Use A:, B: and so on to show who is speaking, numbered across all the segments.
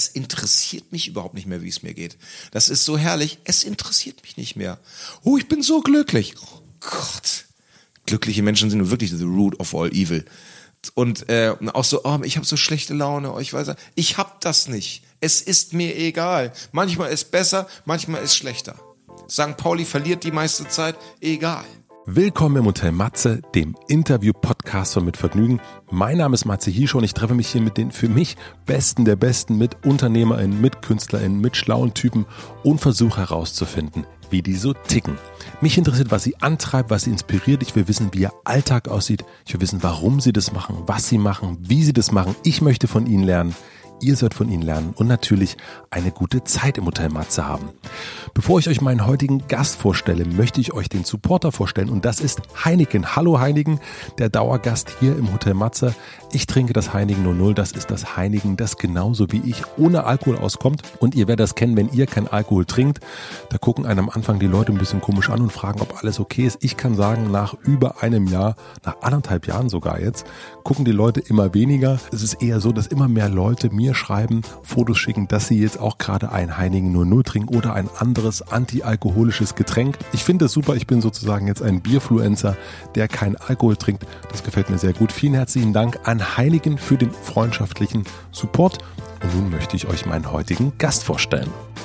A: es interessiert mich überhaupt nicht mehr, wie es mir geht. Das ist so herrlich, es interessiert mich nicht mehr. Oh, ich bin so glücklich. Oh Gott. Glückliche Menschen sind nun wirklich the root of all evil. Und auch so, oh, ich habe so schlechte Laune, ich habe das nicht. Es ist mir egal. Manchmal ist besser, manchmal ist schlechter. St. Pauli verliert die meiste Zeit, egal.
B: Willkommen im Hotel Matze, dem Interview-Podcast von Mit Vergnügen. Mein Name ist Matze Hiescher und ich treffe mich hier mit den für mich Besten der Besten, mit UnternehmerInnen, mit KünstlerInnen, mit schlauen Typen und versuche herauszufinden, wie die so ticken. Mich interessiert, was sie antreibt, was sie inspiriert. Ich will wissen, wie ihr Alltag aussieht. Ich will wissen, warum sie das machen, was sie machen, wie sie das machen. Ich möchte von ihnen lernen. Ihr sollt von ihnen lernen und natürlich eine gute Zeit im Hotel Matze haben. Bevor ich euch meinen heutigen Gast vorstelle, möchte ich euch den Supporter vorstellen und das ist Heineken. Hallo Heineken, der Dauergast hier im Hotel Matze. Ich trinke das Heineken 00, das ist das Heineken, das genauso wie ich ohne Alkohol auskommt. Und ihr werdet das kennen, wenn ihr keinen Alkohol trinkt. Da gucken einen am Anfang die Leute ein bisschen komisch an und fragen, ob alles okay ist. Ich kann sagen, nach über einem Jahr, nach 1,5 Jahren sogar jetzt, gucken die Leute immer weniger. Es ist eher so, dass immer mehr Leute mir schreiben, Fotos schicken, dass sie jetzt auch gerade ein Heineken 00 trinken oder ein anderes antialkoholisches Getränk. Ich finde das super. Ich bin sozusagen jetzt ein Bierfluencer, der keinen Alkohol trinkt. Das gefällt mir sehr gut. Vielen herzlichen Dank an Heineken für den freundschaftlichen Support. Und nun möchte ich euch meinen heutigen Gast vorstellen.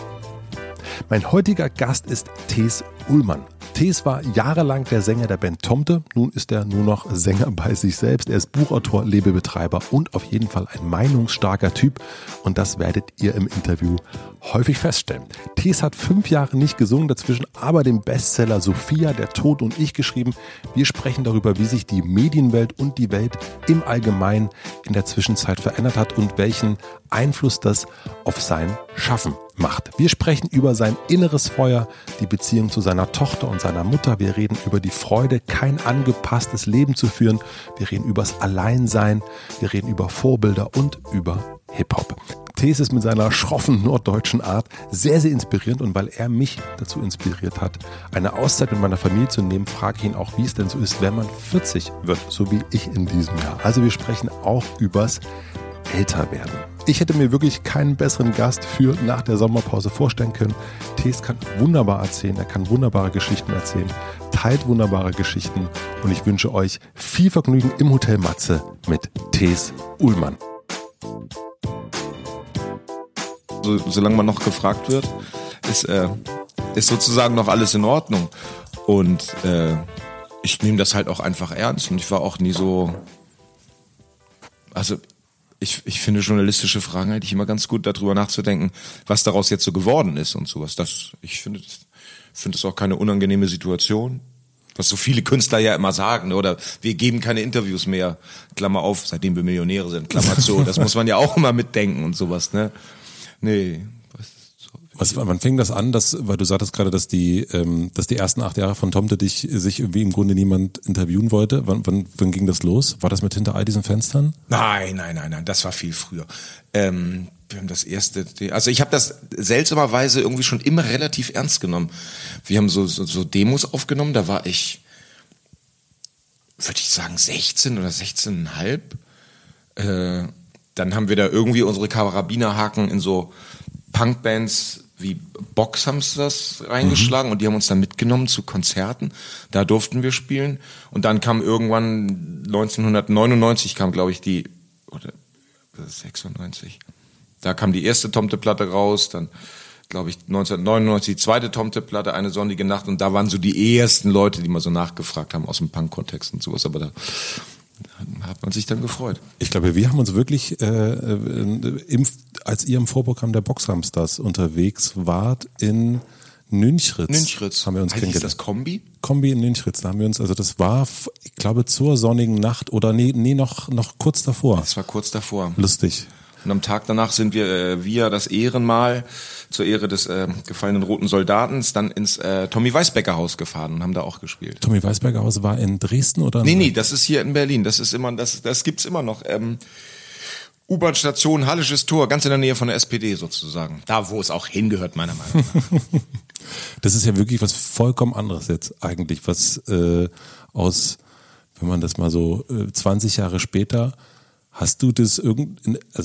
B: Mein heutiger Gast ist Thees Uhlmann. Thees war jahrelang der Sänger der Band Tomte. Nun ist er nur noch Sänger bei sich selbst. Er ist Buchautor, Labelbetreiber und auf jeden Fall ein meinungsstarker Typ. Und das werdet ihr im Interview häufig feststellen. Thees hat 5 Jahre nicht gesungen, dazwischen aber den Bestseller Sophia, der Tod und ich geschrieben. Wir sprechen darüber, wie sich die Medienwelt und die Welt im Allgemeinen in der Zwischenzeit verändert hat und welchen Einfluss das auf sein Schaffen macht. Wir sprechen über sein inneres Feuer, die Beziehung zu seiner Tochter und seiner Mutter. Wir reden über die Freude, kein angepasstes Leben zu führen. Wir reden übers Alleinsein. Wir reden über Vorbilder und über Hip-Hop. Thees ist mit seiner schroffen norddeutschen Art sehr, sehr inspirierend und weil er mich dazu inspiriert hat, eine Auszeit mit meiner Familie zu nehmen, frage ich ihn auch, wie es denn so ist, wenn man 40 wird, so wie ich in diesem Jahr. Also wir sprechen auch übers Älterwerden. Ich hätte mir wirklich keinen besseren Gast für nach der Sommerpause vorstellen können. Thees kann wunderbar erzählen, er kann wunderbare Geschichten erzählen, teilt wunderbare Geschichten und ich wünsche euch viel Vergnügen im Hotel Matze mit Thees Uhlmann.
A: Solange man noch gefragt wird, ist sozusagen noch alles in Ordnung. Und ich nehme das halt auch einfach ernst und ich war auch nie so, also ich finde journalistische Fragen eigentlich immer ganz gut, darüber nachzudenken, was daraus jetzt so geworden ist und sowas. Ich finde das auch keine unangenehme Situation. Was so viele Künstler ja immer sagen, oder wir geben keine Interviews mehr, Klammer auf, seitdem wir Millionäre sind, Klammer zu. Das muss man ja auch immer mitdenken und sowas, ne? Nee.
B: Wann fing das an, weil du sagtest gerade, dass die ersten 8 Jahre von Tomte sich irgendwie im Grunde niemand interviewen wollte. Wann ging das los? War das mit hinter all diesen Fenstern?
A: Nein, das war viel früher. Wir haben das erste, also ich habe das seltsamerweise irgendwie schon immer relativ ernst genommen. Wir haben so Demos aufgenommen, da war ich, würde ich sagen, 16 oder 16,5. Dann haben wir da irgendwie unsere Karabinerhaken in so Punkbands wie Boxhamsters reingeschlagen und die haben uns dann mitgenommen zu Konzerten. Da durften wir spielen. Und dann kam irgendwann 1999 kam, glaube ich, oder 96. Da kam die erste Tomte-Platte raus, dann, glaube ich, 1999 die zweite Tomte-Platte, Eine sonnige Nacht. Und da waren so die ersten Leute, die mal so nachgefragt haben aus dem Punk-Kontext und sowas. Aber da hat man sich dann gefreut.
B: Ich glaube, wir haben uns wirklich, als ihr im Vorprogramm der Boxhamsters unterwegs wart, in Nünchritz haben wir uns kennengelernt.
A: Ist das Kombi?
B: Kombi in Nünchritz, da haben wir uns, also das war, ich glaube, zur sonnigen Nacht oder noch kurz davor.
A: Das war kurz davor.
B: Lustig.
A: Und am Tag danach sind wir via das Ehrenmal zur Ehre des gefallenen roten Soldatens dann ins Tommy Weisbecker Haus gefahren und haben da auch gespielt.
B: Tommy Weisbecker Haus war in Dresden oder?
A: Nee, das ist hier in Berlin. Das gibt's immer noch. U-Bahn-Station Hallisches Tor, ganz in der Nähe von der SPD sozusagen. Da, wo es auch hingehört, meiner Meinung nach.
B: Das ist ja wirklich was vollkommen anderes jetzt eigentlich, was aus, wenn man das mal so 20 Jahre später, hast du das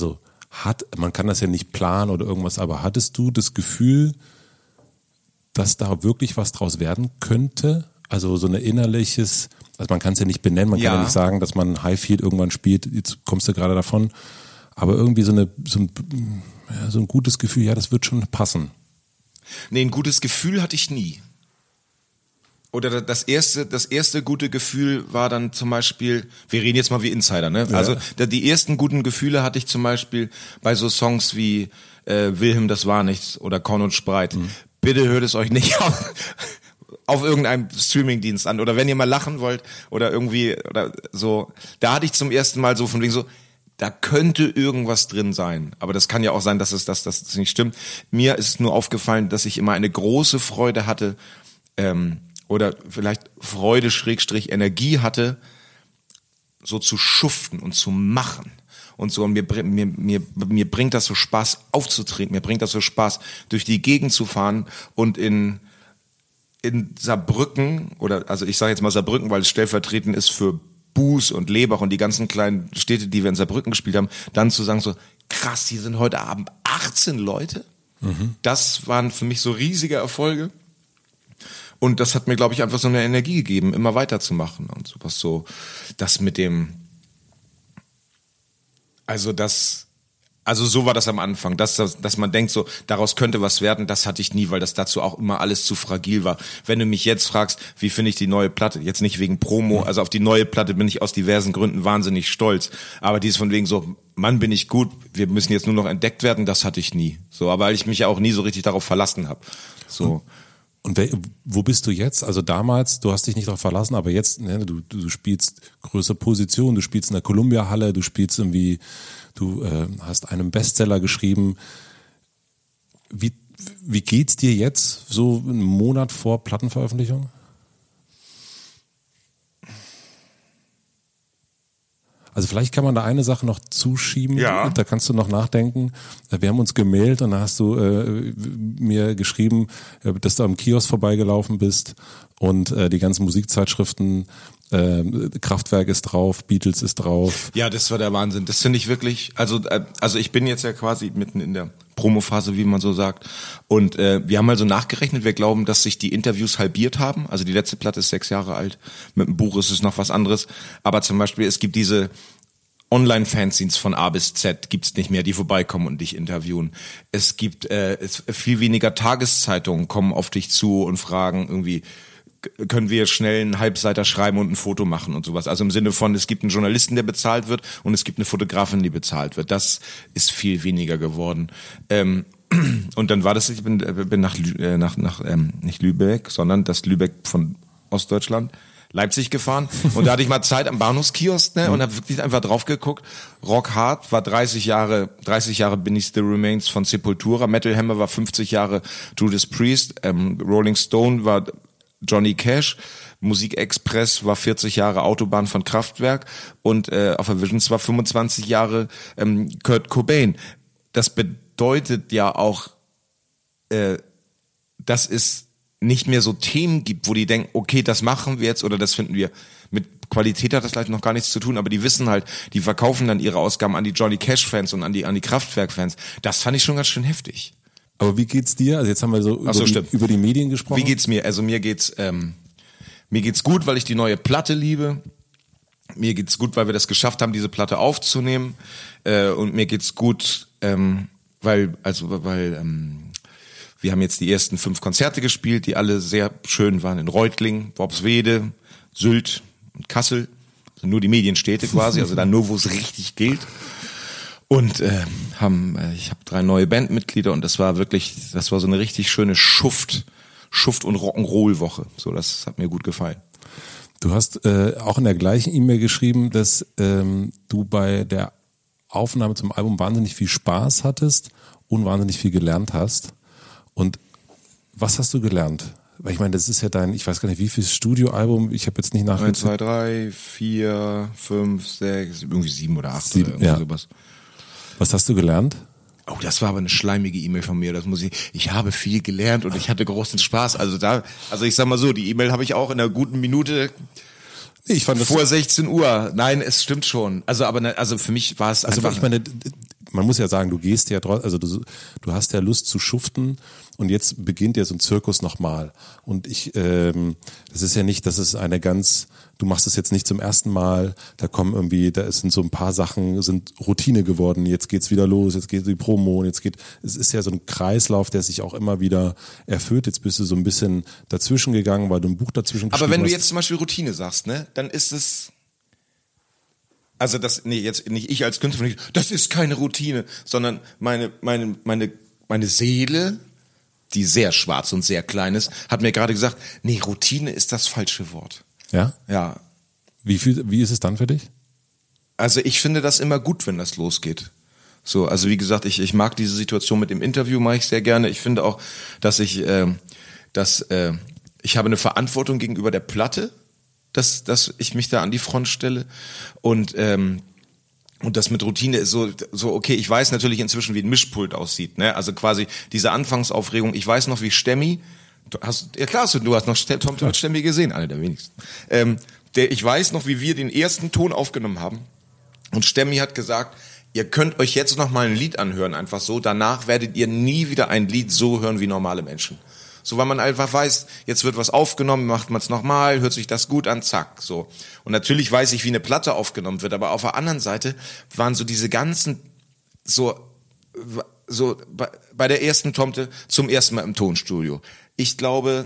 B: man kann das ja nicht planen oder irgendwas, aber hattest du das Gefühl, dass da wirklich was draus werden könnte? Also so ein innerliches, also man kann es ja nicht benennen, man kann ja nicht sagen, dass man Highfield irgendwann spielt, jetzt kommst du gerade davon, aber irgendwie so ein gutes Gefühl, ja, das wird schon passen.
A: Nee, ein gutes Gefühl hatte ich nie. Oder das erste gute Gefühl war dann zum Beispiel, wir reden jetzt mal wie Insider, ne? Ja. Also die ersten guten Gefühle hatte ich zum Beispiel bei so Songs wie Wilhelm, das war nichts oder Korn und Spreit. Bitte hört es euch nicht auf irgendeinem Streamingdienst an. Oder wenn ihr mal lachen wollt oder irgendwie oder so. Da hatte ich zum ersten Mal so von wegen so, da könnte irgendwas drin sein. Aber das kann ja auch sein, dass das nicht stimmt. Mir ist nur aufgefallen, dass ich immer eine große Freude hatte, oder vielleicht Freude / Energie hatte, so zu schuften und zu machen. Und so, und mir bringt das so Spaß aufzutreten, mir bringt das so Spaß durch die Gegend zu fahren und in Saarbrücken, oder also ich sage jetzt mal Saarbrücken, weil es stellvertretend ist für Buß und Lebach und die ganzen kleinen Städte, die wir in Saarbrücken gespielt haben, dann zu sagen so, krass, hier sind heute Abend 18 Leute. Das waren für mich so riesige Erfolge. Und das hat mir, glaube ich, einfach so eine Energie gegeben, immer weiterzumachen und sowas so. Das mit dem, also so war das am Anfang, dass man denkt so, daraus könnte was werden, das hatte ich nie, weil das dazu auch immer alles zu fragil war. Wenn du mich jetzt fragst, wie finde ich die neue Platte, jetzt nicht wegen Promo, also auf die neue Platte bin ich aus diversen Gründen wahnsinnig stolz, aber dieses von wegen so, Mann, bin ich gut, wir müssen jetzt nur noch entdeckt werden, das hatte ich nie. So, aber weil ich mich ja auch nie so richtig darauf verlassen habe. So.
B: Und wo bist du jetzt? Also damals, du hast dich nicht darauf verlassen, aber jetzt, ne, du spielst größere Position, du spielst in der Columbia-Halle, du spielst irgendwie, du hast einen Bestseller geschrieben. Wie geht's dir jetzt, so einen Monat vor Plattenveröffentlichung? Also vielleicht kann man da eine Sache noch zuschieben,
A: ja.
B: Da kannst du noch nachdenken. Wir haben uns gemailt und da hast du mir geschrieben, dass du am Kiosk vorbeigelaufen bist und die ganzen Musikzeitschriften, Kraftwerk ist drauf, Beatles ist drauf.
A: Ja, das war der Wahnsinn. Das finde ich wirklich, also ich bin jetzt ja quasi mitten in der Promophase, wie man so sagt. Und wir haben also nachgerechnet, wir glauben, dass sich die Interviews halbiert haben. Also die letzte Platte ist 6 Jahre alt. Mit dem Buch ist es noch was anderes. Aber zum Beispiel, es gibt diese Online-Fanzines von A bis Z, gibt's nicht mehr, die vorbeikommen und dich interviewen. Es gibt viel weniger Tageszeitungen kommen auf dich zu und fragen irgendwie, können wir schnell einen Halbseiter schreiben und ein Foto machen und sowas. Also im Sinne von, es gibt einen Journalisten, der bezahlt wird und es gibt eine Fotografin, die bezahlt wird. Das ist viel weniger geworden. Und dann war das, ich bin nach nicht Lübeck, sondern das Lübeck von Ostdeutschland, Leipzig gefahren und da hatte ich mal Zeit am Bahnhofskiosk, ne, und habe wirklich einfach drauf geguckt. Rock Hard war 30 Jahre Beneath the Remains von Sepultura, Metal Hammer war 50 Jahre Judas Priest, Rolling Stone war Johnny Cash, Musikexpress war 40 Jahre Autobahn von Kraftwerk und auf der Visions war 25 Jahre Kurt Cobain. Das bedeutet ja auch, dass es nicht mehr so Themen gibt, wo die denken, okay, das machen wir jetzt oder das finden wir. Mit Qualität hat das vielleicht noch gar nichts zu tun, aber die wissen halt, die verkaufen dann ihre Ausgaben an die Johnny Cash-Fans und an die Kraftwerk-Fans. Das fand ich schon ganz schön heftig.
B: Aber wie geht's dir? Also jetzt haben wir so über die Medien gesprochen.
A: Wie geht's mir? Also mir geht's gut, weil ich die neue Platte liebe. Mir geht's gut, weil wir das geschafft haben, diese Platte aufzunehmen. Und mir geht's gut, weil wir haben jetzt die ersten 5 Konzerte gespielt, die alle sehr schön waren in Reutlingen, Worpswede, Sylt und Kassel. Also nur die Medienstädte quasi, also da nur, wo es richtig gilt. Und ich habe 3 neue Bandmitglieder und das war so eine richtig schöne Schuft- und Rock'n'Roll-Woche. So, das hat mir gut gefallen.
B: Du hast auch in der gleichen E-Mail geschrieben, dass du bei der Aufnahme zum Album wahnsinnig viel Spaß hattest und wahnsinnig viel gelernt hast. Und was hast du gelernt? Weil ich meine, das ist ja ich weiß gar nicht, wie viel Studioalbum, ich habe jetzt nicht nachgeguckt.
A: 1, 2, 3, 4, 5, 6, irgendwie 7 oder 8
B: 7,
A: oder sowas.
B: Was hast du gelernt?
A: Oh, das war aber eine schleimige E-Mail von mir. Ich habe viel gelernt und ich hatte großen Spaß. Also ich sag mal so, die E-Mail habe ich auch in einer guten Minute vor 16 Uhr. Nein, es stimmt schon. Also für mich war es einfach.
B: Also ich meine, man muss ja sagen, du gehst ja also du hast ja Lust zu schuften und jetzt beginnt ja so ein Zirkus nochmal. Und das ist ja nicht, das ist du machst es jetzt nicht zum ersten Mal, da sind so ein paar Sachen, sind Routine geworden, jetzt geht's wieder los, jetzt geht die Promo und es ist ja so ein Kreislauf, der sich auch immer wieder erfüllt. Jetzt bist du so ein bisschen dazwischen gegangen, weil du ein Buch dazwischen geschrieben hast.
A: Aber wenn du jetzt zum Beispiel Routine sagst, ne, dann ist es, also jetzt nicht ich als Künstler, das ist keine Routine, sondern meine Seele, die sehr schwarz und sehr klein ist, hat mir gerade gesagt, nee, Routine ist das falsche Wort.
B: Ja?
A: Ja.
B: Wie ist es dann für dich?
A: Also ich finde das immer gut, wenn das losgeht. So, also wie gesagt, ich mag diese Situation mit dem Interview, mache ich sehr gerne. Ich finde auch, dass ich habe eine Verantwortung gegenüber der Platte, dass ich mich da an die Front stelle und das mit Routine ist so okay, ich weiß natürlich inzwischen, wie ein Mischpult aussieht, ne? Also quasi diese Anfangsaufregung, ich weiß noch, wie Stemmi, du hast noch Tomte mit Stemmi gesehen, einer der wenigsten. Ich weiß noch, wie wir den ersten Ton aufgenommen haben und Stemmi hat gesagt, ihr könnt euch jetzt noch mal ein Lied anhören, einfach so, danach werdet ihr nie wieder ein Lied so hören wie normale Menschen. So, weil man einfach weiß, jetzt wird was aufgenommen, macht man es nochmal, hört sich das gut an, zack, so. Und natürlich weiß ich, wie eine Platte aufgenommen wird, aber auf der anderen Seite waren so diese ganzen, so bei der ersten Tomte zum ersten Mal im Tonstudio. Ich glaube,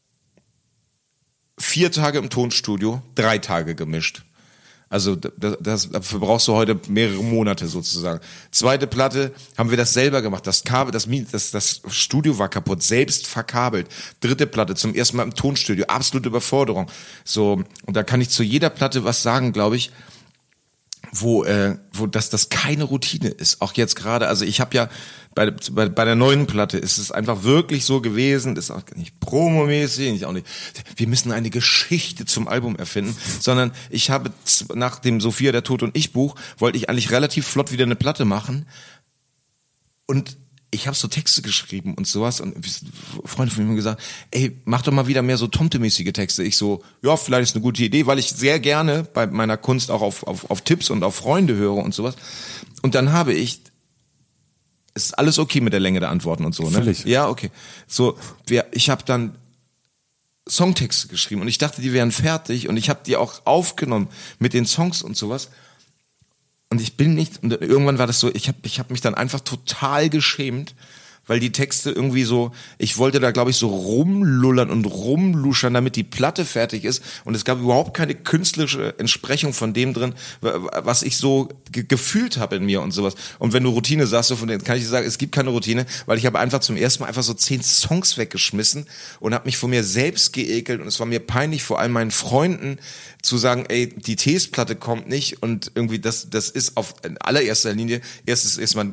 A: 4 Tage im Tonstudio, 3 Tage gemischt. Also dafür brauchst du heute mehrere Monate sozusagen. Zweite Platte haben wir das selber gemacht. Das Studio war kaputt, selbst verkabelt. Dritte Platte zum ersten Mal im Tonstudio, absolute Überforderung. So, und da kann ich zu jeder Platte was sagen, glaube ich, wo das keine Routine ist. Auch jetzt gerade, also ich habe ja bei der neuen Platte ist es einfach wirklich so gewesen, das ist auch nicht promomäßig, nicht auch nicht, wir müssen eine Geschichte zum Album erfinden, sondern ich habe nach dem Sophia, der Tod und ich Buch, wollte ich eigentlich relativ flott wieder eine Platte machen und ich habe so Texte geschrieben und sowas und Freunde von mir haben gesagt, ey, mach doch mal wieder mehr so Tomte-mäßige Texte. Ich so, ja, vielleicht ist eine gute Idee, weil ich sehr gerne bei meiner Kunst auch auf Tipps und auf Freunde höre und sowas. Und dann habe es ist alles okay mit der Länge der Antworten und so, ne?
B: Völlig.
A: Ja, okay. So, ich habe dann Songtexte geschrieben und ich dachte, die wären fertig und ich habe die auch aufgenommen mit den Songs und sowas. Und und irgendwann war das so, ich hab mich dann einfach total geschämt, weil die Texte irgendwie so, ich wollte da glaube ich so rumlullern und rumluschern, damit die Platte fertig ist und es gab überhaupt keine künstlerische Entsprechung von dem drin, was ich so gefühlt habe in mir und sowas. Und wenn du Routine sagst, so von denen kann ich dir sagen, es gibt keine Routine, weil ich habe einfach zum ersten Mal einfach so 10 Songs weggeschmissen und habe mich vor mir selbst geekelt und es war mir peinlich, vor allem meinen Freunden zu sagen, ey, die Tees-Platte kommt nicht und irgendwie das ist in allererster Linie erstmal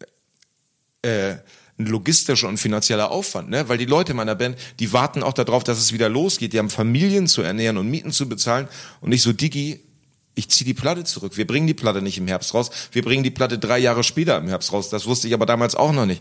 A: ein logistischer und finanzieller Aufwand, ne? Weil die Leute meiner Band, die warten auch darauf, dass es wieder losgeht. Die haben Familien zu ernähren und Mieten zu bezahlen. Und ich so, Diggi, ich ziehe die Platte zurück. Wir bringen die Platte nicht im Herbst raus. Wir bringen die Platte 3 Jahre später im Herbst raus. Das wusste ich aber damals auch noch nicht.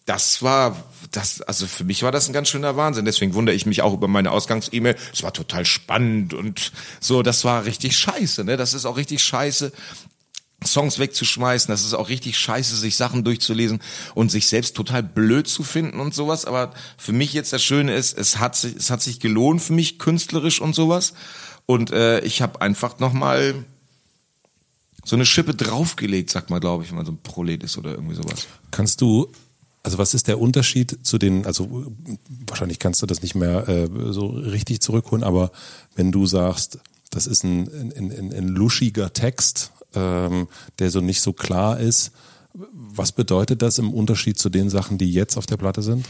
A: Also für mich war das ein ganz schöner Wahnsinn. Deswegen wundere ich mich auch über meine Ausgangs-E-Mail. Es war total spannend und so, das war richtig scheiße, ne? Das ist auch richtig scheiße, Songs wegzuschmeißen, das ist auch richtig scheiße, sich Sachen durchzulesen und sich selbst total blöd zu finden und sowas, aber für mich jetzt das Schöne ist, es hat sich gelohnt für mich künstlerisch und sowas und ich habe einfach nochmal so eine Schippe draufgelegt, sagt man, glaube ich, wenn man so ein Prolet ist oder irgendwie sowas.
B: Also was ist der Unterschied also wahrscheinlich kannst du das nicht mehr so richtig zurückholen, aber wenn du sagst, das ist ein luschiger Text, der so nicht so klar ist. Was bedeutet das im Unterschied zu den Sachen, die jetzt auf der Platte sind?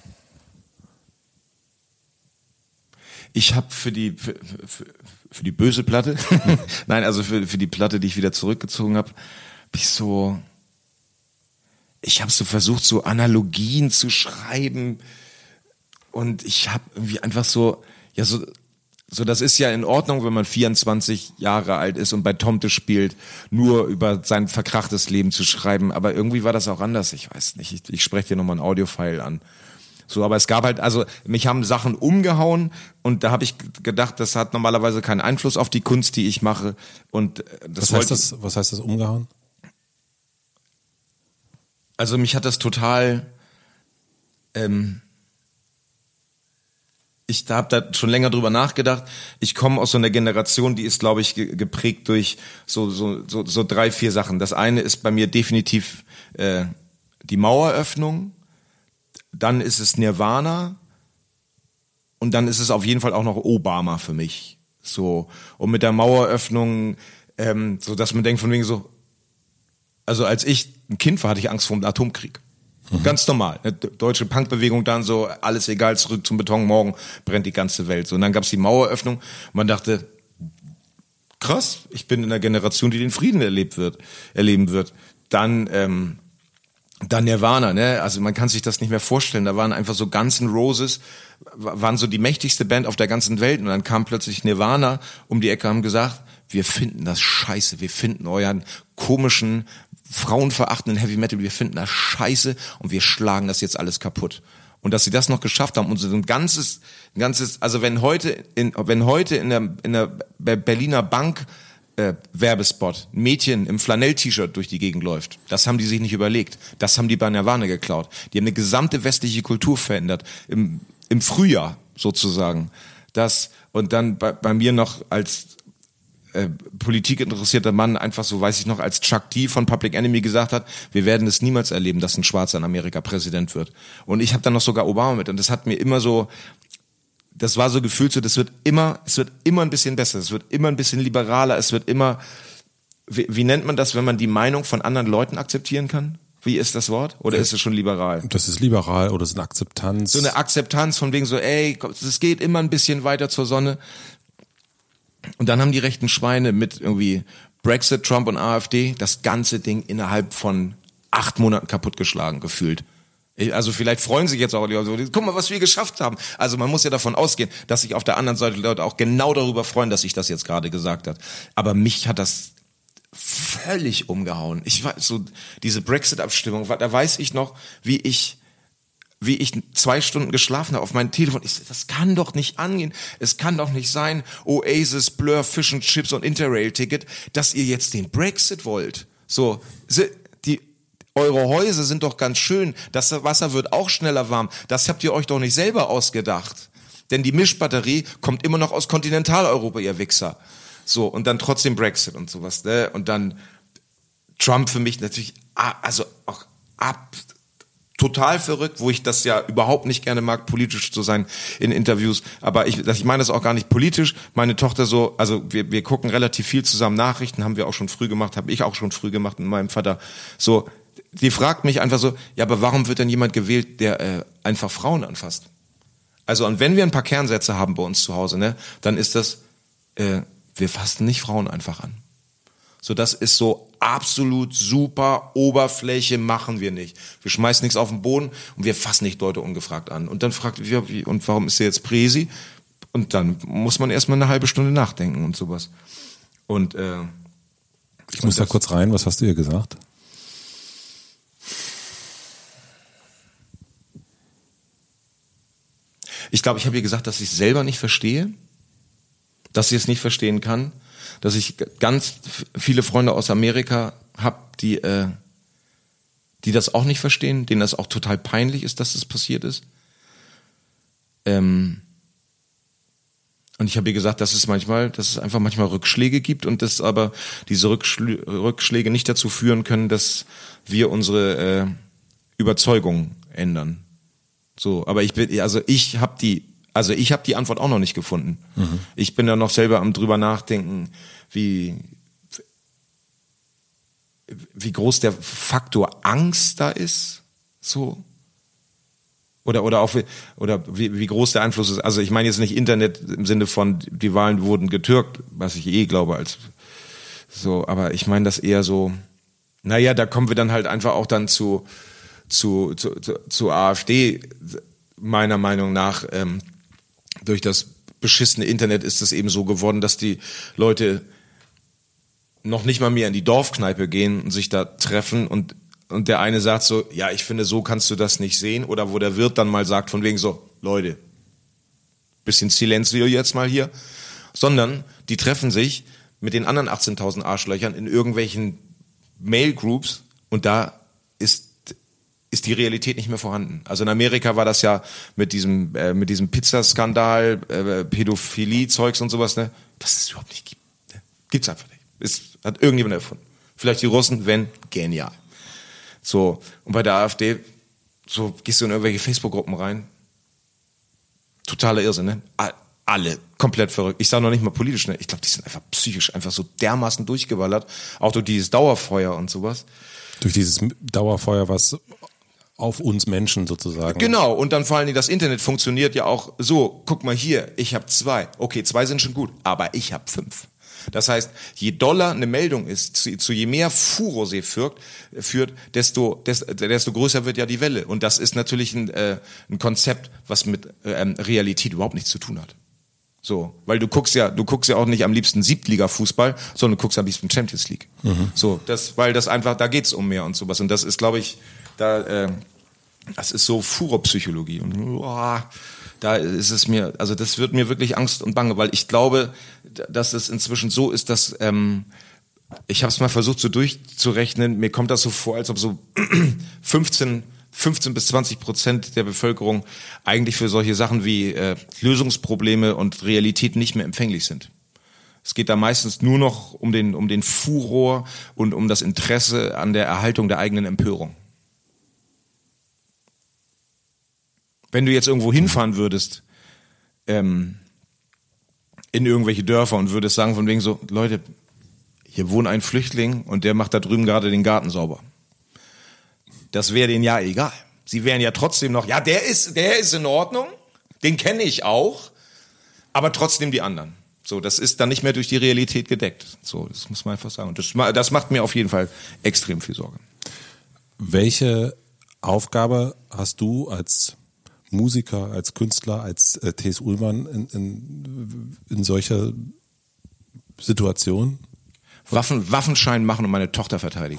A: Ich habe für die böse Platte, nein, also für die Platte, die ich wieder zurückgezogen habe, ich habe so versucht, so Analogien zu schreiben und ich habe irgendwie einfach so, das ist ja in Ordnung, wenn man 24 Jahre alt ist und bei Tomte spielt, nur über sein verkrachtes Leben zu schreiben. Aber irgendwie war das auch anders. Ich weiß nicht. Ich spreche dir nochmal ein Audiofile an. So, aber es gab halt, also mich haben Sachen umgehauen und da habe ich gedacht, das hat normalerweise keinen Einfluss auf die Kunst, die ich mache. Und
B: was heißt das umgehauen?
A: Also mich hat das total, ich habe da schon länger drüber nachgedacht. Ich komme aus so einer Generation, die ist, glaube ich, geprägt durch so 3, 4 Sachen. Das eine ist bei mir definitiv die Maueröffnung, dann ist es Nirvana und dann ist es auf jeden Fall auch noch Obama für mich. So, und mit der Maueröffnung, so dass man denkt von wegen so, also als ich ein Kind war, hatte ich Angst vor dem Atomkrieg. Ganz normal. Eine deutsche Punkbewegung dann so, alles egal, zurück zum Beton, morgen brennt die ganze Welt. So, und dann gab's die Maueröffnung. Man dachte, krass, ich bin in einer Generation, die den Frieden erleben wird. Dann Nirvana, ne? Also man kann sich das nicht mehr vorstellen. Da waren einfach so Guns N' Roses, waren so die mächtigste Band auf der ganzen Welt. Und dann kam plötzlich Nirvana um die Ecke, haben gesagt, wir finden das scheiße, wir finden euren komischen, frauenverachtenden Heavy Metal, wir finden das scheiße und wir schlagen das jetzt alles kaputt. Und dass sie das noch geschafft haben und so ein ganzes, also wenn heute in der Berliner Bank Werbespot ein Mädchen im Flanell-T-Shirt durch die Gegend läuft, das haben die sich nicht überlegt. Das haben die bei Nirvana geklaut. Die haben eine gesamte westliche Kultur verändert. Im Frühjahr sozusagen. Das, und dann bei mir noch als Politik interessierter Mann einfach so, weiß ich noch, als Chuck D von Public Enemy gesagt hat, wir werden es niemals erleben, dass ein Schwarzer in Amerika Präsident wird. Und ich habe dann noch sogar Obama mit. Und das hat mir immer so, das war so gefühlt so, es wird immer ein bisschen besser, es wird immer ein bisschen liberaler, es wird immer, wie nennt man das, wenn man die Meinung von anderen Leuten akzeptieren kann? Wie ist das Wort? Oder ist es schon liberal?
B: Das ist liberal oder ist eine Akzeptanz.
A: So eine Akzeptanz von wegen so, ey, es geht immer ein bisschen weiter zur Sonne. Und dann haben die rechten Schweine mit irgendwie Brexit, Trump und AfD das ganze Ding innerhalb von 8 Monaten kaputtgeschlagen gefühlt. Also vielleicht freuen sich jetzt auch die Leute, guck mal, was wir geschafft haben. Also man muss ja davon ausgehen, dass sich auf der anderen Seite Leute auch genau darüber freuen, dass ich das jetzt gerade gesagt habe. Aber mich hat das völlig umgehauen. Ich war so, diese Brexit-Abstimmung, da weiß ich noch, wie ich 2 Stunden geschlafen habe auf meinem Telefon. Das kann doch nicht angehen. Es kann doch nicht sein, Oasis, Blur, Fish and Chips und Interrail-Ticket, dass ihr jetzt den Brexit wollt. So, eure Häuser sind doch ganz schön. Das Wasser wird auch schneller warm. Das habt ihr euch doch nicht selber ausgedacht. Denn die Mischbatterie kommt immer noch aus Kontinentaleuropa, ihr Wichser. So, und dann trotzdem Brexit und sowas, ne? Und dann Trump für mich natürlich, also auch total verrückt, wo ich das ja überhaupt nicht gerne mag, politisch zu sein in Interviews. Aber ich meine das auch gar nicht politisch. Meine Tochter so, also wir gucken relativ viel zusammen Nachrichten, haben wir auch schon früh gemacht, habe ich auch schon früh gemacht mit meinem Vater. So, die fragt mich einfach so, ja, aber warum wird denn jemand gewählt, der einfach Frauen anfasst? Also, und wenn wir ein paar Kernsätze haben bei uns zu Hause, ne, dann ist das, wir fassen nicht Frauen einfach an. So, das ist so absolut super, Oberfläche machen wir nicht. Wir schmeißen nichts auf den Boden und wir fassen nicht Leute ungefragt an. Und dann fragt wie und warum ist sie jetzt Präsi? Und dann muss man erstmal eine halbe Stunde nachdenken und sowas. Und
B: ich muss da kurz rein, was hast du ihr gesagt?
A: Ich glaube, ich habe ihr gesagt, dass ich es selber nicht verstehe, dass sie es nicht verstehen kann, dass ich ganz viele Freunde aus Amerika habe, die das auch nicht verstehen, denen das auch total peinlich ist, dass das passiert ist. Und ich habe ihr gesagt, dass es einfach manchmal Rückschläge gibt und dass aber diese Rückschläge nicht dazu führen können, dass wir unsere Überzeugung ändern. So, aber ich habe die Antwort auch noch nicht gefunden. Mhm. Ich bin da noch selber am drüber nachdenken, wie groß der Faktor Angst da ist, so. Oder wie groß der Einfluss ist. Also ich meine jetzt nicht Internet im Sinne von, die Wahlen wurden getürkt, was ich glaube, als so, aber ich meine das eher so, naja, da kommen wir dann halt einfach auch dann zu AfD, meiner Meinung nach, durch das beschissene Internet ist es eben so geworden, dass die Leute noch nicht mal mehr in die Dorfkneipe gehen und sich da treffen und der eine sagt so, ja, ich finde, so kannst du das nicht sehen, oder wo der Wirt dann mal sagt von wegen so, Leute, bisschen Silenzio jetzt mal hier, sondern die treffen sich mit den anderen 18.000 Arschlöchern in irgendwelchen Mail-Groups und da ist ist die Realität nicht mehr vorhanden. Also in Amerika war das ja mit diesem Pizzaskandal, Pädophilie-Zeugs und sowas, ne? Das es überhaupt nicht gibt. Ne? Gibt's einfach nicht. Hat irgendjemand erfunden. Vielleicht die Russen, wenn, genial. So, und bei der AfD, so gehst du in irgendwelche Facebook-Gruppen rein. Totaler Irrsinn, ne? Alle komplett verrückt. Ich sage noch nicht mal politisch, ne? Ich glaube, die sind einfach psychisch einfach so dermaßen durchgeballert. Auch durch dieses Dauerfeuer und sowas.
B: Durch dieses Dauerfeuer, was auf uns Menschen sozusagen.
A: Genau, und dann vor allen Dingen das Internet funktioniert ja auch so, guck mal hier, ich habe 2. Okay, 2 sind schon gut, aber ich habe 5. Das heißt, je doller eine Meldung ist, zu je mehr Furor sie führt, desto größer wird ja die Welle. Und das ist natürlich ein Konzept, was mit Realität überhaupt nichts zu tun hat. So, weil du guckst ja auch nicht am liebsten Siebtliga-Fußball, sondern du guckst am liebsten Champions League. So, weil das einfach, da geht's um mehr und sowas. Und das ist, glaube ich, das ist so Furorpsychologie. Und da ist es mir, also das wird mir wirklich Angst und Bange, weil ich glaube, dass es inzwischen so ist, dass ich habe es mal versucht so durchzurechnen, mir kommt das so vor, als ob so 15 bis 20% der Bevölkerung eigentlich für solche Sachen wie Lösungsprobleme und Realität nicht mehr empfänglich sind. Es geht da meistens nur noch um den Furor und um das Interesse an der Erhaltung der eigenen Empörung. Wenn du jetzt irgendwo hinfahren würdest, in irgendwelche Dörfer und würdest sagen von wegen so, Leute, hier wohnt ein Flüchtling und der macht da drüben gerade den Garten sauber. Das wäre denen ja egal. Sie wären ja trotzdem noch, ja, der ist in Ordnung, den kenne ich auch, aber trotzdem die anderen. So, das ist dann nicht mehr durch die Realität gedeckt. So, das muss man einfach sagen. Und das macht mir auf jeden Fall extrem viel Sorge.
B: Welche Aufgabe hast du als Musiker, als Künstler, als T.S. Ullmann in solcher Situation?
A: Waffenschein machen und meine Tochter verteidigen.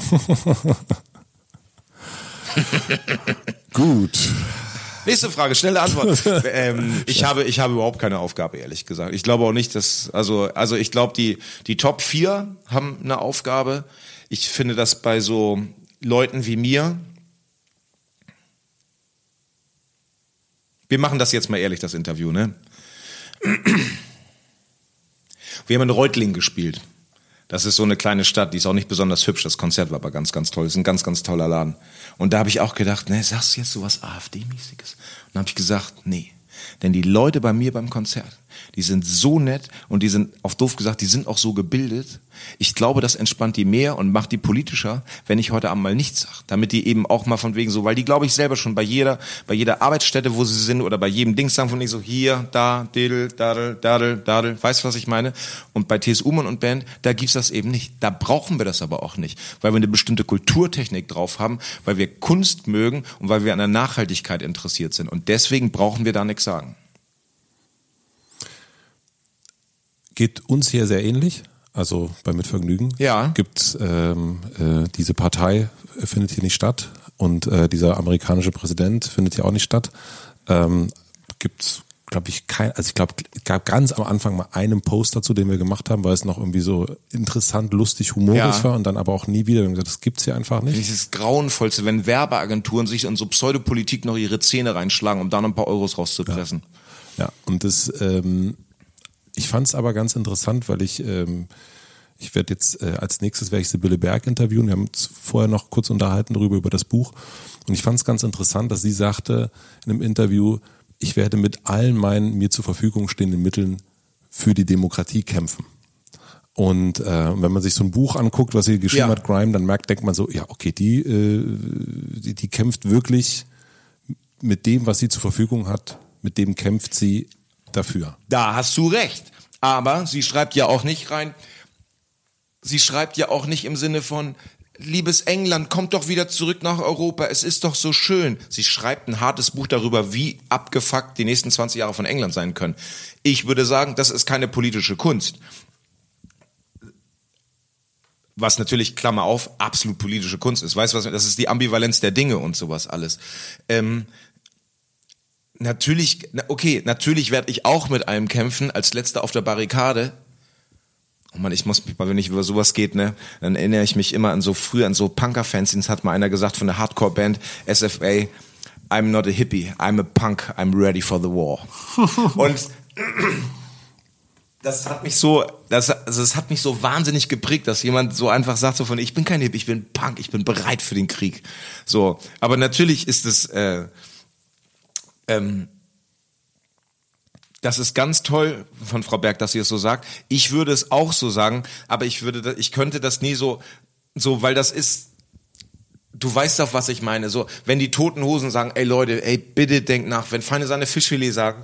B: Gut.
A: Nächste Frage, schnelle Antwort. Ich habe überhaupt keine Aufgabe, ehrlich gesagt. Ich glaube auch nicht, dass, also ich glaube, die Top 4 haben eine Aufgabe. Ich finde das bei so Leuten wie mir. Wir machen das jetzt mal ehrlich, das Interview, ne? Wir haben in Reutlingen gespielt. Das ist so eine kleine Stadt, die ist auch nicht besonders hübsch. Das Konzert war aber ganz, ganz toll. Das ist ein ganz, ganz toller Laden. Und da habe ich auch gedacht, ne, sagst du jetzt so was AfD-mäßiges? Und dann habe ich gesagt, nee. Denn die Leute bei mir beim Konzert, die sind so nett und die sind, auf doof gesagt, die sind auch so gebildet. Ich glaube, das entspannt die mehr und macht die politischer, wenn ich heute Abend mal nichts sage. Damit die eben auch mal von wegen so, weil die, glaube ich, selber schon bei jeder Arbeitsstätte, wo sie sind oder bei jedem Ding sagen von wegen so, hier, da, dadel, dadel, weißt du, was ich meine? Und bei T.S. Ullmann und Band, da gibt's das eben nicht. Da brauchen wir das aber auch nicht, weil wir eine bestimmte Kulturtechnik drauf haben, weil wir Kunst mögen und weil wir an der Nachhaltigkeit interessiert sind. Und deswegen brauchen wir da nichts sagen.
B: Geht uns hier sehr ähnlich, also bei Mitvergnügen.
A: Ja.
B: Gibt diese Partei findet hier nicht statt und dieser amerikanische Präsident findet hier auch nicht statt. Gibt's, glaube ich, es gab ganz am Anfang mal einen Post dazu, den wir gemacht haben, weil es noch irgendwie so interessant, lustig, humorig war und dann aber auch nie wieder. Wir haben gesagt, das gibt's hier einfach nicht.
A: Das ist das Grauenvollste, wenn Werbeagenturen sich in so Pseudopolitik noch ihre Zähne reinschlagen, um da noch ein paar Euros rauszupressen.
B: Ja, und das ich fand es aber ganz interessant, weil ich werde jetzt als nächstes werde ich Sibylle Berg interviewen. Wir haben uns vorher noch kurz unterhalten über das Buch. Und ich fand es ganz interessant, dass sie sagte in einem Interview, ich werde mit allen meinen mir zur Verfügung stehenden Mitteln für die Demokratie kämpfen. Und wenn man sich so ein Buch anguckt, was sie geschrieben hat, Grime, dann denkt man so, ja, okay, die kämpft wirklich mit dem, was sie zur Verfügung hat, mit dem kämpft sie dafür.
A: Da hast du recht. Aber sie schreibt ja auch nicht rein, sie schreibt ja auch nicht im Sinne von, liebes England, kommt doch wieder zurück nach Europa, es ist doch so schön. Sie schreibt ein hartes Buch darüber, wie abgefuckt die nächsten 20 Jahre von England sein können. Ich würde sagen, das ist keine politische Kunst. Was natürlich, Klammer auf, absolut politische Kunst ist. Weißt du was, das ist die Ambivalenz der Dinge und sowas alles. Natürlich werde ich auch mit allem kämpfen, als Letzter auf der Barrikade. Oh Mann, ich muss mich mal, wenn ich über sowas geht, ne, dann erinnere ich mich immer an so früher an so Punker-Fanzines, hat mal einer gesagt von der Hardcore-Band SFA, I'm not a hippie, I'm a punk, I'm ready for the war. Und das hat mich so wahnsinnig geprägt, dass jemand so einfach sagt, so von, ich bin kein Hippie, ich bin Punk, ich bin bereit für den Krieg. So, aber natürlich ist es, das ist ganz toll von Frau Berg, dass sie es so sagt. Ich würde es auch so sagen, aber ich könnte das nie so, weil das ist, du weißt doch, was ich meine. So, wenn die Toten Hosen sagen, ey Leute, ey, bitte denkt nach, wenn Feine Sahne Fischfilet sagen,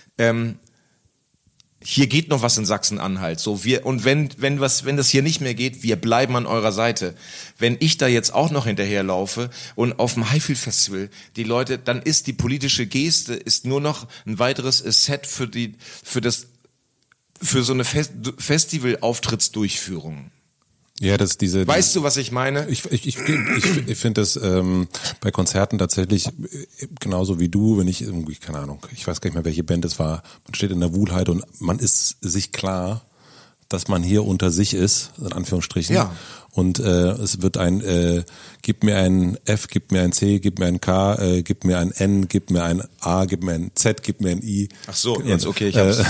A: hier geht noch was in Sachsen-Anhalt. So, wenn das hier nicht mehr geht, wir bleiben an eurer Seite. Wenn ich da jetzt auch noch hinterherlaufe und auf dem Highfield-Festival die Leute, dann ist die politische Geste ist nur noch ein weiteres Set für so eine Festival-Auftrittsdurchführung.
B: Ja, das ist diese.
A: Weißt du, was ich meine?
B: Ich finde das bei Konzerten tatsächlich genauso wie du, wenn ich irgendwie, keine Ahnung, ich weiß gar nicht mehr, welche Band es war, man steht in der Wuhlheide und man ist sich klar, dass man hier unter sich ist, in Anführungsstrichen. Ja. Und es wird gib mir ein F, gib mir ein C, gib mir ein K, gib mir ein N, gib mir ein A, gib mir ein Z, gib mir ein I.
A: Ach so, jetzt okay, ich hab's.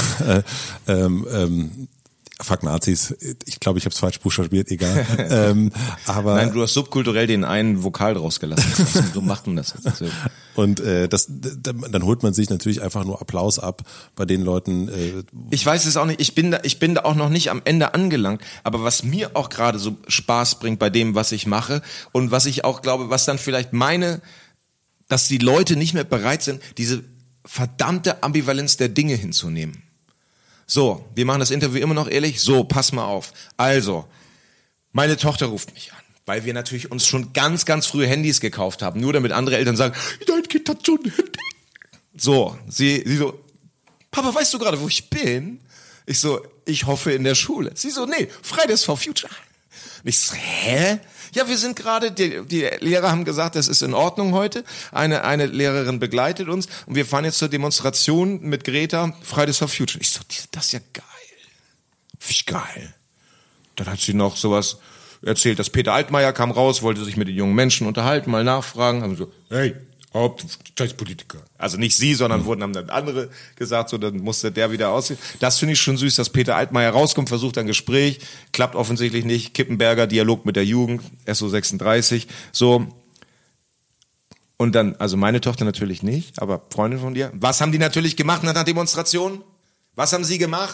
B: Fuck Nazis, ich glaube, ich habe es falsch buchstabiert, egal. Aber
A: nein, du hast subkulturell den einen Vokal draus gelassen. So macht man das jetzt.
B: Und dann holt man sich natürlich einfach nur Applaus ab bei den Leuten.
A: Ich weiß es auch nicht, ich bin da auch noch nicht am Ende angelangt, aber was mir auch gerade so Spaß bringt bei dem, was ich mache und was ich auch glaube, was dann vielleicht dass die Leute nicht mehr bereit sind, diese verdammte Ambivalenz der Dinge hinzunehmen. So, wir machen das Interview immer noch ehrlich. So, pass mal auf. Also, meine Tochter ruft mich an, weil wir natürlich uns schon ganz, ganz früh Handys gekauft haben, nur damit andere Eltern sagen, dein Kind hat schon ein Handy. So, sie so, Papa, weißt du gerade, wo ich bin? Ich so, ich hoffe in der Schule. Sie so, nee, Fridays for Future. Und ich so, hä? Ja, wir sind gerade, die Lehrer haben gesagt, das ist in Ordnung heute. Eine Lehrerin begleitet uns und wir fahren jetzt zur Demonstration mit Greta, Fridays for Future. Ich so, das ist ja geil. Wie geil. Dann hat sie noch sowas erzählt, dass Peter Altmaier kam raus, wollte sich mit den jungen Menschen unterhalten, mal nachfragen. Haben so, hey, scheiß Politiker. Also nicht sie, sondern haben dann andere gesagt, so dann musste der wieder aussehen. Das finde ich schon süß, dass Peter Altmaier rauskommt, versucht ein Gespräch, klappt offensichtlich nicht. Kippenberger, Dialog mit der Jugend, SO36, so. Und dann, also meine Tochter natürlich nicht, aber Freundin von dir. Was haben die natürlich gemacht nach der Demonstration? Was haben sie gemacht?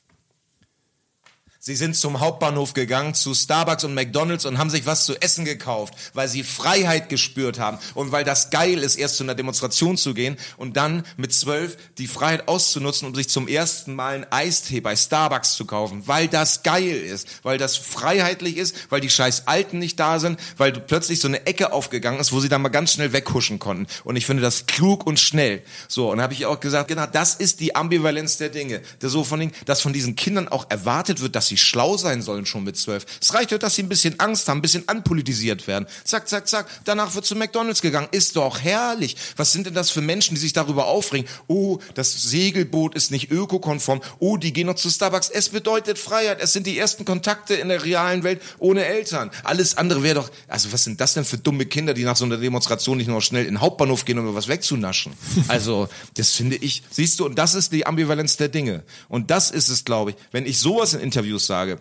A: Sie sind zum Hauptbahnhof gegangen, zu Starbucks und McDonald's und haben sich was zu essen gekauft, weil sie Freiheit gespürt haben und weil das geil ist, erst zu einer Demonstration zu gehen und dann mit 12 die Freiheit auszunutzen, um sich zum ersten Mal einen Eistee bei Starbucks zu kaufen, weil das geil ist, weil das freiheitlich ist, weil die scheiß Alten nicht da sind, weil plötzlich so eine Ecke aufgegangen ist, wo sie dann mal ganz schnell weghuschen konnten. Und ich finde das klug und schnell. So, und habe ich auch gesagt, genau, das ist die Ambivalenz der Dinge. Dass von diesen Kindern auch erwartet wird, dass sie schlau sein sollen schon mit 12. Es reicht doch, dass sie ein bisschen Angst haben, ein bisschen anpolitisiert werden. Zack, zack, zack. Danach wird zu McDonald's gegangen. Ist doch herrlich. Was sind denn das für Menschen, die sich darüber aufregen? Oh, das Segelboot ist nicht ökokonform. Oh, die gehen noch zu Starbucks. Es bedeutet Freiheit. Es sind die ersten Kontakte in der realen Welt ohne Eltern. Alles andere wäre doch, also was sind das denn für dumme Kinder, die nach so einer Demonstration nicht noch schnell in den Hauptbahnhof gehen, um was wegzunaschen? Also, das finde ich, siehst du, und das ist die Ambivalenz der Dinge. Und das ist es, glaube ich, wenn ich sowas in Interviews sage,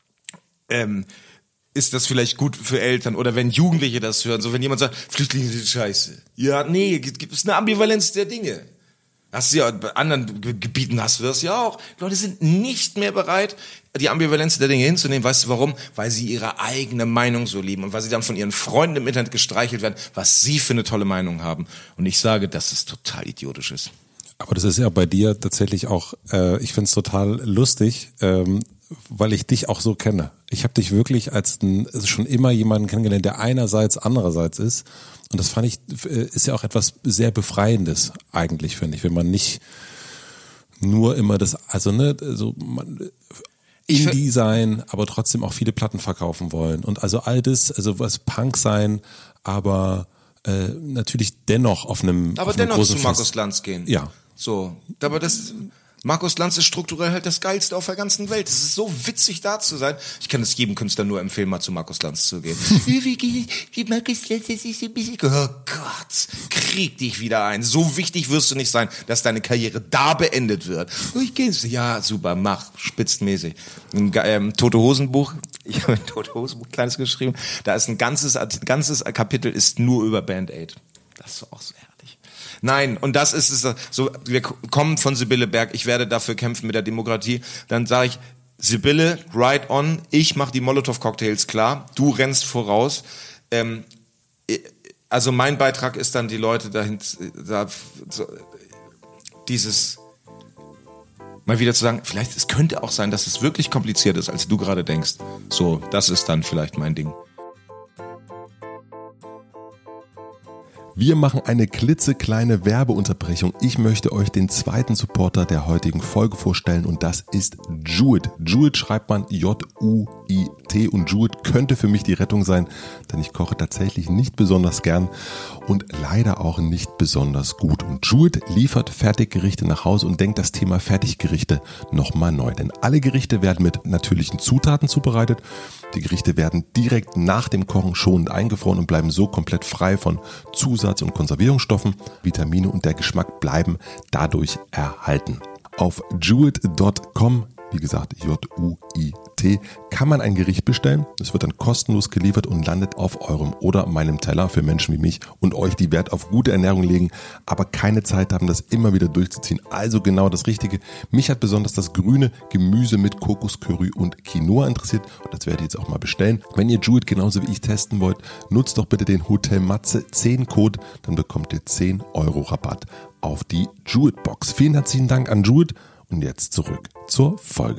A: ist das vielleicht gut für Eltern oder wenn Jugendliche das hören, so wenn jemand sagt, Flüchtlinge sind scheiße. Ja, nee, gibt es eine Ambivalenz der Dinge. Hast du ja, bei anderen Gebieten hast du das ja auch. Die Leute sind nicht mehr bereit, die Ambivalenz der Dinge hinzunehmen. Weißt du warum? Weil sie ihre eigene Meinung so lieben und weil sie dann von ihren Freunden im Internet gestreichelt werden, was sie für eine tolle Meinung haben. Und ich sage, dass es total idiotisch ist.
B: Aber das ist ja bei dir tatsächlich auch, ich finde es total lustig, weil ich dich auch so kenne. Ich habe dich wirklich als schon immer jemanden kennengelernt, der einerseits, andererseits ist. Und das fand ich, ist ja auch etwas sehr Befreiendes eigentlich, finde ich, wenn man nicht nur immer das, also ne, so Indie sein, aber trotzdem auch viele Platten verkaufen wollen. Und also all das, also was Punk sein, aber natürlich dennoch auf einem
A: aber
B: auf einem
A: dennoch
B: großen
A: zu Markus Lanz gehen.
B: Ja.
A: So, aber das Markus Lanz ist strukturell halt das Geilste auf der ganzen Welt. Es ist so witzig, da zu sein. Ich kann es jedem Künstler nur empfehlen, mal zu Markus Lanz zu gehen. Wie Markus Lanz ist ein bisschen... Oh Gott, krieg dich wieder ein. So wichtig wirst du nicht sein, dass deine Karriere da beendet wird. Ich gehe, ja, super, mach, spitzenmäßig. Ein Tote Hosen Buch, ich habe ein Tote Hosen Buch kleines geschrieben, da ist ein ganzes Kapitel ist nur über Band Aid. Das ist auch so herrlich. Nein, und das ist es so, wir kommen von Sibylle Berg, ich werde dafür kämpfen mit der Demokratie, dann sage ich, Sibylle, right on, ich mache die Molotow-Cocktails klar, du rennst voraus, also mein Beitrag ist dann, die Leute dahin, dieses, mal wieder zu sagen, vielleicht, es könnte auch sein, dass es wirklich kompliziert ist, als du gerade denkst, so, das ist dann vielleicht mein Ding.
B: Wir machen eine klitzekleine Werbeunterbrechung. Ich möchte euch den zweiten Supporter der heutigen Folge vorstellen und das ist Juit. Juit schreibt man J-U-I-T und Juit könnte für mich die Rettung sein, denn ich koche tatsächlich nicht besonders gern und leider auch nicht besonders gut. Und Juit liefert Fertiggerichte nach Hause und denkt das Thema Fertiggerichte nochmal neu. Denn alle Gerichte werden mit natürlichen Zutaten zubereitet. Die Gerichte werden direkt nach dem Kochen schonend eingefroren und bleiben so komplett frei von Zusatz- und Konservierungsstoffen. Vitamine und der Geschmack bleiben dadurch erhalten. Auf juit.com, wie gesagt J-U-I-T, kann man ein Gericht bestellen. Es wird dann kostenlos geliefert und landet auf eurem oder meinem Teller für Menschen wie mich und euch, die Wert auf gute Ernährung legen, aber keine Zeit haben, das immer wieder durchzuziehen. Also genau das Richtige. Mich hat besonders das grüne Gemüse mit Kokoscurry und Quinoa interessiert und das werde ich jetzt auch mal bestellen. Wenn ihr Juit genauso wie ich testen wollt, nutzt doch bitte den Hotel Matze 10 Code, dann bekommt ihr 10 € Rabatt auf die Juit Box. Vielen herzlichen Dank an Juit und jetzt zurück zur Folge.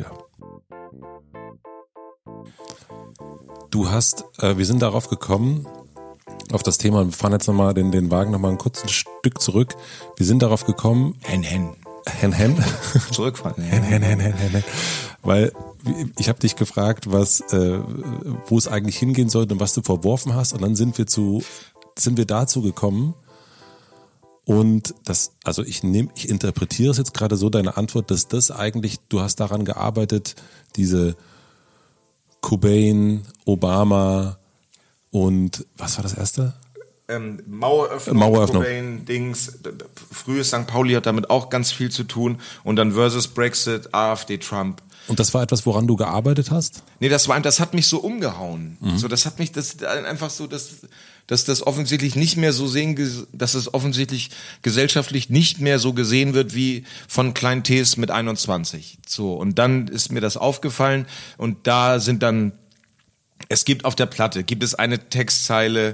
B: Du hast, wir sind darauf gekommen, auf das Thema, wir fahren jetzt nochmal den Wagen nochmal ein kurzes Stück zurück. Wir sind darauf gekommen,
A: Hen.
B: Zurückfahren. Hen. Weil ich habe dich gefragt, wo es eigentlich hingehen sollte und was du verworfen hast und dann sind wir dazu gekommen und ich interpretiere es jetzt gerade so, deine Antwort, dass das eigentlich, du hast daran gearbeitet, diese Cobain, Obama und was war das erste?
A: Maueröffnung. Cobain, Dings, frühes St. Pauli hat damit auch ganz viel zu tun und dann versus Brexit, AfD, Trump.
B: Und das war etwas, woran du gearbeitet hast?
A: Nee, das hat mich so umgehauen. So, das einfach so, dass das offensichtlich nicht mehr so dass es offensichtlich gesellschaftlich nicht mehr so gesehen wird wie von kleinen Ts mit 21. So. Und dann ist mir das aufgefallen und da sind dann, es gibt auf der Platte, eine Textzeile,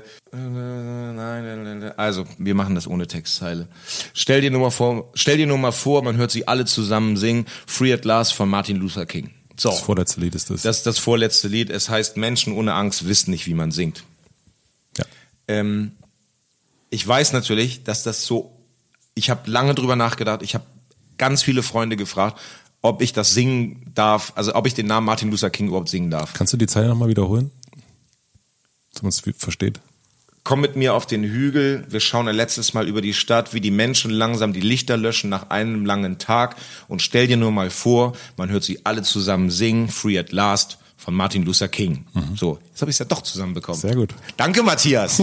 A: also, wir machen das ohne Textzeile. Stell dir nur mal vor, man hört sie alle zusammen singen, Free at Last von Martin Luther King. So.
B: Das vorletzte Lied ist das.
A: Das ist das vorletzte Lied. Es heißt, Menschen ohne Angst wissen nicht, wie man singt. Ja. Ich weiß natürlich, dass das so, ich habe lange drüber nachgedacht, ich habe ganz viele Freunde gefragt, ob ich das singen darf, also ob ich den Namen Martin Luther King überhaupt singen darf.
B: Kannst du die Zeile nochmal wiederholen? Dass man es versteht.
A: Komm mit mir auf den Hügel, wir schauen ein letztes Mal über die Stadt, wie die Menschen langsam die Lichter löschen nach einem langen Tag und stell dir nur mal vor, man hört sie alle zusammen singen, Free at Last von Martin Luther King. So, jetzt habe ich es ja doch zusammenbekommen.
B: Sehr gut.
A: Danke, Matthias.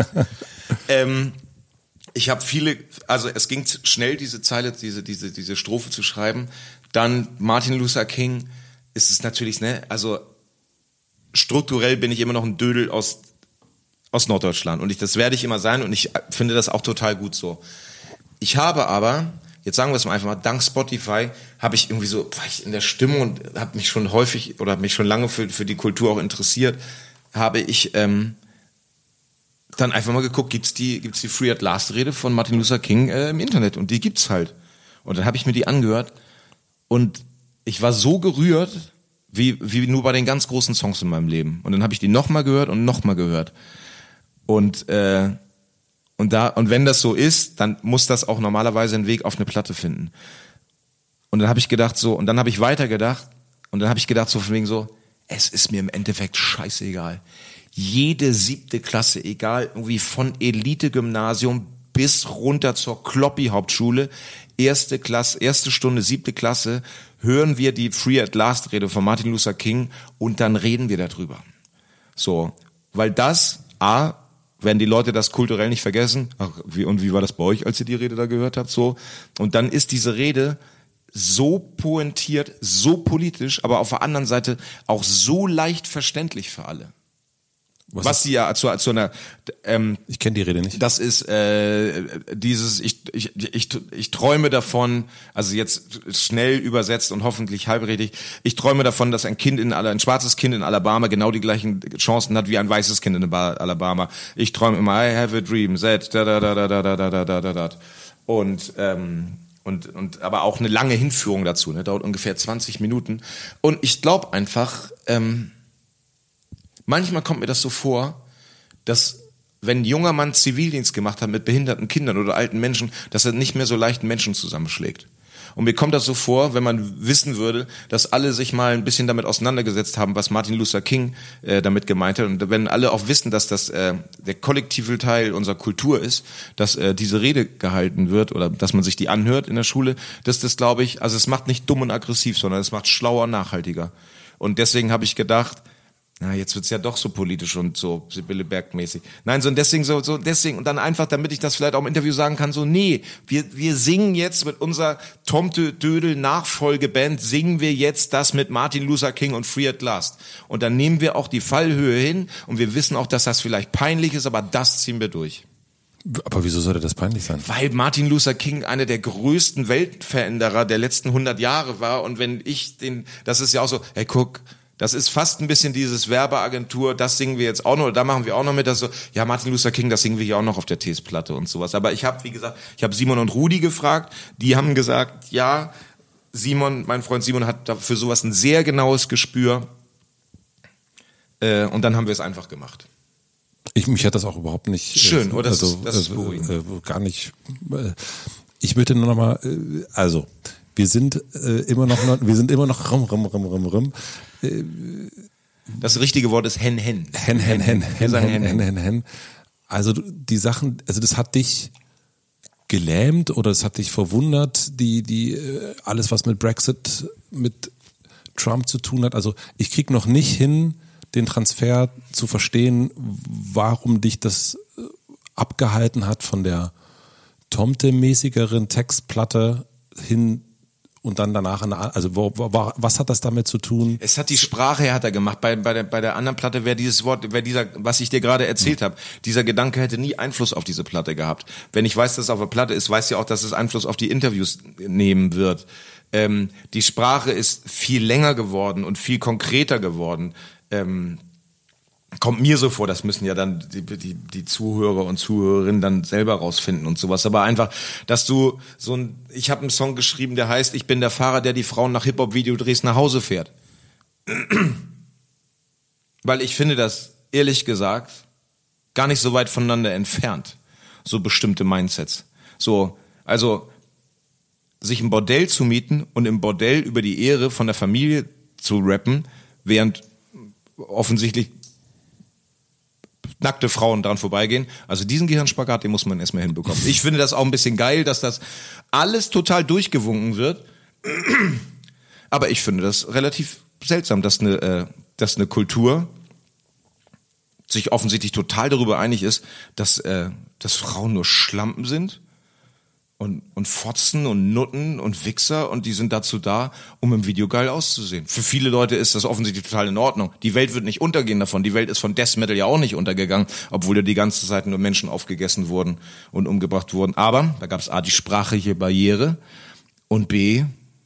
A: Ich habe es ging schnell, diese Zeile, diese Strophe zu schreiben. Dann Martin Luther King ist es natürlich, also strukturell bin ich immer noch ein Dödel aus Norddeutschland und das werde ich immer sein und ich finde das auch total gut so. Ich habe aber, jetzt sagen wir es mal einfach mal, dank Spotify habe ich irgendwie so, war ich in der Stimmung und habe mich schon häufig oder mich schon lange für die Kultur auch interessiert, habe ich dann einfach mal geguckt, gibt's die Free at Last Rede von Martin Luther King im Internet und die gibt's halt. Und dann habe ich mir die angehört und ich war so gerührt, wie nur bei den ganz großen Songs in meinem Leben. Und dann habe ich die nochmal gehört und nochmal gehört. Und wenn das so ist, dann muss das auch normalerweise einen Weg auf eine Platte finden. Und dann habe ich gedacht so, und dann habe ich weitergedacht und dann habe ich gedacht so von wegen so, es ist mir im Endeffekt scheißegal. Jede 7. Klasse, egal irgendwie von Elite-Gymnasium bis runter zur Kloppi-Hauptschule, erste Stunde, 7. Klasse, hören wir die Free at Last Rede von Martin Luther King und dann reden wir darüber. So, weil das, werden die Leute das kulturell nicht vergessen. Wie war das bei euch, als ihr die Rede da gehört habt? So. Und dann ist diese Rede so pointiert, so politisch, aber auf der anderen Seite auch so leicht verständlich für alle. Was sie ja zu einer
B: ich kenne die Rede nicht.
A: Das ist dieses ich träume davon, also jetzt schnell übersetzt und hoffentlich halbredig, ich träume davon, dass ein schwarzes Kind in Alabama genau die gleichen Chancen hat wie ein weißes Kind in Alabama. Ich träume immer, I have a dream, that da. Und aber auch eine lange Hinführung dazu, ne, dauert ungefähr 20 Minuten. Und ich glaube einfach, manchmal kommt mir das so vor, dass wenn ein junger Mann Zivildienst gemacht hat mit behinderten Kindern oder alten Menschen, dass er nicht mehr so leicht Menschen zusammenschlägt. Und mir kommt das so vor, wenn man wissen würde, dass alle sich mal ein bisschen damit auseinandergesetzt haben, was Martin Luther King damit gemeint hat. Und wenn alle auch wissen, dass das der kollektive Teil unserer Kultur ist, dass diese Rede gehalten wird oder dass man sich die anhört in der Schule, dass das, glaube ich, also es macht nicht dumm und aggressiv, sondern es macht schlauer, nachhaltiger. Und deswegen habe ich gedacht, na, jetzt wird's ja doch so politisch und so Sibylle Berg-mäßig. Nein, deswegen und dann einfach, damit ich das vielleicht auch im Interview sagen kann, so, nee, wir singen jetzt mit unserer Tomte Dödel Nachfolgeband, singen wir jetzt das mit Martin Luther King und Free at Last. Und dann nehmen wir auch die Fallhöhe hin und wir wissen auch, dass das vielleicht peinlich ist, aber das ziehen wir durch.
B: Aber wieso sollte das peinlich sein?
A: Weil Martin Luther King einer der größten Weltveränderer der letzten 100 Jahre war und wenn das ist ja auch so, hey, guck, das ist fast ein bisschen dieses Werbeagentur, das singen wir jetzt auch noch, da machen wir auch noch mit, das so, ja, Martin Luther King, das singen wir hier auch noch auf der Tees-Platte und sowas. Aber ich habe, wie gesagt, Simon und Rudi gefragt, die haben gesagt, ja, mein Freund Simon hat für sowas ein sehr genaues Gespür und dann haben wir es einfach gemacht.
B: Mich hat das auch überhaupt nicht...
A: Schön, oder? Das ist
B: gar nicht... Ich möchte nur noch mal, also... Wir sind immer noch rum.
A: Das richtige Wort ist hen.
B: Hen. Also die Sachen, also das hat dich gelähmt oder es hat dich verwundert, die alles was mit Brexit, mit Trump zu tun hat. Also ich krieg noch nicht hin, den Transfer zu verstehen, warum dich das abgehalten hat von der Tomte-mäßigeren Textplatte hin und dann danach was hat das damit zu tun?
A: Es hat die Sprache hat er gemacht. Bei der anderen Platte wäre was ich dir gerade erzählt habe, dieser Gedanke hätte nie Einfluss auf diese Platte gehabt. Wenn ich weiß, dass es auf der Platte ist, weiß ich auch, dass es Einfluss auf die Interviews nehmen wird. Die Sprache ist viel länger geworden und viel konkreter geworden. Kommt mir so vor, das müssen ja dann die Zuhörer und Zuhörerinnen dann selber rausfinden und sowas. Aber einfach, dass du ich habe einen Song geschrieben, der heißt, ich bin der Fahrer, der die Frauen nach Hip-Hop-Videodrehs nach Hause fährt. Weil ich finde das, ehrlich gesagt, gar nicht so weit voneinander entfernt. So bestimmte Mindsets. So, also, sich ein Bordell zu mieten und im Bordell über die Ehre von der Familie zu rappen, während offensichtlich nackte Frauen dran vorbeigehen. Also diesen Gehirnspagat, den muss man erstmal hinbekommen. Ich finde das auch ein bisschen geil, dass das alles total durchgewunken wird. Aber ich finde das relativ seltsam, dass eine Kultur sich offensichtlich total darüber einig ist, dass Frauen nur Schlampen sind und Fotzen und Nutten und Wichser und die sind dazu da, um im Video geil auszusehen. Für viele Leute ist das offensichtlich total in Ordnung. Die Welt wird nicht untergehen davon. Die Welt ist von Death Metal ja auch nicht untergegangen, obwohl da die ganze Zeit nur Menschen aufgegessen wurden und umgebracht wurden. Aber da gab es A, die sprachliche Barriere und B,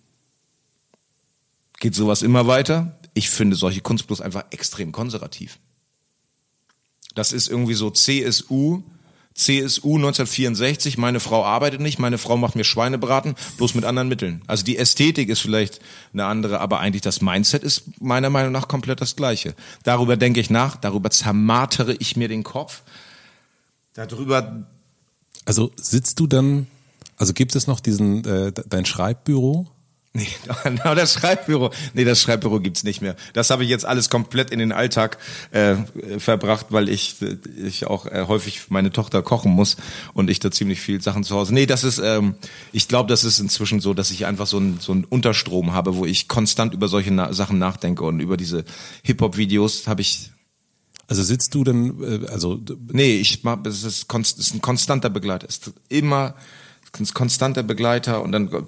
A: geht sowas immer weiter. Ich finde solche Kunst bloß einfach extrem konservativ. Das ist irgendwie so CSU 1964, meine Frau arbeitet nicht, meine Frau macht mir Schweinebraten, bloß mit anderen Mitteln. Also die Ästhetik ist vielleicht eine andere, aber eigentlich das Mindset ist meiner Meinung nach komplett das Gleiche. Darüber denke ich nach, darüber zermartere ich mir den Kopf.
B: Also sitzt du dann, also gibt es noch dein Schreibbüro?
A: Nee, das Schreibbüro. Nee, das Schreibbüro gibt's nicht mehr. Das habe ich jetzt alles komplett in den Alltag verbracht, weil ich auch häufig für meine Tochter kochen muss und ich da ziemlich viel Sachen zu Hause. Nee, das ist, ich glaube, das ist inzwischen so, dass ich einfach so einen Unterstrom habe, wo ich konstant über solche Sachen nachdenke und über diese Hip-Hop-Videos habe ich.
B: Also sitzt du denn,
A: Nee, es ist ein konstanter Begleiter. Es ist immer ein konstanter Begleiter und dann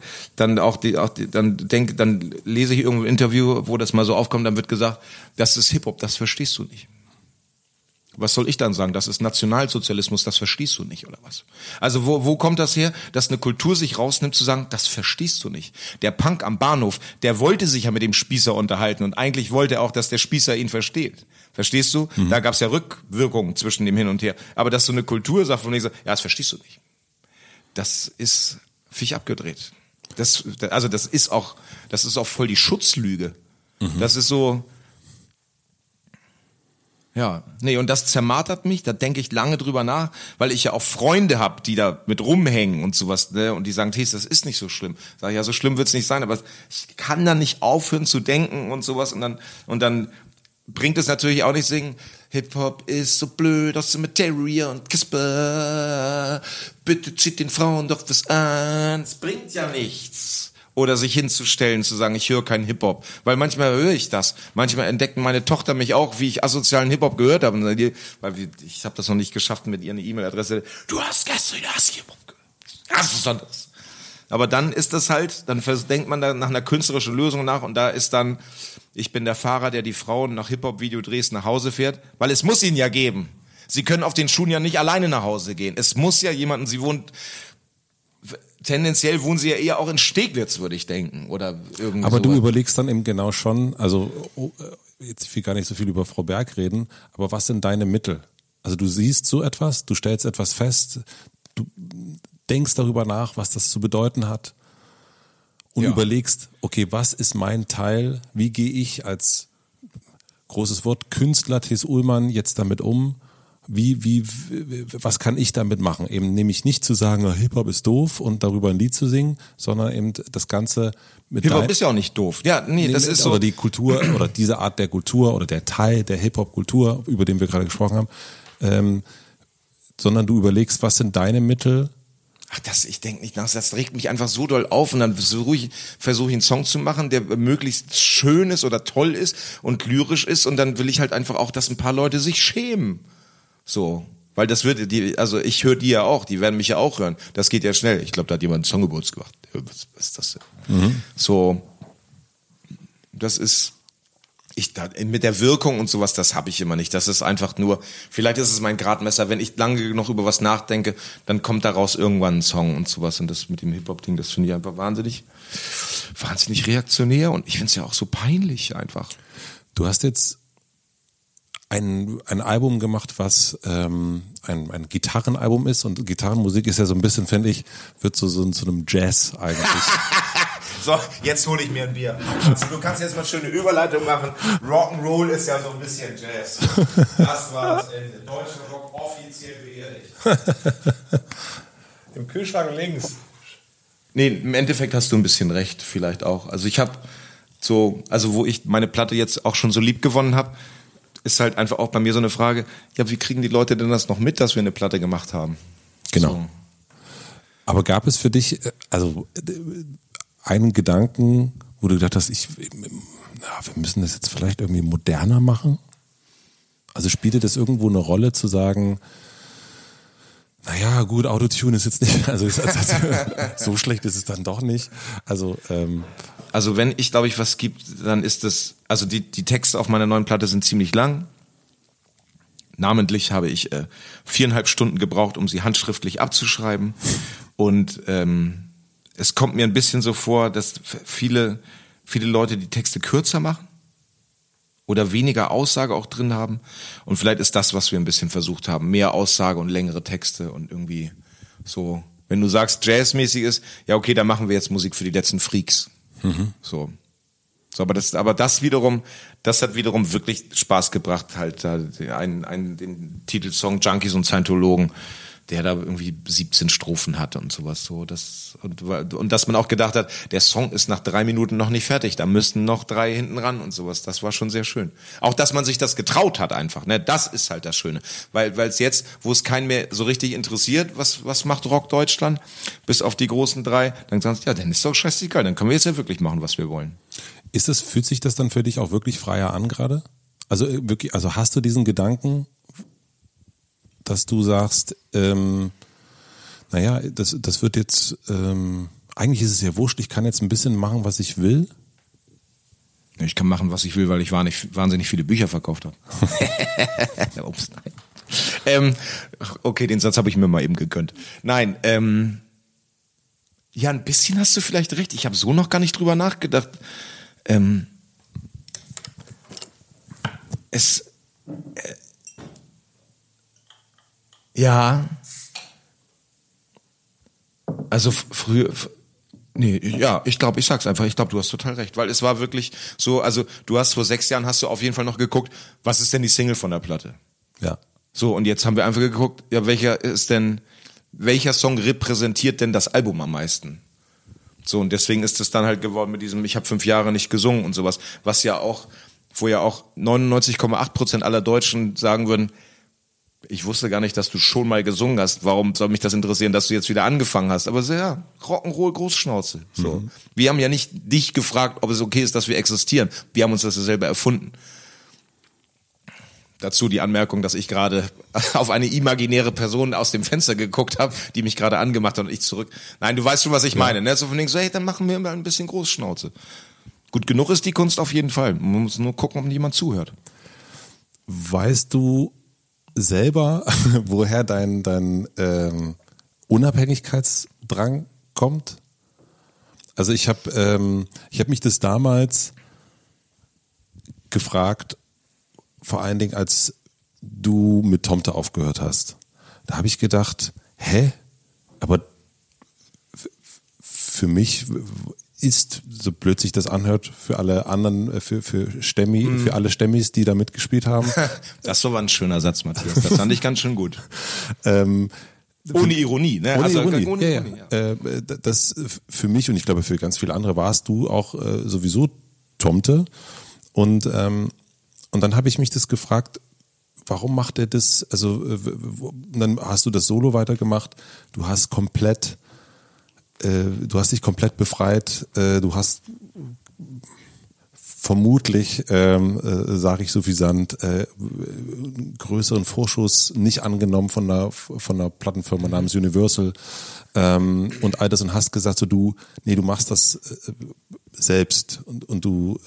A: lese ich irgendwo ein Interview, wo das mal so aufkommt, dann wird gesagt, das ist Hip-Hop, das verstehst du nicht. Was soll ich dann sagen? Das ist Nationalsozialismus, das verstehst du nicht, oder was? Also wo kommt das her, dass eine Kultur sich rausnimmt zu sagen, das verstehst du nicht? Der Punk am Bahnhof, der wollte sich ja mit dem Spießer unterhalten und eigentlich wollte er auch, dass der Spießer ihn versteht. Verstehst du? Mhm. Da gab's ja Rückwirkungen zwischen dem Hin und Her. Aber dass so eine Kultur sagt, von dieser, ja, das verstehst du nicht. Das ist völlig abgedreht. Das ist auch voll die Schutzlüge. Mhm. Das ist so, ja, nee, und das zermartert mich, da denke ich lange drüber nach, weil ich ja auch Freunde habe, die da mit rumhängen und sowas, ne, und die sagen, Thies, das ist nicht so schlimm. Sag ich, ja, so schlimm wird's nicht sein, aber ich kann da nicht aufhören zu denken und sowas und dann bringt es natürlich auch nicht singen, Hip-Hop ist so blöd aus dem Materia und Kisper, bitte zieht den Frauen doch das an, es bringt ja nichts. Oder sich hinzustellen, zu sagen, ich höre keinen Hip-Hop. Weil manchmal höre ich das. Manchmal entdecken meine Tochter mich auch, wie ich asozialen Hip-Hop gehört habe. Weil ich habe das noch nicht geschafft mit ihr eine E-Mail-Adresse. Du hast gestern Hip-Hop gehört. Das ist anders. Aber dann ist das halt, dann denkt man da nach einer künstlerischen Lösung nach und da ist dann, ich bin der Fahrer, der die Frauen nach Hip-Hop-Videodrehs nach Hause fährt, weil es muss ihn ja geben. Sie können auf den Schuhen ja nicht alleine nach Hause gehen. Es muss ja jemanden, tendenziell wohnen sie ja eher auch in Steglitz, würde ich denken, oder irgendwie.
B: Aber du überlegst dann eben genau schon, also jetzt will ich gar nicht so viel über Frau Berg reden, aber was sind deine Mittel? Also du siehst so etwas, du stellst etwas fest, du denkst darüber nach, was das zu bedeuten hat und überlegst, okay, was ist mein Teil, wie gehe ich als, großes Wort, Künstler Thies Ullmann jetzt damit um? Was kann ich damit machen? Eben nämlich nicht zu sagen, Hip-Hop ist doof und darüber ein Lied zu singen, sondern eben das Ganze mit
A: Hip-Hop ist ja auch nicht doof. Ja, nee, das ist so.
B: Oder die Kultur oder diese Art der Kultur oder der Teil der Hip-Hop-Kultur, über den wir gerade gesprochen haben, sondern du überlegst, was sind deine Mittel?
A: Ach, ich denke nicht nach, das regt mich einfach so doll auf und dann versuche ich einen Song zu machen, der möglichst schön ist oder toll ist und lyrisch ist und dann will ich halt einfach auch, dass ein paar Leute sich schämen. So, weil das also ich höre die ja auch, die werden mich ja auch hören. Das geht ja schnell. Ich glaube, da hat jemand einen Songgeburts gemacht. Was ist das denn? Mhm. So, das ist, mit der Wirkung und sowas, das habe ich immer nicht. Das ist einfach nur, vielleicht ist es mein Gradmesser, wenn ich lange genug über was nachdenke, dann kommt daraus irgendwann ein Song und sowas. Und das mit dem Hip-Hop-Ding, das finde ich einfach wahnsinnig reaktionär und ich finde es ja auch so peinlich einfach.
B: Du hast jetzt ein Album gemacht, was ein Gitarrenalbum ist und Gitarrenmusik ist ja so ein bisschen, finde ich, wird so zu einem Jazz eigentlich.
A: So, jetzt hole ich mir ein Bier. Also, du kannst jetzt mal schöne Überleitung machen. Rock'n'Roll ist ja so ein bisschen Jazz. Das war das Ende. Deutscher Rock offiziell beerdigt. Im Kühlschrank links. Nee, im Endeffekt hast du ein bisschen recht, vielleicht auch. Also ich habe wo ich meine Platte jetzt auch schon so lieb gewonnen habe, ist halt einfach auch bei mir so eine Frage, ja, wie kriegen die Leute denn das noch mit, dass wir eine Platte gemacht haben?
B: Genau.
A: So.
B: Aber gab es für dich, also einen Gedanken, wo du gedacht hast, wir müssen das jetzt vielleicht irgendwie moderner machen? Also spielte das irgendwo eine Rolle zu sagen, naja, gut, Autotune ist jetzt nicht, so schlecht ist es dann doch nicht. Also
A: wenn ich, glaube ich, was gibt, dann ist das, also die Texte auf meiner neuen Platte sind ziemlich lang. Namentlich habe ich 4,5 Stunden gebraucht, um sie handschriftlich abzuschreiben. Und es kommt mir ein bisschen so vor, dass viele Leute die Texte kürzer machen oder weniger Aussage auch drin haben. Und vielleicht ist das, was wir ein bisschen versucht haben, mehr Aussage und längere Texte und irgendwie so. Wenn du sagst, jazzmäßig ist, ja okay, dann machen wir jetzt Musik für die letzten Freaks. Mhm. So, aber das hat wiederum wirklich Spaß gebracht, halt den Titelsong Junkies und Scientologen der da irgendwie 17 Strophen hatte und sowas so. Und dass man auch gedacht hat, der Song ist nach 3 Minuten noch nicht fertig, da müssten noch 3 hinten ran und sowas. Das war schon sehr schön. Auch, dass man sich das getraut hat einfach, ne? Das ist halt das Schöne. Weil es jetzt, wo es keinen mehr so richtig interessiert, was macht Rock Deutschland, bis auf die großen 3, dann sagen sie, ja, dann ist doch scheißegal, dann können wir jetzt ja wirklich machen, was wir wollen.
B: Fühlt sich das dann für dich auch wirklich freier an gerade? Also wirklich, also hast du diesen Gedanken, dass du sagst, naja, das wird jetzt, eigentlich ist es ja wurscht, ich kann jetzt ein bisschen machen, was ich will.
A: Ich kann machen, was ich will, weil ich wahnsinnig viele Bücher verkauft habe. Ups, nein. Okay, den Satz habe ich mir mal eben gegönnt. Nein, ja, ein bisschen hast du vielleicht recht. Ich habe so noch gar nicht drüber nachgedacht. Ja, also früher, nee, ja, ich glaube, ich sag's einfach, ich glaube, du hast total recht, weil es war wirklich so, also du hast vor 6 Jahren hast du auf jeden Fall noch geguckt, was ist denn die Single von der Platte?
B: Ja.
A: So, und jetzt haben wir einfach geguckt, ja, welcher Song repräsentiert denn das Album am meisten? So, und deswegen ist es dann halt geworden mit diesem, ich habe 5 Jahre nicht gesungen und sowas, wo ja auch 99,8% aller Deutschen sagen würden, ich wusste gar nicht, dass du schon mal gesungen hast. Warum soll mich das interessieren, dass du jetzt wieder angefangen hast? Aber so, ja, Rock'n'Roll, Großschnauze. So. Mhm. Wir haben ja nicht dich gefragt, ob es okay ist, dass wir existieren. Wir haben uns das ja selber erfunden. Dazu die Anmerkung, dass ich gerade auf eine imaginäre Person aus dem Fenster geguckt habe, die mich gerade angemacht hat und ich zurück. Nein, du weißt schon, was ich meine. Ne? So von denen so, hey, dann machen wir mal ein bisschen Großschnauze. Gut genug ist die Kunst auf jeden Fall. Man muss nur gucken, ob jemand zuhört.
B: Weißt du selber, woher dein Unabhängigkeitsdrang kommt? Also ich habe mich das damals gefragt, vor allen Dingen, als du mit Tomte aufgehört hast. Da habe ich gedacht, aber für mich ist, so blöd sich das anhört, für alle anderen, für alle Stemmis, die da mitgespielt haben.
A: Das war ein schöner Satz, Matthias. Das fand ich ganz schön gut. Ohne Ironie, ne?
B: Ohne Ironie. Ja. Das für mich und ich glaube für ganz viele andere warst du auch sowieso Tomte. Und dann habe ich mich das gefragt, warum macht er das? Also dann hast du das Solo weitergemacht. Du hast dich komplett befreit. Du hast vermutlich, sage ich suffisant, größeren Vorschuss nicht angenommen von einer Plattenfirma namens Universal und all das und hast gesagt, so du machst das selbst und du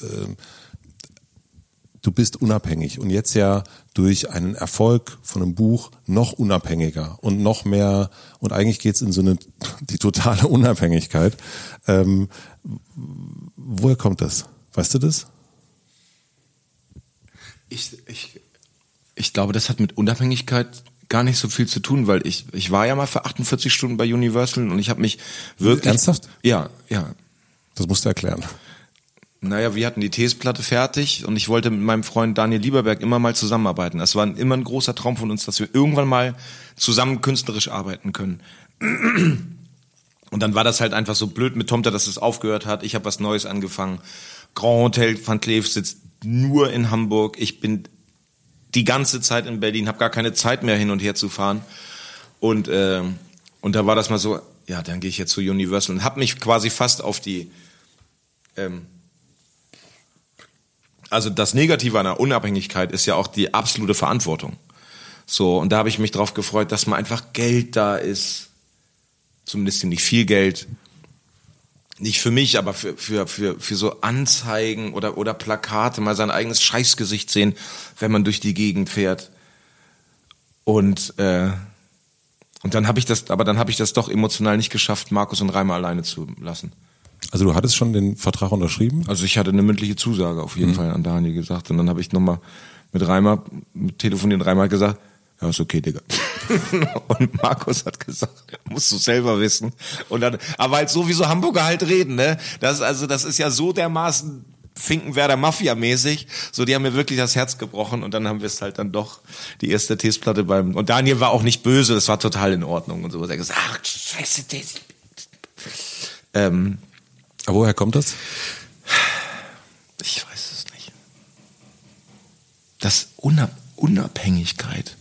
B: bist unabhängig und jetzt ja durch einen Erfolg von einem Buch noch unabhängiger und noch mehr und eigentlich geht's in so die totale Unabhängigkeit. Woher kommt das? Weißt du das?
A: Ich glaube, das hat mit Unabhängigkeit gar nicht so viel zu tun, weil ich war ja mal für 48 Stunden bei Universal und ich habe mich wirklich...
B: Ernsthaft?
A: Ja.
B: Das musst du erklären.
A: Naja, wir hatten die Theesplatte fertig und ich wollte mit meinem Freund Daniel Lieberberg immer mal zusammenarbeiten. Das war immer ein großer Traum von uns, dass wir irgendwann mal zusammen künstlerisch arbeiten können. Und dann war das halt einfach so blöd mit Tomte, dass es aufgehört hat. Ich habe was Neues angefangen. Grand Hotel Van Cleef sitzt nur in Hamburg. Ich bin die ganze Zeit in Berlin, habe gar keine Zeit mehr hin und her zu fahren. Und da war das mal so, ja, dann gehe ich jetzt zu Universal und habe mich quasi fast auf die... Also das Negative an der Unabhängigkeit ist ja auch die absolute Verantwortung. So, und da habe ich mich drauf gefreut, dass mal einfach Geld da ist. Zumindest nicht viel Geld. Nicht für mich, aber für so Anzeigen oder Plakate, mal sein eigenes Scheißgesicht sehen, wenn man durch die Gegend fährt. Und dann habe ich das doch emotional nicht geschafft, Markus und Reimer alleine zu lassen.
B: Also du hattest schon den Vertrag unterschrieben?
A: Also ich hatte eine mündliche Zusage auf jeden Fall an Daniel gesagt. Und dann habe ich nochmal mit Reimer telefoniert. Reimer hat gesagt, ja, ist okay, Digga. Und Markus hat gesagt, musst du selber wissen. Und dann, aber halt so wie so Hamburger halt reden, ne? Das ist ja so dermaßen Finkenwerder Mafia-mäßig. So, die haben mir wirklich das Herz gebrochen und dann haben wir es halt dann doch die erste Testplatte und Daniel war auch nicht böse, das war total in Ordnung und so. Er hat gesagt, ach, scheiße,
B: Aber woher kommt das?
A: Ich weiß es nicht. Das Unabhängigkeit.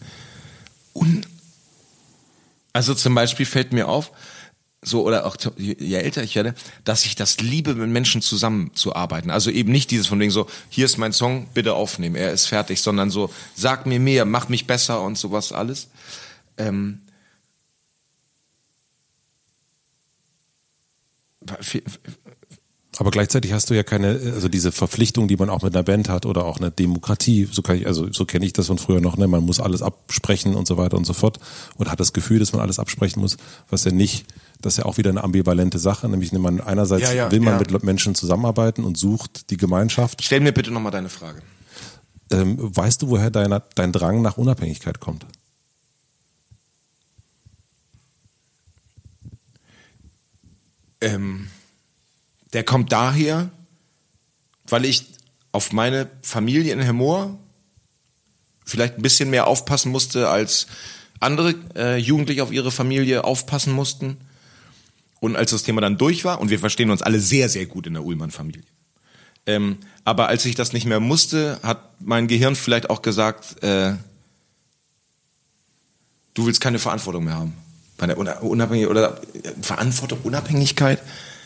A: Also zum Beispiel fällt mir auf, so oder auch je älter ich werde, dass ich das liebe, mit Menschen zusammenzuarbeiten. Also eben nicht dieses von wegen so, hier ist mein Song, bitte aufnehmen, er ist fertig, sondern so, sag mir mehr, mach mich besser und sowas alles.
B: Aber gleichzeitig hast du ja keine, also diese Verpflichtung, die man auch mit einer Band hat oder auch eine Demokratie, so kenne ich das von früher noch, ne? Man muss alles absprechen und so weiter und so fort und hat das Gefühl, dass man alles absprechen muss, was ja nicht, das ist ja auch wieder eine ambivalente Sache, nämlich man einerseits will man mit Menschen zusammenarbeiten und sucht die Gemeinschaft.
A: Stell mir bitte nochmal deine Frage.
B: Weißt du, woher dein Drang nach Unabhängigkeit kommt?
A: Der kommt daher, weil ich auf meine Familie in Hemmoor vielleicht ein bisschen mehr aufpassen musste, als andere Jugendliche auf ihre Familie aufpassen mussten. Und als das Thema dann durch war, und wir verstehen uns alle sehr, sehr gut in der Ullmann-Familie. Aber als ich das nicht mehr musste, hat mein Gehirn vielleicht auch gesagt, du willst keine Verantwortung mehr haben. Bei der Unabhängigkeit oder Verantwortung, Unabhängigkeit.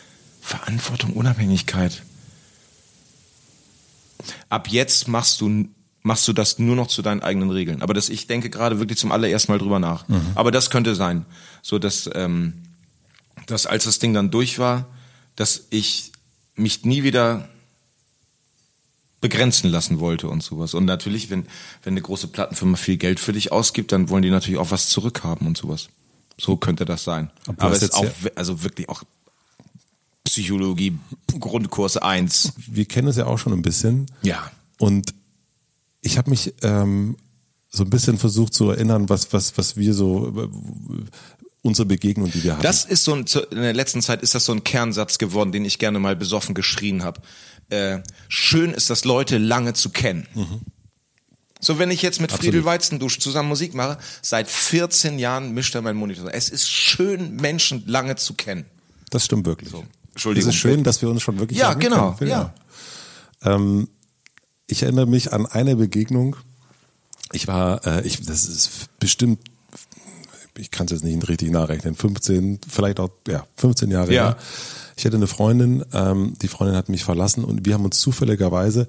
A: Ab jetzt machst du das nur noch zu deinen eigenen Regeln. Aber ich denke gerade wirklich zum allerersten Mal drüber nach. Mhm. Aber das könnte sein, so dass als das Ding dann durch war, dass ich mich nie wieder begrenzen lassen wollte und sowas. Und natürlich, wenn eine große Plattenfirma viel Geld für dich ausgibt, dann wollen die natürlich auch was zurückhaben und sowas. So könnte das sein. Aber es ist auch, also wirklich auch Psychologie, Grundkurs 1.
B: Wir kennen es ja auch schon ein bisschen.
A: Ja.
B: Und ich habe mich so ein bisschen versucht zu erinnern, was wir so, unsere Begegnung, die wir hatten.
A: Das ist in der letzten Zeit ist das so ein Kernsatz geworden, den ich gerne mal besoffen geschrien habe. Schön ist das, Leute lange zu kennen. Mhm. So, wenn ich jetzt mit Friedel Weizendusch zusammen Musik mache, seit 14 Jahren mischt er meinen Monitor. Es ist schön, Menschen lange zu kennen.
B: Das stimmt wirklich.
A: So. Entschuldigung.
B: Es ist schön, dass wir uns schon wirklich
A: lange kennen. Ja.
B: Ich erinnere mich an eine Begegnung. Das ist bestimmt, ich kann es jetzt nicht richtig nachrechnen, 15 Jahre her. Ich hatte eine Freundin, die Freundin hat mich verlassen und wir haben uns zufälligerweise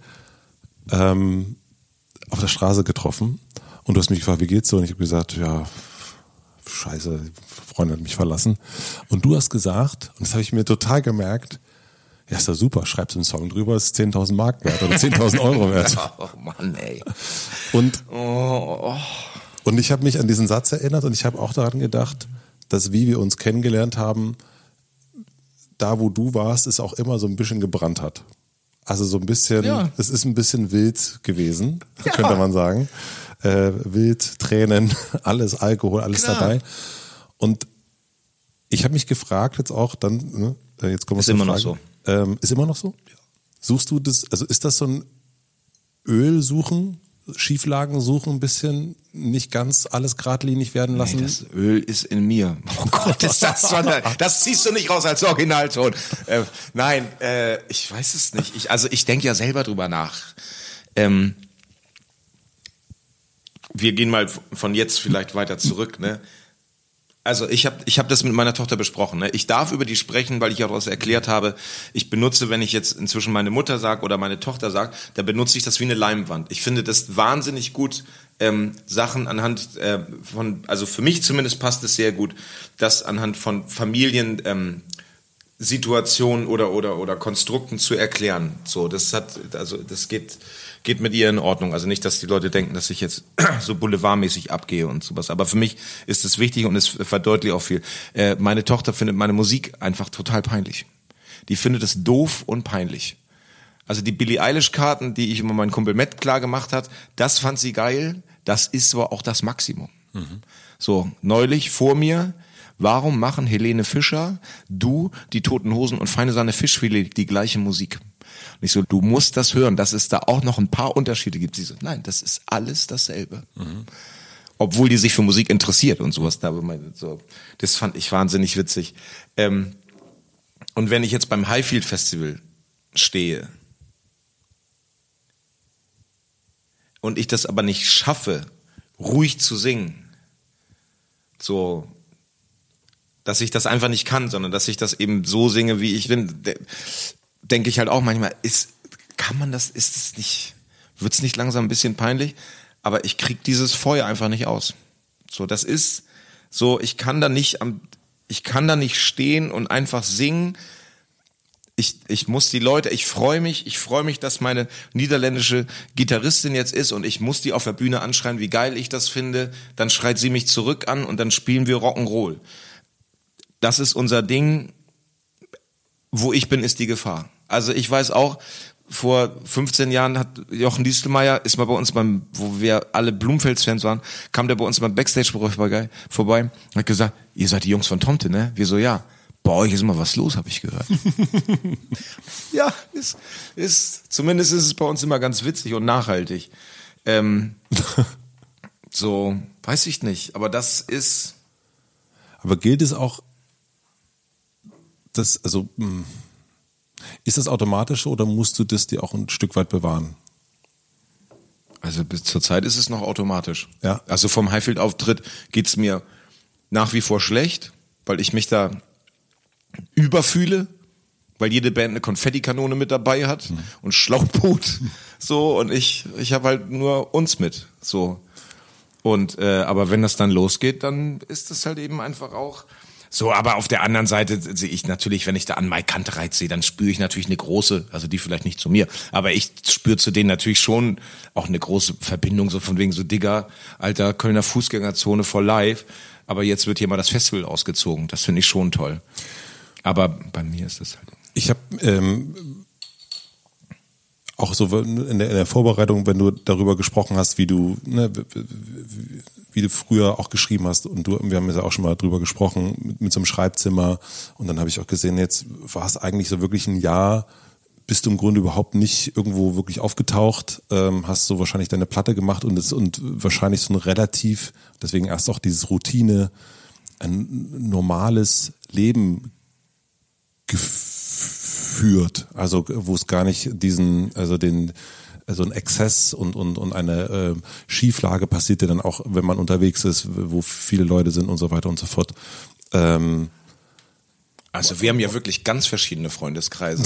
B: auf der Straße getroffen und du hast mich gefragt, wie geht's so? Und ich habe gesagt, ja, scheiße, die Freundin hat mich verlassen. Und du hast gesagt, und das habe ich mir total gemerkt, ja, ist doch super, schreibst einen Song drüber, ist 10.000 Mark wert oder 10.000 Euro wert.
A: Oh Mann, ey.
B: Und ich habe mich an diesen Satz erinnert und ich habe auch daran gedacht, dass wie wir uns kennengelernt haben, da wo du warst, es auch immer so ein bisschen gebrannt hat. Also so ein bisschen, es ist ein bisschen wild gewesen, könnte man sagen. Wild, Tränen, alles Alkohol, alles dabei. Und ich habe mich gefragt jetzt auch dann, ne, jetzt kommen wir zur Frage.
A: Noch so.
B: Ist immer noch so? Ja. Suchst du das, also ist das so ein Ölsuchen, Schieflagen suchen ein bisschen, nicht ganz alles geradlinig werden lassen?
A: Nee, das Öl ist in mir. Oh Gott, ist das so das ziehst du nicht raus als Originalton. Nein, ich weiß es nicht. Ich denke ja selber drüber nach. Wir gehen mal von jetzt vielleicht weiter zurück, ne? Also ich hab das mit meiner Tochter besprochen. Ne? Ich darf über die sprechen, weil ich auch was erklärt habe. Ich benutze, wenn ich jetzt inzwischen meine Mutter sage oder meine Tochter sage, da benutze ich das wie eine Leimwand. Ich finde das wahnsinnig gut, Sachen anhand also für mich zumindest passt es sehr gut, das anhand von Familien Situationen oder Konstrukten zu erklären. So, das geht mit ihr in Ordnung. Also nicht, dass die Leute denken, dass ich jetzt so boulevardmäßig abgehe und sowas. Aber für mich ist es wichtig und es verdeutlicht auch viel. Meine Tochter findet meine Musik einfach total peinlich. Die findet es doof und peinlich. Also die Billie Eilish-Karten, die ich immer meinen Kumpel Matt klar gemacht hat, das fand sie geil. Das ist aber auch das Maximum. Mhm. So, neulich vor mir Warum machen Helene Fischer, du, die Toten Hosen und Feine Sahne Fischfilet die gleiche Musik? Und ich so, du musst das hören, dass es da auch noch ein paar Unterschiede gibt. Sie so, nein, das ist alles dasselbe. Obwohl die sich für Musik interessiert und sowas. Das fand ich wahnsinnig witzig. Und wenn ich jetzt beim Highfield Festival stehe und ich das aber nicht schaffe, ruhig zu singen, so, dass ich das einfach nicht kann, sondern dass ich das eben so singe, wie ich bin, denke ich halt auch manchmal, wird's nicht langsam ein bisschen peinlich? Aber ich krieg dieses Feuer einfach nicht aus. So, das ist so, ich kann da nicht stehen und einfach singen. Ich muss die Leute, ich freue mich, dass meine niederländische Gitarristin jetzt ist und ich muss die auf der Bühne anschreien, wie geil ich das finde. Dann schreit sie mich zurück an und dann spielen wir Rock'n'Roll. Das ist unser Ding. Wo ich bin, ist die Gefahr. Also ich weiß auch, vor 15 Jahren hat Jochen Diestelmeier, ist mal bei uns wo wir alle Blumfels-Fans waren, kam der bei uns beim Backstage-Bereich vorbei und hat gesagt, ihr seid die Jungs von Tomte, ne? Wir so, ja. Bei euch ist immer was los, habe ich gehört. Ja, zumindest ist es bei uns immer ganz witzig und nachhaltig. So, weiß ich nicht, aber das ist...
B: Aber gilt es auch, ist das automatisch oder musst du das dir auch ein Stück weit bewahren?
A: Also bis zur Zeit ist es noch automatisch.
B: Ja.
A: Also vom Highfield-Auftritt geht's mir nach wie vor schlecht, weil ich mich da überfühle, weil jede Band eine Konfettikanone mit dabei hat und Schlauchboot, so, und ich habe halt nur uns mit, so. Und aber wenn das dann losgeht, dann ist das halt eben einfach auch so. Aber auf der anderen Seite sehe ich natürlich, wenn ich da an Mike Kantereit sehe, dann spüre ich natürlich eine große, also die vielleicht nicht zu mir, aber ich spüre zu denen natürlich schon auch eine große Verbindung, so von wegen so, Digga, alter Kölner Fußgängerzone for life, aber jetzt wird hier mal das Festival ausgezogen, das finde ich schon toll. Aber bei mir ist das halt...
B: Ich habe auch so in der Vorbereitung, wenn du darüber gesprochen hast, wie du früher auch geschrieben hast und wir haben ja auch schon mal drüber gesprochen mit so einem Schreibzimmer und dann habe ich auch gesehen, jetzt war es eigentlich so wirklich ein Jahr, bist du im Grunde überhaupt nicht irgendwo wirklich aufgetaucht, hast so wahrscheinlich deine Platte gemacht und wahrscheinlich so ein relativ, deswegen erst auch dieses Routine, ein normales Leben geführt, also wo es gar nicht so ein Exzess und eine Schieflage passiert ja dann auch, wenn man unterwegs ist, wo viele Leute sind und so weiter und so fort.
A: Also wir haben ja wirklich ganz verschiedene Freundeskreise.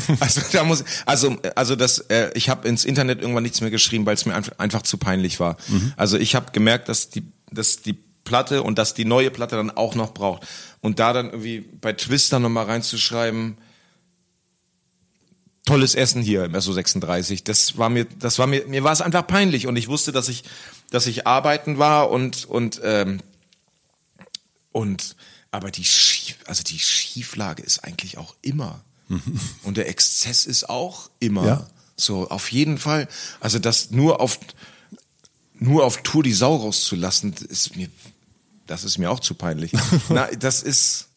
A: Ich habe ins Internet irgendwann nichts mehr geschrieben, weil es mir einfach zu peinlich war. Also ich habe gemerkt, dass die Platte und dass die neue Platte dann auch noch braucht. Und da dann irgendwie bei Twister nochmal reinzuschreiben, tolles Essen hier im SO36, mir war es einfach peinlich und ich wusste, dass ich arbeiten war aber die Schieflage ist eigentlich auch immer. Und der Exzess ist auch immer.
B: Ja.
A: So, auf jeden Fall. Also das nur auf Tour die Sau rauszulassen, das ist mir auch zu peinlich. Das ist,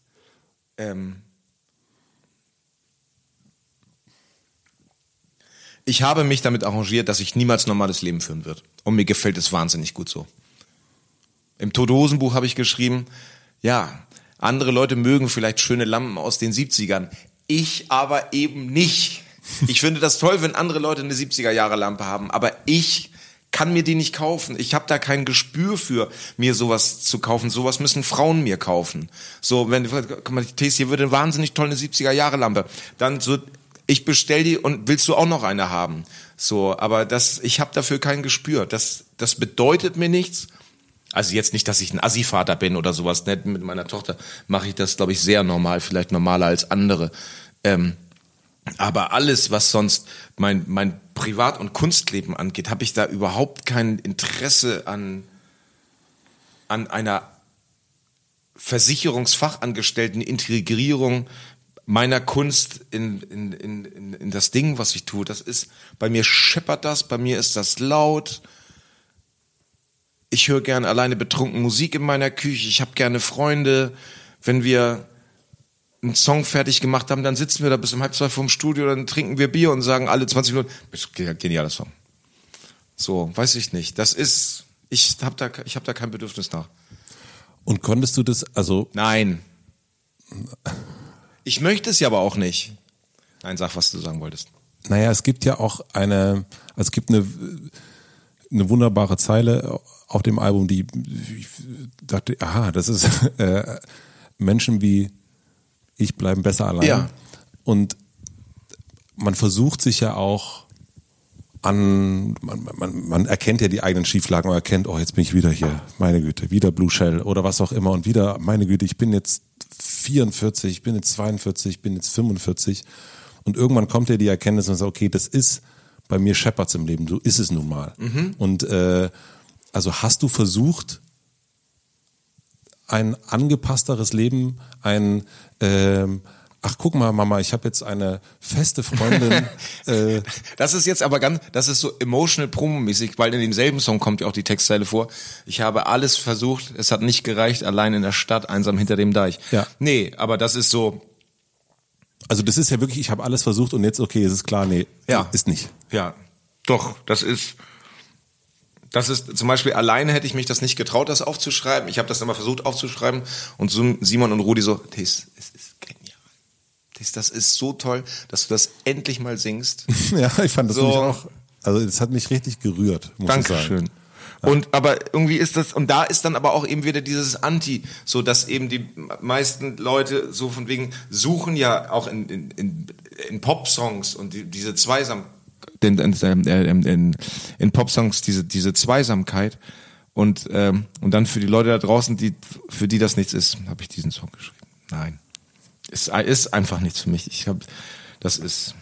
A: ich habe mich damit arrangiert, dass ich niemals normales Leben führen wird. Und mir gefällt es wahnsinnig gut so. Im Tote-Hosen-Buch habe ich geschrieben, ja, andere Leute mögen vielleicht schöne Lampen aus den 70ern. Ich aber eben nicht. Ich finde das toll, wenn andere Leute eine 70er-Jahre-Lampe haben, aber ich kann mir die nicht kaufen. Ich habe da kein Gespür für, mir sowas zu kaufen. Sowas müssen Frauen mir kaufen. So, guck mal, hier wird eine wahnsinnig tolle 70er-Jahre-Lampe. Dann so, ich bestell die und willst du auch noch eine haben? So, aber ich habe dafür kein Gespür. Das bedeutet mir nichts. Also jetzt nicht, dass ich ein Assi-Vater bin oder sowas. Nicht mit meiner Tochter mache ich das, glaube ich, sehr normal, vielleicht normaler als andere. Aber alles, was sonst mein Privat- und Kunstleben angeht, habe ich da überhaupt kein Interesse an einer Versicherungsfachangestellten Integrierung meiner Kunst in das Ding, was ich tue. Das ist, bei mir scheppert das, bei mir ist das laut. Ich höre gern alleine betrunken Musik in meiner Küche. Ich habe gerne Freunde. Wenn wir einen Song fertig gemacht haben, dann sitzen wir da bis um 1:30 vorm Studio, dann trinken wir Bier und sagen alle 20 Minuten, genialer Song. So, weiß ich nicht. Das ist, ich hab da kein Bedürfnis nach.
B: Und konntest du das, also...
A: Nein. Ich möchte es ja aber auch nicht. Nein, sag, was du sagen wolltest.
B: Naja, es gibt ja auch eine wunderbare Zeile auf dem Album, die ich dachte, aha, das ist Menschen wie ich bleiben besser allein.
A: Ja.
B: Und man versucht sich ja auch man erkennt ja die eigenen Schieflagen, man erkennt, oh, jetzt bin ich wieder hier, meine Güte, wieder Blue Shell oder was auch immer und wieder, meine Güte, ich bin jetzt 44, ich bin jetzt 42, ich bin jetzt 45 und irgendwann kommt ja die Erkenntnis und sagt, okay, das ist, bei mir scheppert's im Leben, so ist es nun mal. Und also hast du versucht, ein angepassteres Leben, ach guck mal, Mama, ich habe jetzt eine feste Freundin.
A: Das ist jetzt aber das ist so emotional promomäßig, weil in demselben Song kommt ja auch die Textzeile vor. Ich habe alles versucht, es hat nicht gereicht, allein in der Stadt, einsam hinter dem Deich.
B: Ja.
A: Nee, aber das ist so.
B: Also das ist ja wirklich, ich habe alles versucht und jetzt, okay, es ist klar, nee,
A: ja.
B: Ist nicht.
A: Ja, doch, das ist zum Beispiel, alleine hätte ich mich das nicht getraut, das aufzuschreiben. Ich habe das immer versucht aufzuschreiben und Simon und Rudi so, es ist genial. Das ist so toll, dass du das endlich mal singst.
B: Ja, ich fand das
A: so.
B: Auch, also das hat mich richtig gerührt, muss ich sagen.
A: Dankeschön. Und aber irgendwie ist das, und da ist dann aber auch eben wieder dieses Anti, so dass eben die meisten Leute so von wegen suchen ja auch in Pop-Songs und diese Zweisamkeit, in Popsongs diese Zweisamkeit und dann für die Leute da draußen, für die das nichts ist, habe ich diesen Song geschrieben. Nein, es ist einfach nichts für mich. Das ist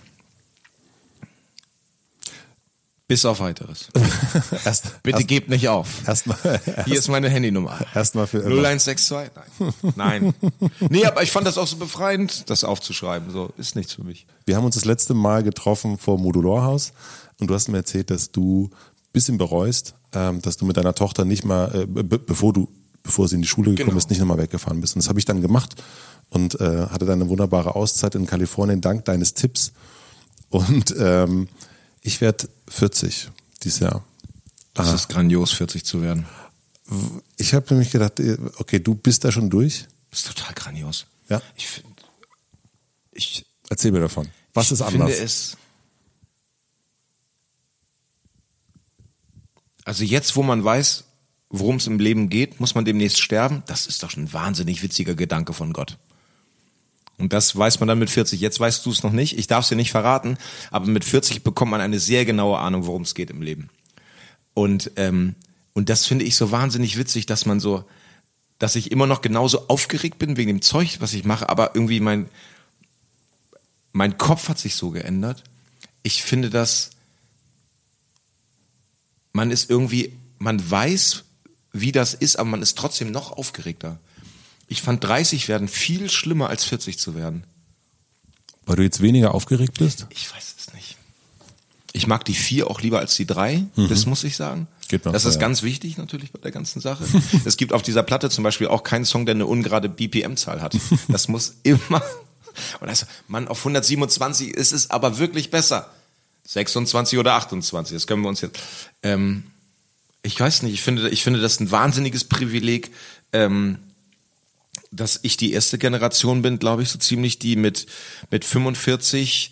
A: bis auf Weiteres. Bitte gebt nicht auf. Hier ist meine Handynummer.
B: Erstmal für
A: 0162. Nein. Nee, aber ich fand das auch so befreiend, das aufzuschreiben. So, ist nichts für mich.
B: Wir haben uns das letzte Mal getroffen vor Modularhaus und du hast mir erzählt, dass du ein bisschen bereust, dass du mit deiner Tochter nicht mal, bevor sie in die Schule gekommen ist, nicht nochmal weggefahren bist. Und das habe ich dann gemacht und hatte dann eine wunderbare Auszeit in Kalifornien dank deines Tipps. Und ich werde 40 dieses Jahr.
A: Das ist grandios, 40 zu werden.
B: Ich habe nämlich gedacht, okay, du bist da schon durch?
A: Das ist total grandios.
B: Ja. Erzähl mir davon. Was ist anders?
A: Also jetzt, wo man weiß, worum es im Leben geht, muss man demnächst sterben. Das ist doch schon ein wahnsinnig witziger Gedanke von Gott. Und das weiß man dann mit 40. Jetzt weißt du es noch nicht. Ich darf es dir nicht verraten. Aber mit 40 bekommt man eine sehr genaue Ahnung, worum es geht im Leben. Und das finde ich so wahnsinnig witzig, dass ich immer noch genauso aufgeregt bin wegen dem Zeug, was ich mache. Aber irgendwie mein Kopf hat sich so geändert. Ich finde, dass man weiß, wie das ist, aber man ist trotzdem noch aufgeregter. Ich fand 30 werden viel schlimmer als 40 zu werden.
B: Weil du jetzt weniger aufgeregt bist?
A: Ich weiß es nicht. Ich mag die 4 auch lieber als die 3, das muss ich sagen. Das ist ganz wichtig natürlich bei der ganzen Sache. Es gibt auf dieser Platte zum Beispiel auch keinen Song, der eine ungerade BPM-Zahl hat. Das muss immer... Und also, Mann, auf 127 ist es aber wirklich besser. 26 oder 28, das können wir uns jetzt... ich weiß nicht, ich finde das ein wahnsinniges Privileg, dass ich die erste Generation bin, glaube ich, so ziemlich, die mit 45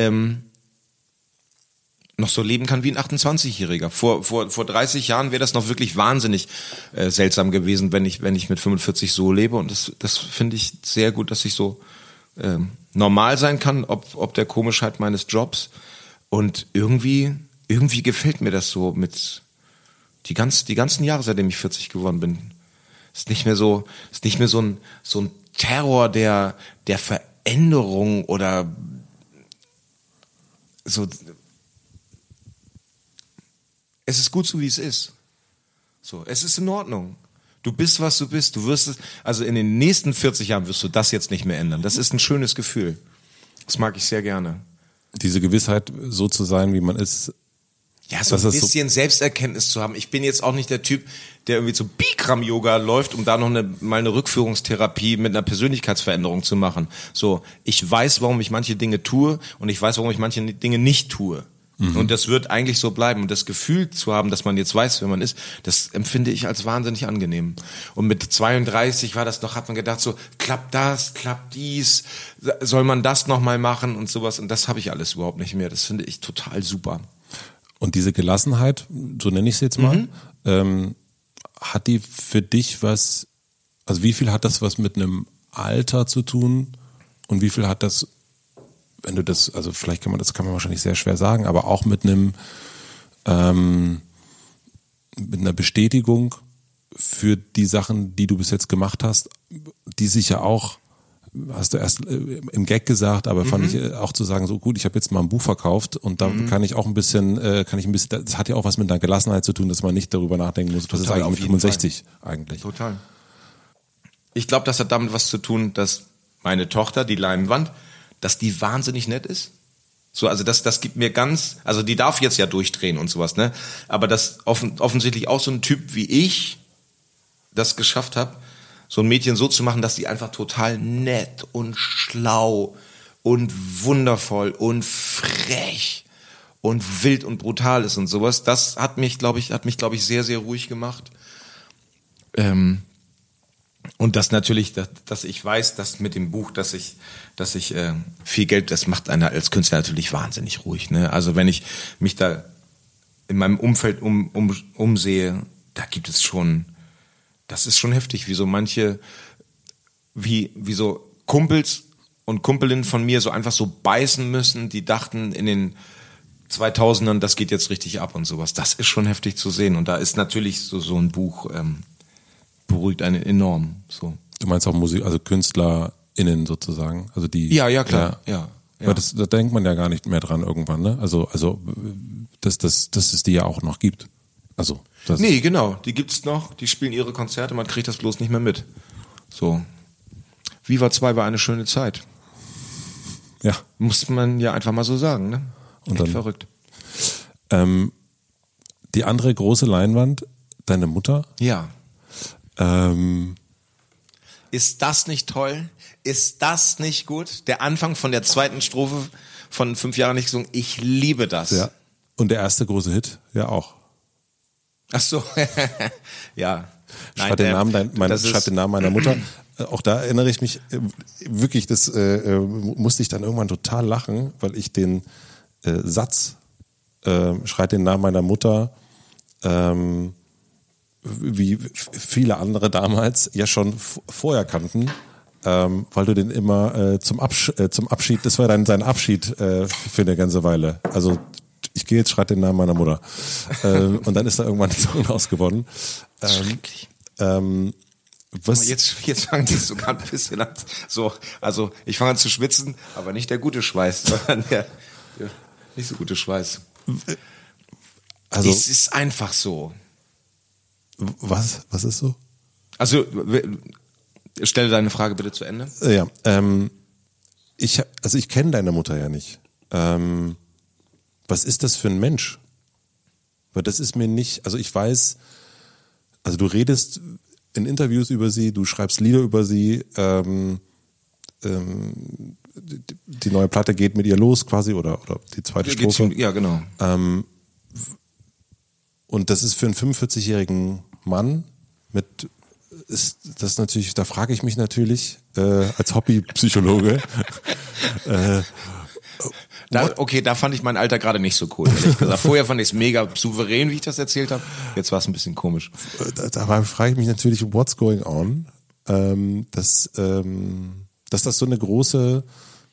A: noch so leben kann wie ein 28-Jähriger. Vor 30 Jahren wäre das noch wirklich wahnsinnig seltsam gewesen, wenn ich mit 45 so lebe. Und das finde ich sehr gut, dass ich so normal sein kann, ob der Komischheit meines Jobs. Und irgendwie gefällt mir das so mit die ganzen Jahre, seitdem ich 40 geworden bin. Ist nicht mehr so ein Terror der Veränderung oder so. Es ist gut so, wie es ist. So, es ist in Ordnung. Du bist, was du bist. Du wirst es, also in den nächsten 40 Jahren wirst du das jetzt nicht mehr ändern. Das ist ein schönes Gefühl. Das mag ich sehr gerne.
B: Diese Gewissheit, so zu sein, wie man ist,
A: Ja, so ein bisschen Selbsterkenntnis zu haben. Ich bin jetzt auch nicht der Typ, der irgendwie zu Bikram-Yoga läuft, um da noch mal eine Rückführungstherapie mit einer Persönlichkeitsveränderung zu machen. So, ich weiß, warum ich manche Dinge tue und ich weiß, warum ich manche Dinge nicht tue. Und das wird eigentlich so bleiben. Und das Gefühl zu haben, dass man jetzt weiß, wer man ist, das empfinde ich als wahnsinnig angenehm. Und mit 32 war das noch, hat man gedacht so, klappt das, klappt dies, soll man das noch mal machen und sowas. Und das habe ich alles überhaupt nicht mehr. Das finde ich total super.
B: Und diese Gelassenheit, so nenne ich es jetzt mal, hat die für dich was, also wie viel hat das was mit einem Alter zu tun und wie viel hat das, wenn du das, also vielleicht kann man wahrscheinlich sehr schwer sagen, aber auch mit einem, mit einer Bestätigung für die Sachen, die du bis jetzt gemacht hast, die sich ja auch, hast du erst im Gag gesagt, aber fand ich auch zu sagen, so gut, ich habe jetzt mal ein Buch verkauft und da kann ich auch ein bisschen, das hat ja auch was mit einer Gelassenheit zu tun, dass man nicht darüber nachdenken muss, was ist eigentlich mit 65 eigentlich.
A: Total. Ich glaube, das hat damit was zu tun, dass meine Tochter, die Leinwand, dass die wahnsinnig nett ist. So, also das gibt mir ganz, also die darf jetzt ja durchdrehen und sowas, ne? Aber dass offensichtlich auch so ein Typ wie ich das geschafft habe, so ein Mädchen so zu machen, dass die einfach total nett und schlau und wundervoll und frech und wild und brutal ist und sowas. Das hat mich, glaube ich, sehr, sehr ruhig gemacht. Und das natürlich, dass ich weiß, dass mit dem Buch, dass ich viel Geld, das macht einer als Künstler natürlich wahnsinnig ruhig, ne? Also wenn ich mich da in meinem Umfeld umsehe, da gibt es schon, das ist schon heftig, wie so manche, wie so Kumpels und Kumpelinnen von mir so einfach so beißen müssen, die dachten in den 2000ern, das geht jetzt richtig ab und sowas. Das ist schon heftig zu sehen. Und da ist natürlich so ein Buch, beruhigt einen enorm, so.
B: Du meinst auch Musik, also KünstlerInnen sozusagen, also die.
A: Ja, klar, ja.
B: Aber da denkt man ja gar nicht mehr dran irgendwann, ne? Also, dass es die ja auch noch gibt. Also.
A: Nee, genau, die gibt's noch, die spielen ihre Konzerte, man kriegt das bloß nicht mehr mit. So. Viva 2 war eine schöne Zeit.
B: Ja.
A: Muss man ja einfach mal so sagen, ne?
B: Und dann,
A: verrückt.
B: Die andere große Leinwand, deine Mutter.
A: Ja. Ist das nicht toll? Ist das nicht gut? Der Anfang von der zweiten Strophe von 5 Jahren nicht gesungen. Ich liebe das.
B: Ja. Und der erste große Hit, ja auch.
A: Ach so, ja.
B: Schreib den Namen meiner Mutter. Auch da erinnere ich mich wirklich, das musste ich dann irgendwann total lachen, weil ich den Satz, schreit den Namen meiner Mutter, wie viele andere damals ja schon vorher kannten, weil du den immer zum Abschied, das war dann sein Abschied für eine ganze Weile. Also ich gehe jetzt, schreit den Namen meiner Mutter. Und dann ist da irgendwann ein Song rausgeworden.
A: Schrecklich.
B: Was?
A: Jetzt fangen die sogar ein bisschen an. So, also ich fange an zu schwitzen, aber nicht der gute Schweiß, sondern der nicht so gute Schweiß.
B: Also
A: es ist einfach so.
B: Was? Was ist so?
A: Also stelle deine Frage bitte zu Ende.
B: Ja, ich kenne deine Mutter ja nicht. Was ist das für ein Mensch? Weil das ist mir nicht, also ich weiß, also du redest in Interviews über sie, du schreibst Lieder über sie, die neue Platte geht mit ihr los quasi oder die zweite Strophe.
A: Ja, genau.
B: Und das ist für einen 45-jährigen Mann ist das natürlich, da frage ich mich natürlich als Hobbypsychologe.
A: Da fand ich mein Alter gerade nicht so cool, ehrlich gesagt. Vorher fand ich es mega souverän, wie ich das erzählt habe. Jetzt war es ein bisschen komisch.
B: Da frage ich mich natürlich, what's going on? Dass das so eine große,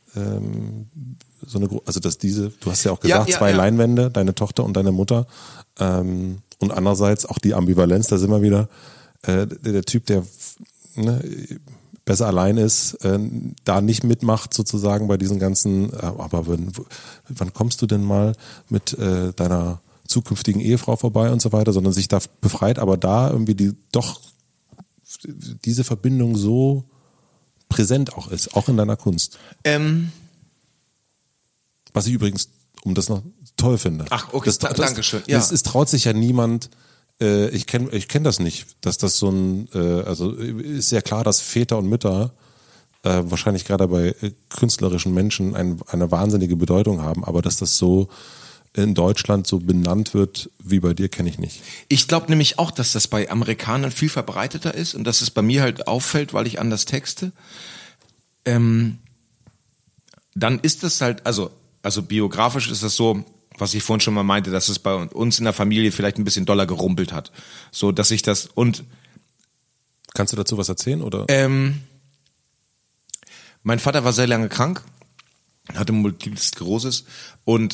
B: also dass diese, du hast ja auch gesagt, zwei Leinwände, deine Tochter und deine Mutter, und andererseits auch die Ambivalenz, da sind wir wieder, der Typ, der besser allein ist, da nicht mitmacht sozusagen bei diesen ganzen, aber wann kommst du denn mal mit deiner zukünftigen Ehefrau vorbei und so weiter, sondern sich da befreit, aber da irgendwie diese Verbindung so präsent auch ist, auch in deiner Kunst. Was ich übrigens um das noch toll finde.
A: Ach, okay, danke schön.
B: Ja. Es traut sich ja niemand, ich kenn das nicht, dass das so ein, also ist ja klar, dass Väter und Mütter wahrscheinlich gerade bei künstlerischen Menschen eine wahnsinnige Bedeutung haben, aber dass das so in Deutschland so benannt wird wie bei dir, kenne ich nicht.
A: Ich glaube nämlich auch, dass das bei Amerikanern viel verbreiteter ist und dass es bei mir halt auffällt, weil ich anders texte. Dann ist es halt, also biografisch ist es so, was ich vorhin schon mal meinte, dass es bei uns in der Familie vielleicht ein bisschen doller gerumpelt hat. So, dass ich das und
B: kannst du dazu was erzählen, oder?
A: Mein Vater war sehr lange krank, hatte Multiple Sklerosis und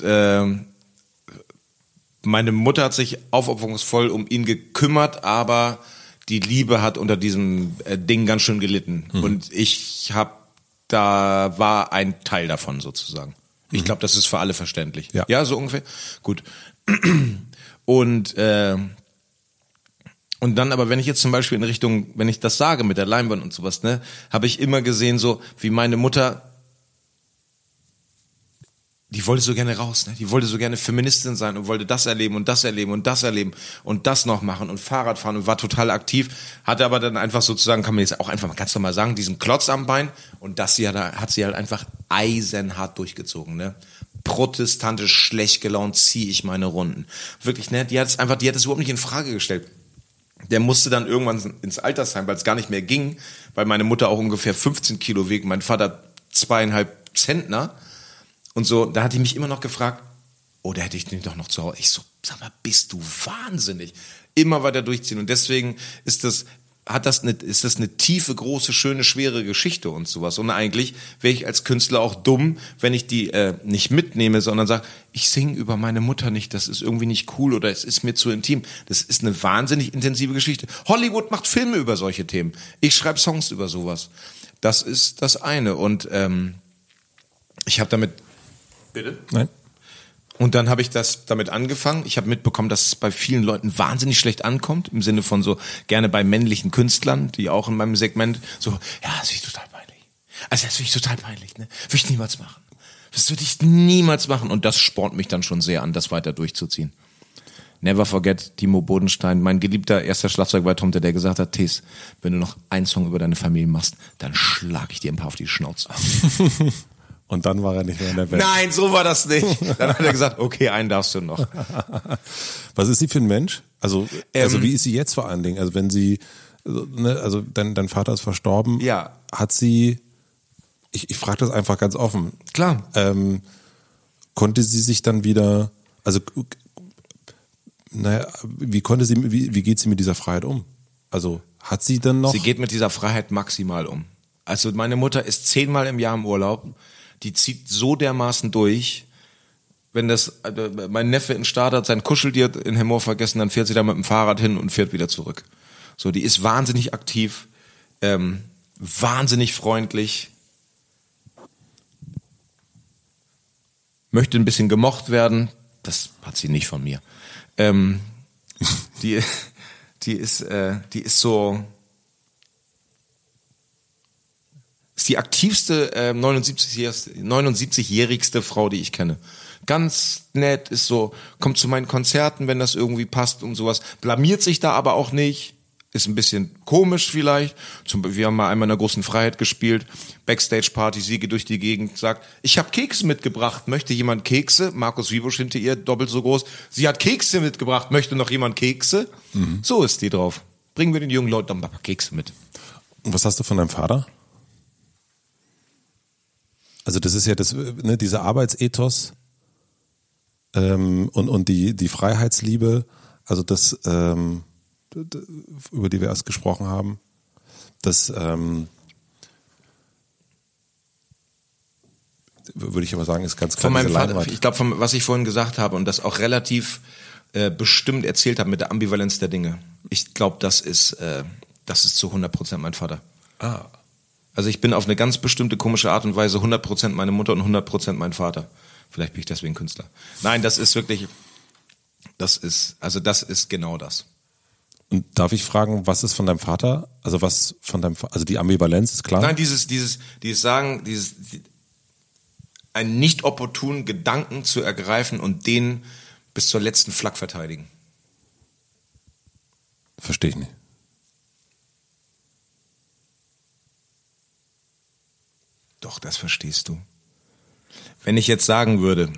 A: meine Mutter hat sich aufopferungsvoll um ihn gekümmert, aber die Liebe hat unter diesem Ding ganz schön gelitten. Und da war ein Teil davon sozusagen. Ich glaube, das ist für alle verständlich. Ja, so ungefähr. Gut. Und dann aber, wenn ich jetzt zum Beispiel in Richtung, wenn ich das sage mit der Leinwand und sowas, ne, habe ich immer gesehen, so wie meine Mutter, die wollte so gerne raus, ne? Die wollte so gerne Feministin sein und wollte das erleben und das erleben und das erleben und das noch machen und Fahrrad fahren und war total aktiv, hatte aber dann einfach sozusagen, kann man jetzt auch einfach mal ganz normal sagen, diesen Klotz am Bein und hat sie halt einfach eisenhart durchgezogen, ne? Protestantisch schlecht gelaunt ziehe ich meine Runden. Wirklich, ne? Die hat es überhaupt nicht in Frage gestellt. Der musste dann irgendwann ins Altersheim, weil es gar nicht mehr ging, weil meine Mutter auch ungefähr 15 Kilo wiegt, mein Vater 2,5 Zentner. Und so, da hatte ich mich immer noch gefragt, da hätte ich den doch noch zu Hause. Ich so, sag mal, bist du wahnsinnig? Immer weiter durchziehen. Und deswegen ist das eine tiefe, große, schöne, schwere Geschichte und sowas. Und eigentlich wäre ich als Künstler auch dumm, wenn ich die nicht mitnehme, sondern sage, ich singe über meine Mutter nicht, das ist irgendwie nicht cool oder es ist mir zu intim. Das ist eine wahnsinnig intensive Geschichte. Hollywood macht Filme über solche Themen. Ich schreibe Songs über sowas. Das ist das eine. Und ich habe damit... Bitte?
B: Nein.
A: Und dann habe ich damit angefangen. Ich habe mitbekommen, dass es bei vielen Leuten wahnsinnig schlecht ankommt, im Sinne von so gerne bei männlichen Künstlern, die auch in meinem Segment so, ja, das finde ich total peinlich. Also das finde ich total peinlich, ne? Würde ich niemals machen. Das würde ich niemals machen. Und das spornt mich dann schon sehr an, das weiter durchzuziehen. Never forget Timo Bodenstein, mein geliebter erster Schlagzeuger bei Tomte, der gesagt hat, Tees, wenn du noch einen Song über deine Familie machst, dann schlag ich dir ein paar auf die Schnauze.
B: Und dann war er nicht mehr in der Band.
A: Nein, so war das nicht. Dann hat er gesagt, okay, einen darfst du noch.
B: Was ist sie für ein Mensch? Also wie ist sie jetzt vor allen Dingen? Also wenn sie, also dein Vater ist verstorben.
A: Ja.
B: Hat sie, ich frage das einfach ganz offen.
A: Klar.
B: Konnte sie sich dann wieder, also wie geht sie mit dieser Freiheit um? Also hat sie dann noch?
A: Sie geht mit dieser Freiheit maximal um. Also meine Mutter ist 10-mal im Jahr im Urlaub. Die zieht so dermaßen durch, wenn mein Neffe in Stade hat sein Kuscheltier in Hemmoor vergessen, dann fährt sie da mit dem Fahrrad hin und fährt wieder zurück. So, die ist wahnsinnig aktiv, wahnsinnig freundlich, möchte ein bisschen gemocht werden, das hat sie nicht von mir. Die ist so... Ist die aktivste 79-jährigste Frau, die ich kenne. Ganz nett, ist so, kommt zu meinen Konzerten, wenn das irgendwie passt und sowas. Blamiert sich da aber auch nicht. Ist ein bisschen komisch vielleicht. Wir haben mal einmal in der großen Freiheit gespielt. Backstage-Party, sie geht durch die Gegend, sagt, ich habe Kekse mitgebracht. Möchte jemand Kekse? Markus Wiebusch hinter ihr, doppelt so groß. Sie hat Kekse mitgebracht. Möchte noch jemand Kekse? Mhm. So ist die drauf. Bringen wir den jungen Leuten doch ein paar Kekse mit.
B: Und was hast du von deinem Vater? Also das ist ja dieser Arbeitsethos und die Freiheitsliebe, also das, über die wir erst gesprochen haben, das würde ich aber sagen, ist ganz klar.
A: Von meinem Vater, ich glaube, was ich vorhin gesagt habe und das auch relativ bestimmt erzählt habe mit der Ambivalenz der Dinge. Ich glaube, das ist zu 100% mein Vater.
B: Ah.
A: Also ich bin auf eine ganz bestimmte komische Art und Weise 100% meine Mutter und 100% mein Vater. Vielleicht bin ich deswegen Künstler. Nein, das ist genau das.
B: Und darf ich fragen, was ist von deinem Vater? Also die Ambivalenz ist klar?
A: Nein, einen nicht opportunen Gedanken zu ergreifen und den bis zur letzten Flak verteidigen.
B: Verstehe ich nicht.
A: Doch, das verstehst du. Wenn ich jetzt sagen würde,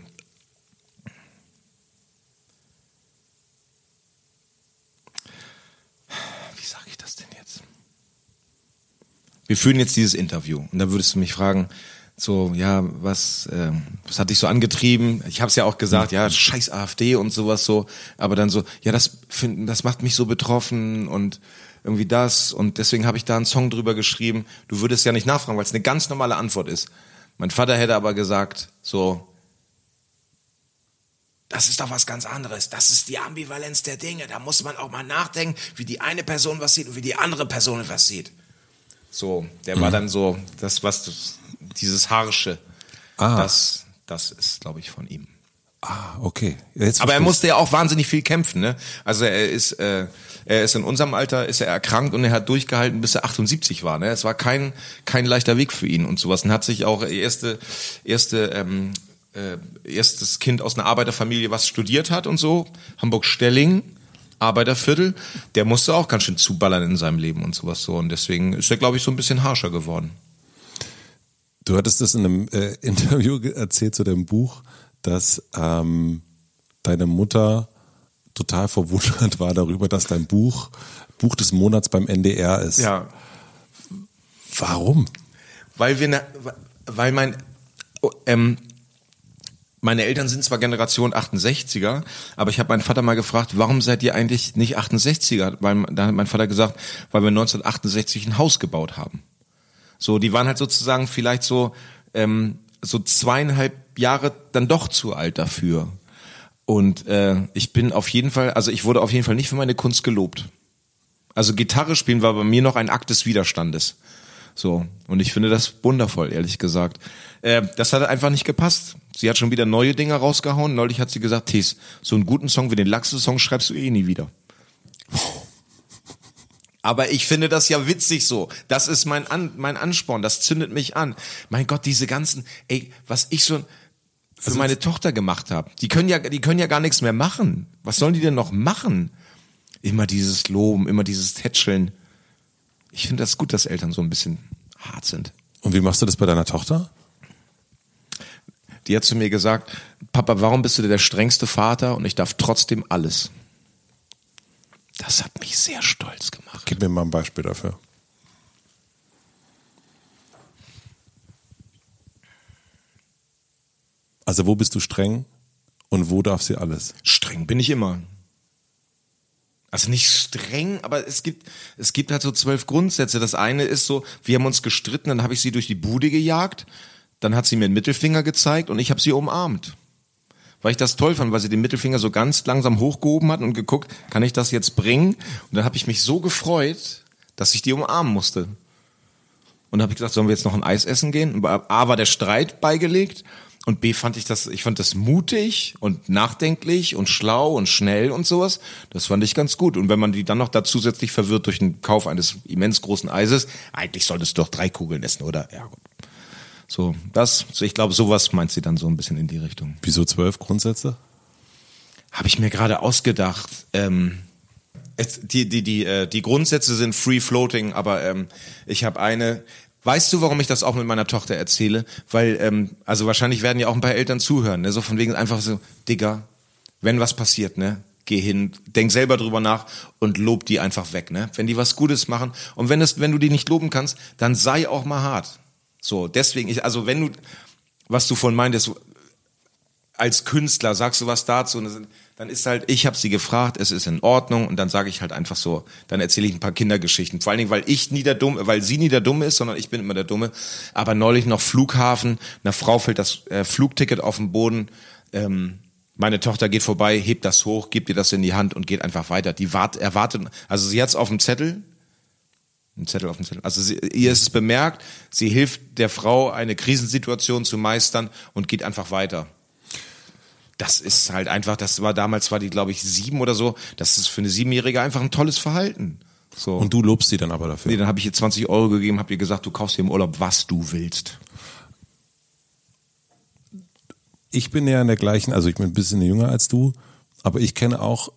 A: wie sage ich das denn jetzt? Wir führen jetzt dieses Interview und da würdest du mich fragen, so, ja, was hat dich so angetrieben? Ich habe es ja auch gesagt, ja, scheiß AfD und sowas so, aber dann so, ja, das macht mich so betroffen und irgendwie das und deswegen habe ich da einen Song drüber geschrieben. Du würdest ja nicht nachfragen, weil es eine ganz normale Antwort ist. Mein Vater hätte aber gesagt, so, das ist doch was ganz anderes. Das ist die Ambivalenz der Dinge. Da muss man auch mal nachdenken, wie die eine Person was sieht und wie die andere Person was sieht. So, der war dann so, dieses Harsche, das ist, glaube ich, von ihm.
B: Okay.
A: Aber er musste ja auch wahnsinnig viel kämpfen, ne? Also er ist in unserem Alter ist er erkrankt und er hat durchgehalten, bis er 78 war, ne? Es war kein leichter Weg für ihn und sowas. Und hat sich auch erstes Kind aus einer Arbeiterfamilie, was studiert hat und so, Hamburg-Stelling, Arbeiterviertel, der musste auch ganz schön zuballern in seinem Leben und sowas so. Und deswegen ist er, glaube ich, so ein bisschen harscher geworden.
B: Du hattest das in einem Interview erzählt zu deinem Buch, dass deine Mutter total verwundert war darüber, dass dein Buch des Monats beim NDR ist.
A: Ja.
B: Warum?
A: Weil meine Eltern sind zwar Generation 68er, aber ich habe meinen Vater mal gefragt, warum seid ihr eigentlich nicht 68er? Da hat mein Vater gesagt, weil wir 1968 ein Haus gebaut haben. So, die waren halt sozusagen vielleicht so 2,5 Jahre dann doch zu alt dafür. Und ich wurde auf jeden Fall nicht für meine Kunst gelobt. Also Gitarre spielen war bei mir noch ein Akt des Widerstandes. So, und ich finde das wundervoll, ehrlich gesagt. Das hat einfach nicht gepasst. Sie hat schon wieder neue Dinge rausgehauen. Neulich hat sie gesagt, Thies, so einen guten Song wie den Laxe-Song schreibst du eh nie wieder. Aber ich finde das ja witzig so. Das ist mein Ansporn, das zündet mich an. Mein Gott, diese ganzen, was ich schon für meine Tochter gemacht habe. Die können ja gar nichts mehr machen. Was sollen die denn noch machen? Immer dieses Loben, immer dieses Tätscheln. Ich finde das gut, dass Eltern so ein bisschen hart sind.
B: Und wie machst du das bei deiner Tochter?
A: Die hat zu mir gesagt, Papa, warum bist du der strengste Vater und ich darf trotzdem alles? Das hat mich sehr stolz gemacht.
B: Gib mir mal ein Beispiel dafür. Also wo bist du streng und wo darf sie alles?
A: Streng bin ich immer. Also nicht streng, aber es gibt halt so 12 Grundsätze. Das eine ist so, wir haben uns gestritten, dann habe ich sie durch die Bude gejagt, dann hat sie mir den Mittelfinger gezeigt und ich habe sie umarmt. Weil ich das toll fand, weil sie den Mittelfinger so ganz langsam hochgehoben hat und geguckt, kann ich das jetzt bringen? Und dann habe ich mich so gefreut, dass ich die umarmen musste. Und dann habe ich gesagt, sollen wir jetzt noch ein Eis essen gehen? Und A war der Streit beigelegt und B fand ich das mutig und nachdenklich und schlau und schnell und sowas. Das fand ich ganz gut. Und wenn man die dann noch da zusätzlich verwirrt durch den Kauf eines immens großen Eises, eigentlich solltest du doch 3 Kugeln essen, oder? Ja, gut. So, ich glaube, sowas meint sie dann so ein bisschen in die Richtung.
B: Wieso 12 Grundsätze?
A: Habe ich mir gerade ausgedacht. Die Grundsätze sind free floating, aber ich habe eine. Weißt du, warum ich das auch mit meiner Tochter erzähle? Weil, also wahrscheinlich werden ja auch ein paar Eltern zuhören, ne? So von wegen einfach so, Digga, wenn was passiert, ne? Geh hin, denk selber drüber nach und lob die einfach weg, ne? Wenn die was Gutes machen und wenn du die nicht loben kannst, dann sei auch mal hart. So, deswegen, was du vorhin meintest, als Künstler sagst du was dazu, und dann ist halt, ich habe sie gefragt, es ist in Ordnung und dann sage ich halt einfach so, dann erzähle ich ein paar Kindergeschichten. Vor allen Dingen, weil sie nie der Dumme ist, sondern ich bin immer der Dumme. Aber neulich noch Flughafen, einer Frau fällt das Flugticket auf den Boden, meine Tochter geht vorbei, hebt das hoch, gibt ihr das in die Hand und geht einfach weiter. Die erwartet, also sie hat's auf dem Zettel, auf dem Zettel. Also ihr ist es bemerkt, sie hilft der Frau, eine Krisensituation zu meistern und geht einfach weiter. Das ist halt einfach, damals war die, glaube ich, 7 oder so. Das ist für eine 7-Jährige einfach ein tolles Verhalten. So.
B: Und du lobst sie dann aber dafür?
A: Nee, dann habe ich ihr 20 € gegeben, habe ihr gesagt, du kaufst dir im Urlaub, was du willst.
B: Ich bin ja in der gleichen, also ich bin ein bisschen jünger als du, aber ich kenne auch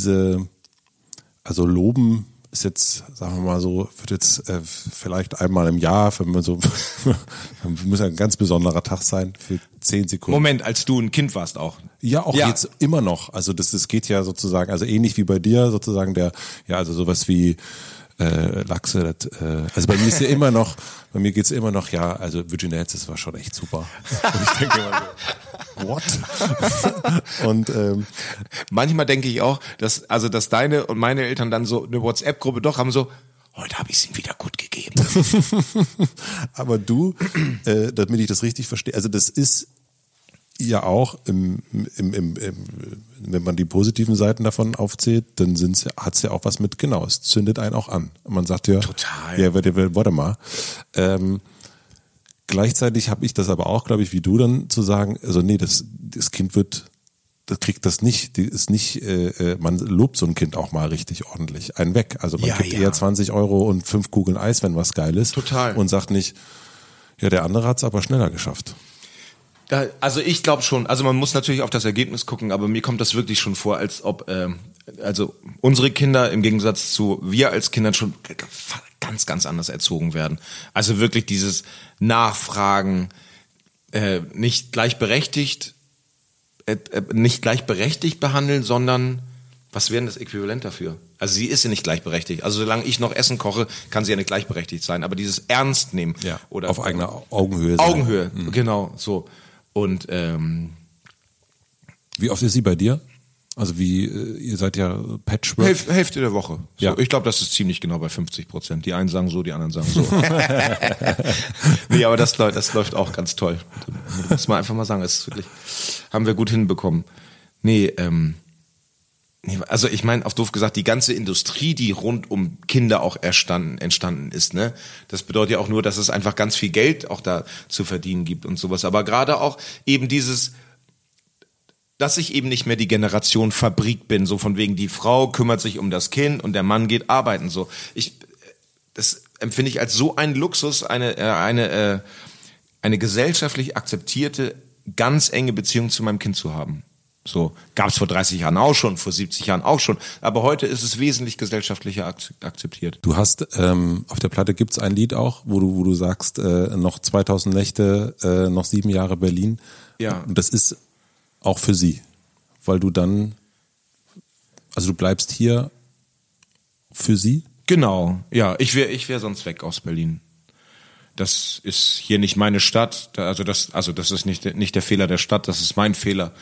B: also Loben ist jetzt, sagen wir mal so, wird jetzt vielleicht einmal im Jahr, wenn man so, muss ein ganz besonderer Tag sein für 10 Sekunden.
A: Moment, als du ein Kind warst auch.
B: Ja, auch jetzt immer noch. Also das geht ja sozusagen, also ähnlich wie bei dir sozusagen also sowas wie Lachse, also bei mir ist ja immer noch, bei mir geht's immer noch, also Virginia Hits, das war schon echt super. Und ich denke immer so, what? Und
A: manchmal denke ich auch, dass deine und meine Eltern dann so eine WhatsApp-Gruppe doch haben so, heute habe ich es ihm wieder gut gegeben.
B: Aber du, damit ich das richtig verstehe, also das ist ja auch, wenn man die positiven Seiten davon aufzählt, dann hat's ja auch was mit, genau, es zündet einen auch an. Man sagt ja,
A: total.
B: Ja, warte mal. Gleichzeitig habe ich das aber auch, glaube ich, wie du dann zu sagen, also nee, das Kind kriegt das nicht, man lobt so ein Kind auch mal richtig ordentlich einen weg. Also man gibt eher 20 Euro und 5 Kugeln Eis, wenn was geil ist.
A: Total.
B: Und sagt nicht, ja, der andere hat's aber schneller geschafft.
A: Also ich glaube schon, also man muss natürlich auf das Ergebnis gucken, aber mir kommt das wirklich schon vor, als ob also unsere Kinder im Gegensatz zu wir als Kinder schon ganz, ganz anders erzogen werden. Also wirklich dieses Nachfragen, nicht gleichberechtigt behandeln, sondern was wäre denn das Äquivalent dafür? Also sie ist ja nicht gleichberechtigt. Also solange ich noch Essen koche, kann sie ja nicht gleichberechtigt sein. Aber dieses Ernst nehmen.
B: Ja,
A: oder
B: auf eigener Augenhöhe.
A: Augenhöhe, genau, so. Und
B: wie oft ist sie bei dir? Also ihr seid ja Patchwork.
A: Hälfte der Woche. So,
B: ja.
A: Ich glaube, das ist ziemlich genau bei 50%. Die einen sagen so, die anderen sagen so. Nee, aber das läuft auch ganz toll. Muss man einfach mal sagen, das ist wirklich, haben wir gut hinbekommen. Also ich meine, auf doof gesagt, die ganze Industrie, die rund um Kinder auch entstanden ist, ne? Das bedeutet ja auch nur, dass es einfach ganz viel Geld auch da zu verdienen gibt und sowas. Aber gerade auch eben dieses, dass ich eben nicht mehr die Generation Fabrik bin, so von wegen, die Frau kümmert sich um das Kind und der Mann geht arbeiten, so. Das empfinde ich als so einen Luxus, eine gesellschaftlich akzeptierte, ganz enge Beziehung zu meinem Kind zu haben. So, gab's vor 30 Jahren auch schon, vor 70 Jahren auch schon, aber heute ist es wesentlich gesellschaftlicher akzeptiert.
B: Du hast, auf der Platte gibt's ein Lied auch, wo du sagst, noch 2000 Nächte, noch 7 Jahre Berlin.
A: Ja.
B: Und das ist auch für sie, weil du dann, also du bleibst hier für sie?
A: Genau, ja, ich wär sonst weg aus Berlin. Das ist hier nicht meine Stadt, also das ist nicht der Fehler der Stadt, das ist mein Fehler.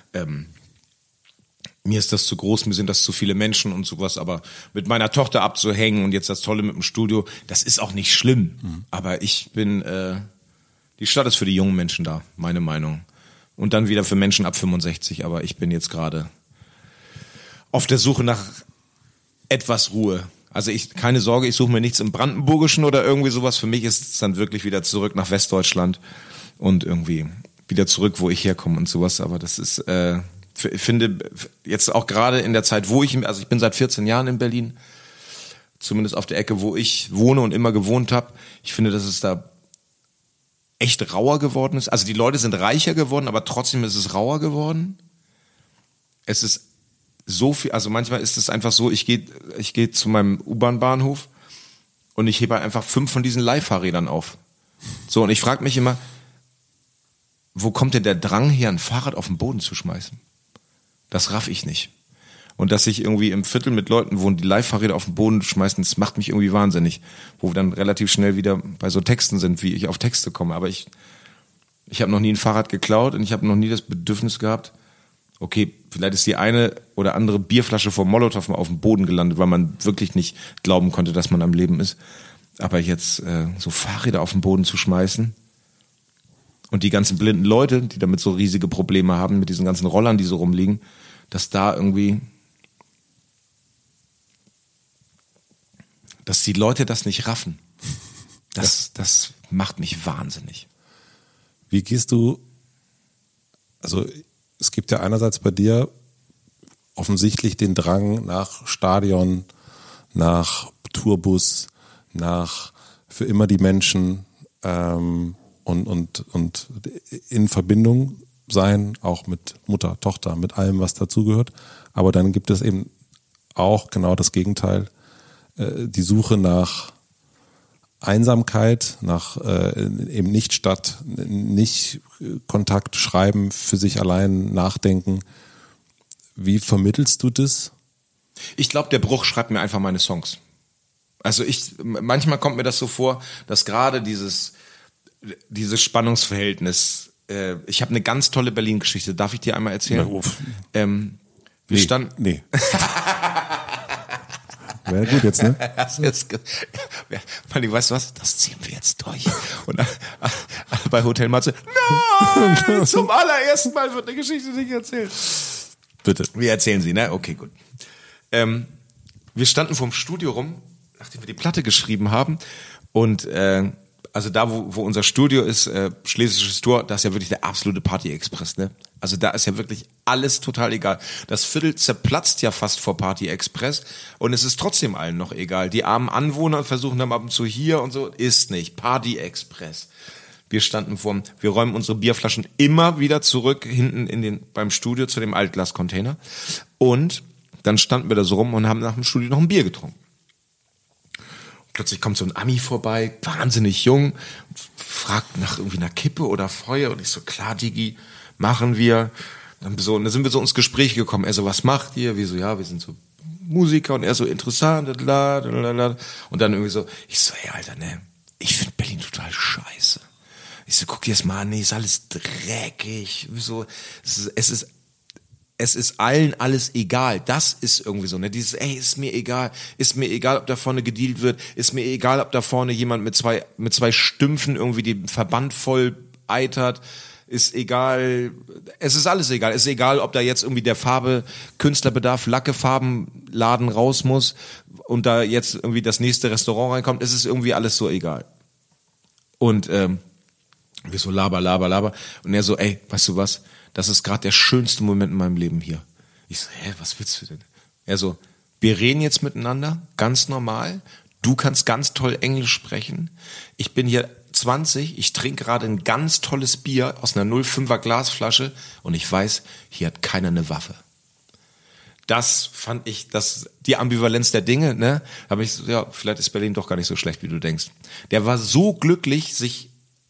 A: Mir ist das zu groß, mir sind das zu viele Menschen und sowas, aber mit meiner Tochter abzuhängen und jetzt das Tolle mit dem Studio, das ist auch nicht schlimm. Aber die Stadt ist für die jungen Menschen da, meine Meinung. Und dann wieder für Menschen ab 65, aber ich bin jetzt gerade auf der Suche nach etwas Ruhe. Also keine Sorge, ich suche mir nichts im Brandenburgischen oder irgendwie sowas. Für mich ist es dann wirklich wieder zurück nach Westdeutschland und irgendwie wieder zurück, wo ich herkomme und sowas. Aber das ist, ich finde, jetzt auch gerade in der Zeit, also ich bin seit 14 Jahren in Berlin, zumindest auf der Ecke, wo ich wohne und immer gewohnt habe. Ich finde, dass es da echt rauer geworden ist. Also die Leute sind reicher geworden, aber trotzdem ist es rauer geworden. Es ist so viel, also manchmal ist es einfach so, ich gehe zu meinem U-Bahn-Bahnhof und ich hebe einfach 5 von diesen Leihfahrrädern auf. So, und ich frage mich immer, wo kommt denn der Drang her, ein Fahrrad auf den Boden zu schmeißen? Das raff ich nicht. Und dass ich irgendwie im Viertel mit Leuten wohne, die Leihfahrräder auf den Boden schmeißen, das macht mich irgendwie wahnsinnig. Wo wir dann relativ schnell wieder bei so Texten sind, wie ich auf Texte komme. Aber ich habe noch nie ein Fahrrad geklaut und ich habe noch nie das Bedürfnis gehabt, okay, vielleicht ist die eine oder andere Bierflasche vom Molotow mal auf dem Boden gelandet, weil man wirklich nicht glauben konnte, dass man am Leben ist. Aber jetzt so Fahrräder auf den Boden zu schmeißen und die ganzen blinden Leute, die damit so riesige Probleme haben, mit diesen ganzen Rollern, die so rumliegen, dass die Leute das nicht raffen. Das macht mich wahnsinnig.
B: Wie gehst du, also es gibt ja einerseits bei dir offensichtlich den Drang nach Stadion, nach Tourbus, nach für immer die Menschen und in Verbindung sein, auch mit Mutter, Tochter, mit allem, was dazugehört. Aber dann gibt es eben auch genau das Gegenteil, die Suche nach Einsamkeit, nach eben nicht Stadt, nicht Kontakt, Schreiben, für sich allein nachdenken. Wie vermittelst du das?
A: Ich glaube, der Bruch schreibt mir einfach meine Songs. Also manchmal kommt mir das so vor, dass gerade dieses Spannungsverhältnis, ich habe eine ganz tolle Berlin-Geschichte, darf ich dir einmal erzählen? Wir standen...
B: Nee. Wäre gut jetzt, ne?
A: Weißt du was? Das ziehen wir jetzt durch. Und bei Hotel Matze, nein, zum allerersten Mal wird eine Geschichte nicht erzählt.
B: Bitte.
A: Wir erzählen sie, ne? Okay, gut. Wir standen vorm Studio rum, nachdem wir die Platte geschrieben haben. Und also da, wo unser Studio ist, Schlesisches Tor, da ist ja wirklich der absolute Party-Express, ne? Also da ist ja wirklich alles total egal. Das Viertel zerplatzt ja fast vor Party-Express und es ist trotzdem allen noch egal. Die armen Anwohner versuchen dann ab und zu hier und so, ist nicht. Party-Express. Wir räumen unsere Bierflaschen immer wieder zurück, hinten beim Studio zu dem Altglas-Container. Und dann standen wir da so rum und haben nach dem Studio noch ein Bier getrunken. Plötzlich kommt so ein Ami vorbei, wahnsinnig jung, fragt nach irgendwie einer Kippe oder Feuer und ich so, klar, Digi, machen wir. Und dann sind wir so ins Gespräch gekommen. Er so, was macht ihr? Wir so, ja, wir sind so Musiker. Und er so, interessant. Und dann irgendwie so, ich so, ey, Alter, ne, ich finde Berlin total scheiße. Ich so, guck dir das mal an, nee, ist alles dreckig. So, es ist allen alles egal. Das ist irgendwie so, ne? Dieses, ey, ist mir egal, ob da vorne gedealt wird, ist mir egal, ob da vorne jemand mit zwei Stümpfen irgendwie den Verband voll eitert, ist egal, es ist alles egal. Es ist egal, ob da jetzt irgendwie der Farbe Künstlerbedarf, Lackefarbenladen raus muss und da jetzt irgendwie das nächste Restaurant reinkommt. Es ist irgendwie alles so egal. Und wir so laber. Und er so, ey, weißt du was? Das ist gerade der schönste Moment in meinem Leben hier. Ich so, was willst du denn? Er so, wir reden jetzt miteinander, ganz normal. Du kannst ganz toll Englisch sprechen. Ich bin hier 20, ich trinke gerade ein ganz tolles Bier aus einer 0,5er Glasflasche und ich weiß, hier hat keiner eine Waffe. Das fand ich, die Ambivalenz der Dinge, ne? Habe ich so, ja, vielleicht ist Berlin doch gar nicht so schlecht, wie du denkst. Der war so glücklich, sich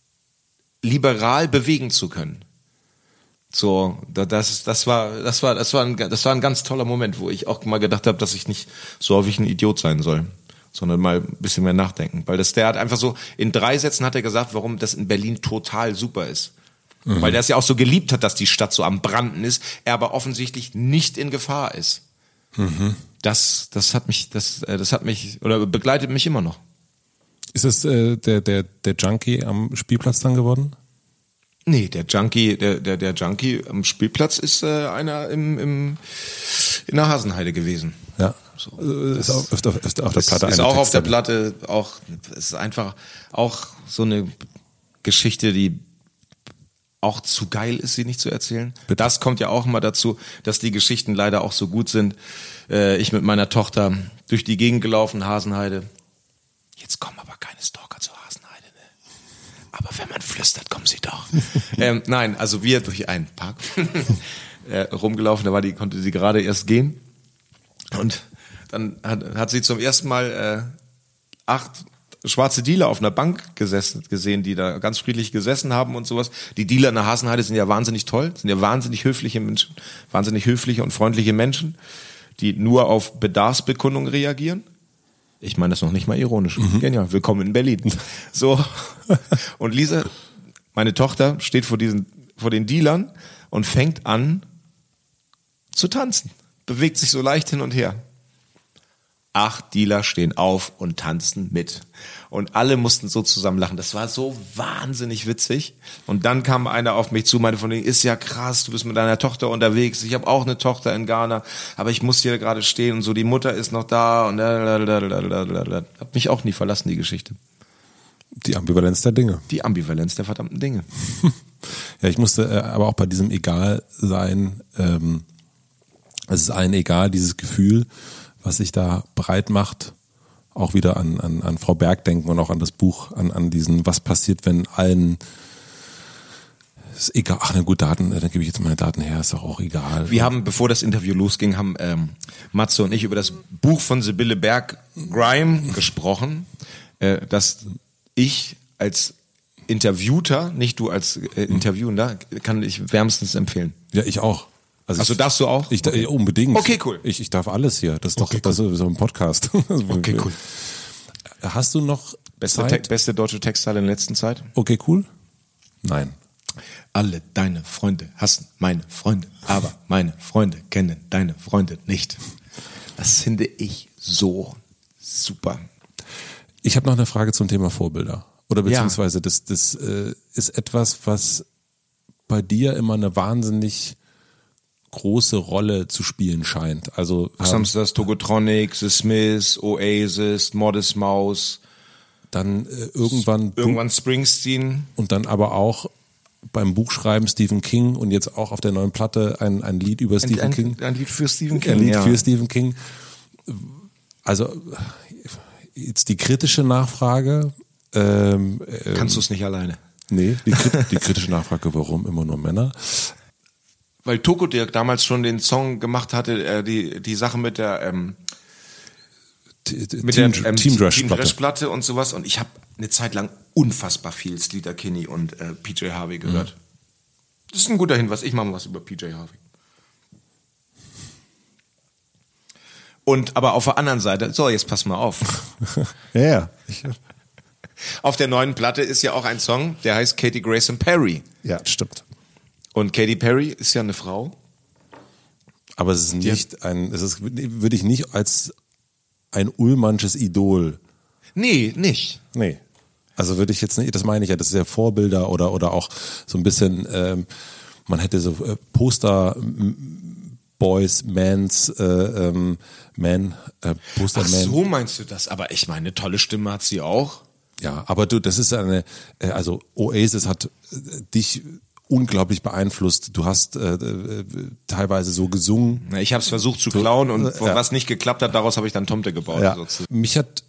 A: liberal bewegen zu können. So, das war ein ganz toller Moment, wo ich auch mal gedacht habe, dass ich nicht so häufig ein Idiot sein soll, sondern mal ein bisschen mehr nachdenken. Weil der hat einfach so, in 3 Sätzen hat er gesagt, warum das in Berlin total super ist. Mhm. Weil der es ja auch so geliebt hat, dass die Stadt so am Branden ist, er aber offensichtlich nicht in Gefahr ist. Mhm. Das hat mich, oder begleitet mich immer noch.
B: Ist es der Junkie am Spielplatz dann geworden?
A: Nee, der Junkie am Spielplatz ist einer in der Hasenheide gewesen.
B: Ja.
A: So.
B: Ist auch auf der Platte.
A: Ist auch auf der Platte, es ist einfach auch so eine Geschichte, die auch zu geil ist, sie nicht zu erzählen. Das kommt ja auch immer dazu, dass die Geschichten leider auch so gut sind. Ich mit meiner Tochter durch die Gegend gelaufen, Hasenheide. Jetzt kommen aber keine Stalker zur Hasenheide, ne? Aber wenn man flüstert, kommen sie doch. Nein, also wir durch einen Park rumgelaufen, konnte sie gerade erst gehen. Und dann hat sie zum ersten Mal 8 schwarze Dealer auf einer Bank gesehen, die da ganz friedlich gesessen haben und sowas. Die Dealer in der Hasenheide sind ja wahnsinnig toll, sind ja wahnsinnig höfliche Menschen, wahnsinnig höfliche und freundliche Menschen, die nur auf Bedarfsbekundung reagieren. Ich meine das noch nicht mal ironisch. Genial, willkommen in Berlin. So. Und Lisa, meine Tochter, steht vor den Dealern und fängt an zu tanzen. Bewegt sich so leicht hin und her. 8 Dealer stehen auf und tanzen mit. Und alle mussten so zusammen lachen. Das war so wahnsinnig witzig. Und dann kam einer auf mich zu, meinte von denen, ist ja krass, du bist mit deiner Tochter unterwegs. Ich habe auch eine Tochter in Ghana, aber ich muss hier gerade stehen und so, die Mutter ist noch da und hat mich auch nie verlassen, die Geschichte.
B: Die Ambivalenz der Dinge.
A: Die Ambivalenz der verdammten Dinge.
B: Ja, ich musste aber auch bei diesem Egal-Sein, es ist allen egal, dieses Gefühl, was sich da breit macht, auch wieder an Frau Berg denken und auch an das Buch, an diesen, was passiert, wenn allen Ist egal. Ach, na gut, Daten, dann gebe ich jetzt meine Daten her, ist doch auch egal.
A: Wir haben, bevor das Interview losging, haben Matze und ich über das Buch von Sibylle Berg, Grime, gesprochen, dass ich als Interviewter, nicht du als Interviewender, kann ich wärmstens empfehlen.
B: Ja, ich auch.
A: Also darfst du auch?
B: Okay. Unbedingt.
A: Okay, cool.
B: Ich darf alles hier. Das ist doch
A: okay,
B: das ist so ein Podcast.
A: Okay, cool.
B: Hast du noch
A: beste deutsche Textzeile in der letzten Zeit?
B: Okay, cool? Nein.
A: Alle deine Freunde hassen meine Freunde, aber meine Freunde kennen deine Freunde nicht. Das finde ich so super.
B: Ich habe noch eine Frage zum Thema Vorbilder. Oder beziehungsweise das ist etwas, was bei dir immer eine wahnsinnig große Rolle zu spielen scheint. Also
A: Samsters, Togotronic, The Smiths, Oasis, Modest Mouse.
B: Dann irgendwann
A: Springsteen.
B: Und dann aber auch beim Buchschreiben Stephen King und jetzt auch auf der neuen Platte ein Lied über Stephen King.
A: Ein Lied für Stephen King.
B: Ein Lied für Stephen King. Also jetzt die kritische Nachfrage.
A: Kannst du es nicht alleine?
B: Nee, die kritische Nachfrage, warum immer nur Männer?
A: Weil Toko Dirk damals schon den Song gemacht hatte, die Sache mit der Team Dresch-Platte und sowas. Und ich habe eine Zeit lang unfassbar viel Sleater Kinney und PJ Harvey gehört. Das ist ein guter Hinweis. Ich mache mal was über PJ Harvey. Und aber auf der anderen Seite, so, jetzt pass mal auf.
B: Ja.
A: Auf der neuen Platte ist ja auch ein Song, der heißt Katie Grayson Perry.
B: Ja, stimmt.
A: Und Katy Perry ist ja eine Frau.
B: Aber es ist nicht würde ich nicht als ein Ullmannsches Idol.
A: Nee, nicht.
B: Nee. Also würde ich jetzt nicht, das meine ich ja, das ist ja Vorbilder oder auch so ein bisschen, man hätte so Poster Boys, Poster
A: Ach so meinst du das? Aber ich meine, eine tolle Stimme hat sie auch.
B: Ja, aber das ist also Oasis hat dich unglaublich beeinflusst. Du hast teilweise so gesungen.
A: Na, ich habe es versucht zu klauen und was nicht geklappt hat, daraus habe ich dann Tomte gebaut.
B: Ja. Mich hat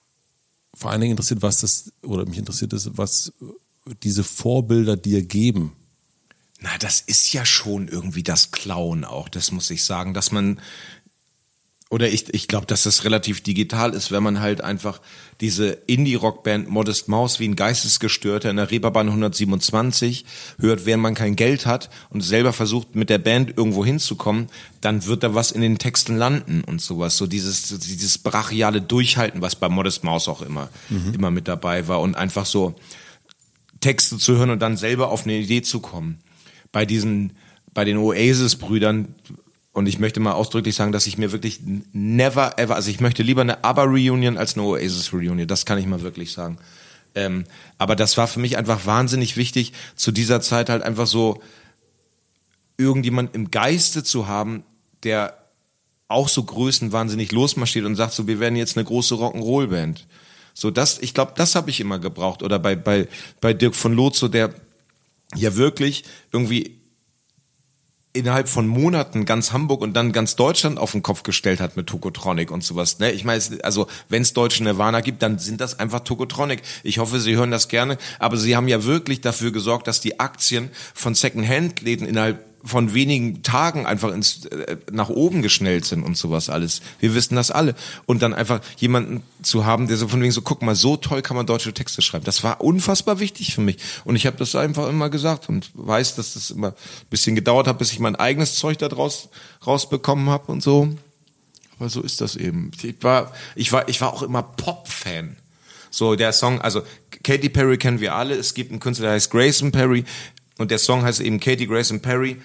B: vor allen Dingen interessiert, mich interessiert ist, was diese Vorbilder dir geben.
A: Na, das ist ja schon irgendwie das Klauen auch, das muss ich sagen, dass man, oder ich glaube, dass das relativ digital ist, wenn man halt einfach diese Indie-Rock-Band Modest Mouse wie ein Geistesgestörter in der Reeperbahn 127 hört, während man kein Geld hat und selber versucht, mit der Band irgendwo hinzukommen, dann wird da was in den Texten landen und sowas. So dieses brachiale Durchhalten, was bei Modest Mouse auch immer mit dabei war und einfach so Texte zu hören und dann selber auf eine Idee zu kommen. Bei den Oasis-Brüdern, und ich möchte mal ausdrücklich sagen, dass ich mir wirklich never ever, also ich möchte lieber eine ABBA-Reunion als eine Oasis-Reunion, das kann ich mal wirklich sagen. Aber das war für mich einfach wahnsinnig wichtig, zu dieser Zeit halt einfach so irgendjemand im Geiste zu haben, der auch so größenwahnsinnig losmarschiert und sagt so, wir werden jetzt eine große Rock'n'Roll-Band. So ich glaube, das habe ich immer gebraucht. Oder bei Dirk von Lozo, der ja wirklich irgendwie innerhalb von Monaten ganz Hamburg und dann ganz Deutschland auf den Kopf gestellt hat mit Tokotronic und sowas. Ne? Ich meine, also wenn es deutsche Nirvana gibt, dann sind das einfach Tokotronic. Ich hoffe, Sie hören das gerne. Aber Sie haben ja wirklich dafür gesorgt, dass die Aktien von Second-Hand-Läden innerhalb von wenigen Tagen einfach nach oben geschnellt sind und sowas alles. Wir wissen das alle. Und dann einfach jemanden zu haben, der so von wegen so, guck mal, so toll kann man deutsche Texte schreiben. Das war unfassbar wichtig für mich. Und ich habe das einfach immer gesagt und weiß, dass das immer ein bisschen gedauert hat, bis ich mein eigenes Zeug da rausbekommen habe und so. Aber so ist das eben. Ich war auch immer Pop-Fan. So der Song, also Katy Perry kennen wir alle. Es gibt einen Künstler, der heißt Grayson Perry. Und der Song heißt eben Katy Grayson Perry.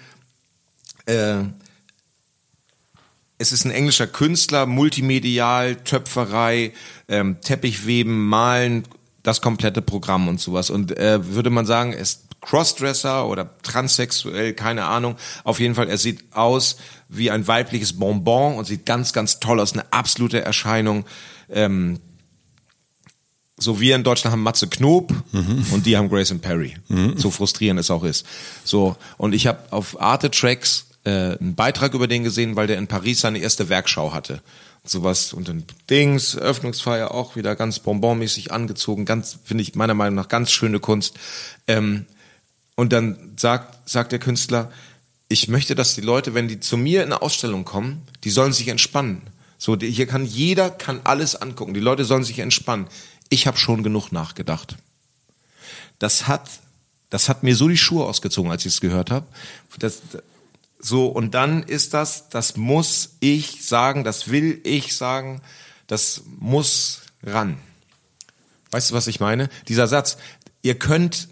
A: Es ist ein englischer Künstler, multimedial, Töpferei, Teppichweben, Malen, das komplette Programm und sowas. Und würde man sagen, er ist Crossdresser oder transsexuell, keine Ahnung. Auf jeden Fall, er sieht aus wie ein weibliches Bonbon und sieht ganz, ganz toll aus. Eine absolute Erscheinung. So wir in Deutschland haben Matze Knob und die haben Grayson Perry. So frustrierend es auch ist. So, und ich habe auf Arte Tracks einen Beitrag über den gesehen, weil der in Paris seine erste Werkschau hatte. Sowas und dann Öffnungsfeier auch wieder ganz bonbonmäßig angezogen, ganz, finde ich meiner Meinung nach ganz schöne Kunst. Und Und dann sagt der Künstler, ich möchte, dass die Leute, wenn die zu mir in eine Ausstellung kommen, die sollen sich entspannen. So, hier kann jeder alles angucken. Die Leute sollen sich entspannen. Ich habe schon genug nachgedacht. Das hat mir so die Schuhe ausgezogen, als ich es gehört habe. So, und dann ist das muss ich sagen, das will ich sagen, das muss ran. Weißt du, was ich meine? Dieser Satz, ihr könnt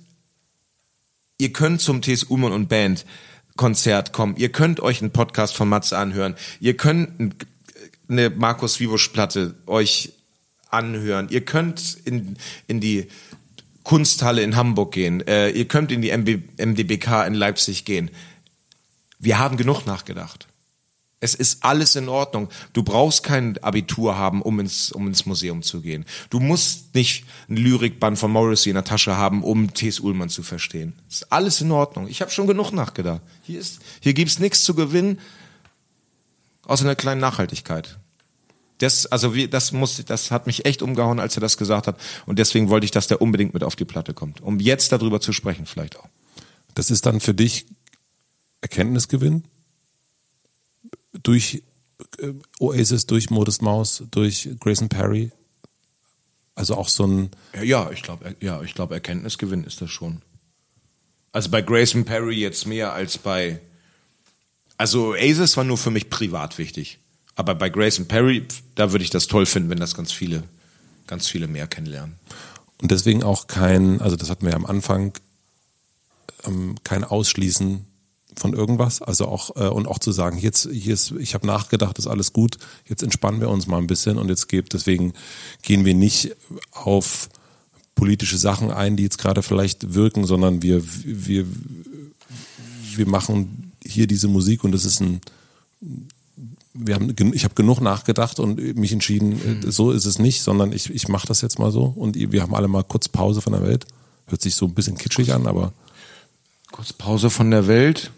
A: zum T.S. Ullmann und Band Konzert kommen, ihr könnt euch einen Podcast von Matze anhören, ihr könnt eine Markus Wiebusch Platte euch anhören, ihr könnt in die Kunsthalle in Hamburg gehen, ihr könnt in die MDBK in Leipzig gehen. Wir haben genug nachgedacht. Es ist alles in Ordnung. Du brauchst kein Abitur haben, um ins Museum zu gehen. Du musst nicht ein Lyrikband von Morrissey in der Tasche haben, um T.S. Ullmann zu verstehen. Es ist alles in Ordnung. Ich habe schon genug nachgedacht. Hier gibt's nichts zu gewinnen, außer einer kleinen Nachhaltigkeit. Das hat mich echt umgehauen, als er das gesagt hat. Und deswegen wollte ich, dass der unbedingt mit auf die Platte kommt. Um jetzt darüber zu sprechen vielleicht auch.
B: Das ist dann für dich Erkenntnisgewinn? Durch Oasis, durch Modest Mouse, durch Grayson Perry? Also auch so ein...
A: Ja, ich glaube, Erkenntnisgewinn ist das schon. Also bei Grayson Perry jetzt mehr als bei... Also Oasis war nur für mich privat wichtig. Aber bei Grayson Perry, da würde ich das toll finden, wenn das ganz viele mehr kennenlernen.
B: Und deswegen auch also das hatten wir ja am Anfang, kein Ausschließen von irgendwas, also auch und auch zu sagen, ich habe nachgedacht, ist alles gut, jetzt entspannen wir uns mal ein bisschen und deswegen gehen wir nicht auf politische Sachen ein, die jetzt gerade vielleicht wirken, sondern wir machen hier diese Musik und es ist ich habe genug nachgedacht und mich entschieden, so ist es nicht, sondern ich mache das jetzt mal so und wir haben alle mal kurz Pause von der Welt. Hört sich so ein bisschen kitschig an, aber...
A: Kurz Pause von der Welt.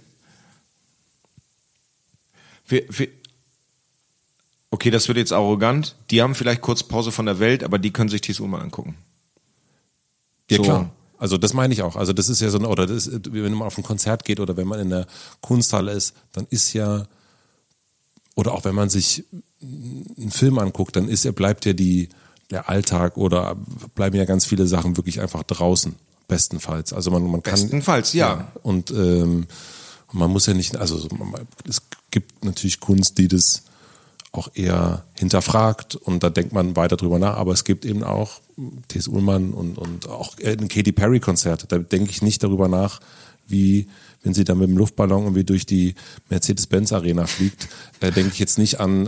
A: Okay, das wird jetzt arrogant. Die haben vielleicht kurz Pause von der Welt, aber die können sich T.S. Ullmann angucken.
B: Ja, so. Klar. Also das meine ich auch. Also das ist ja so, wenn man auf ein Konzert geht oder wenn man in der Kunsthalle ist, dann ist ja, oder auch wenn man sich einen Film anguckt, dann bleibt ja der Alltag oder bleiben ja ganz viele Sachen wirklich einfach draußen. Bestenfalls. Also man kann.
A: Bestenfalls, ja.
B: Und man muss ja nicht, also es gibt natürlich Kunst, die das auch eher hinterfragt und da denkt man weiter drüber nach, aber es gibt eben auch T.S. Ullmann und auch ein Katy Perry Konzert, da denke ich nicht darüber nach, wie, wenn sie da mit dem Luftballon irgendwie durch die Mercedes-Benz Arena fliegt, denke ich jetzt nicht an,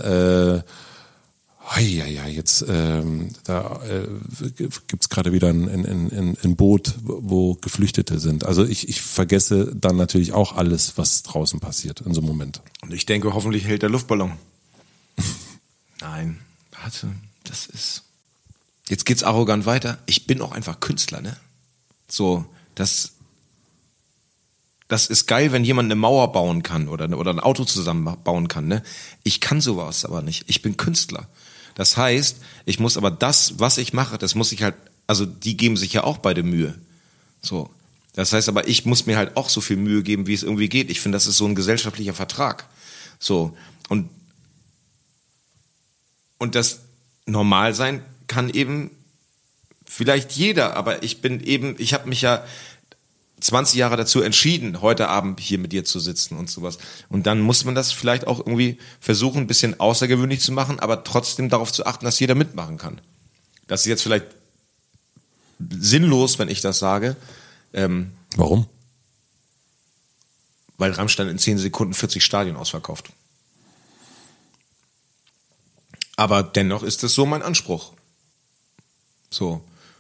B: jetzt da gibt's gerade wieder ein Boot, wo Geflüchtete sind. Also ich vergesse dann natürlich auch alles, was draußen passiert in so einem Moment.
A: Und ich denke, hoffentlich hält der Luftballon. Nein, warte, das ist... Jetzt geht's arrogant weiter. Ich bin auch einfach Künstler, ne? So, das ist geil, wenn jemand eine Mauer bauen kann oder ein Auto zusammenbauen kann, ne? Ich kann sowas aber nicht. Ich bin Künstler. Das heißt, ich muss aber das, was ich mache, das muss ich halt, also die geben sich ja auch beide Mühe. So. Das heißt aber, ich muss mir halt auch so viel Mühe geben, wie es irgendwie geht. Ich finde, das ist so ein gesellschaftlicher Vertrag. So. Und das Normalsein kann eben vielleicht jeder, aber ich habe mich ja 20 Jahre dazu entschieden, heute Abend hier mit dir zu sitzen und sowas. Und dann muss man das vielleicht auch irgendwie versuchen, ein bisschen außergewöhnlich zu machen, aber trotzdem darauf zu achten, dass jeder mitmachen kann. Das ist jetzt vielleicht sinnlos, wenn ich das sage.
B: Warum?
A: Weil Rammstein in 10 Sekunden 40 Stadien ausverkauft. Aber dennoch ist es so mein Anspruch. So.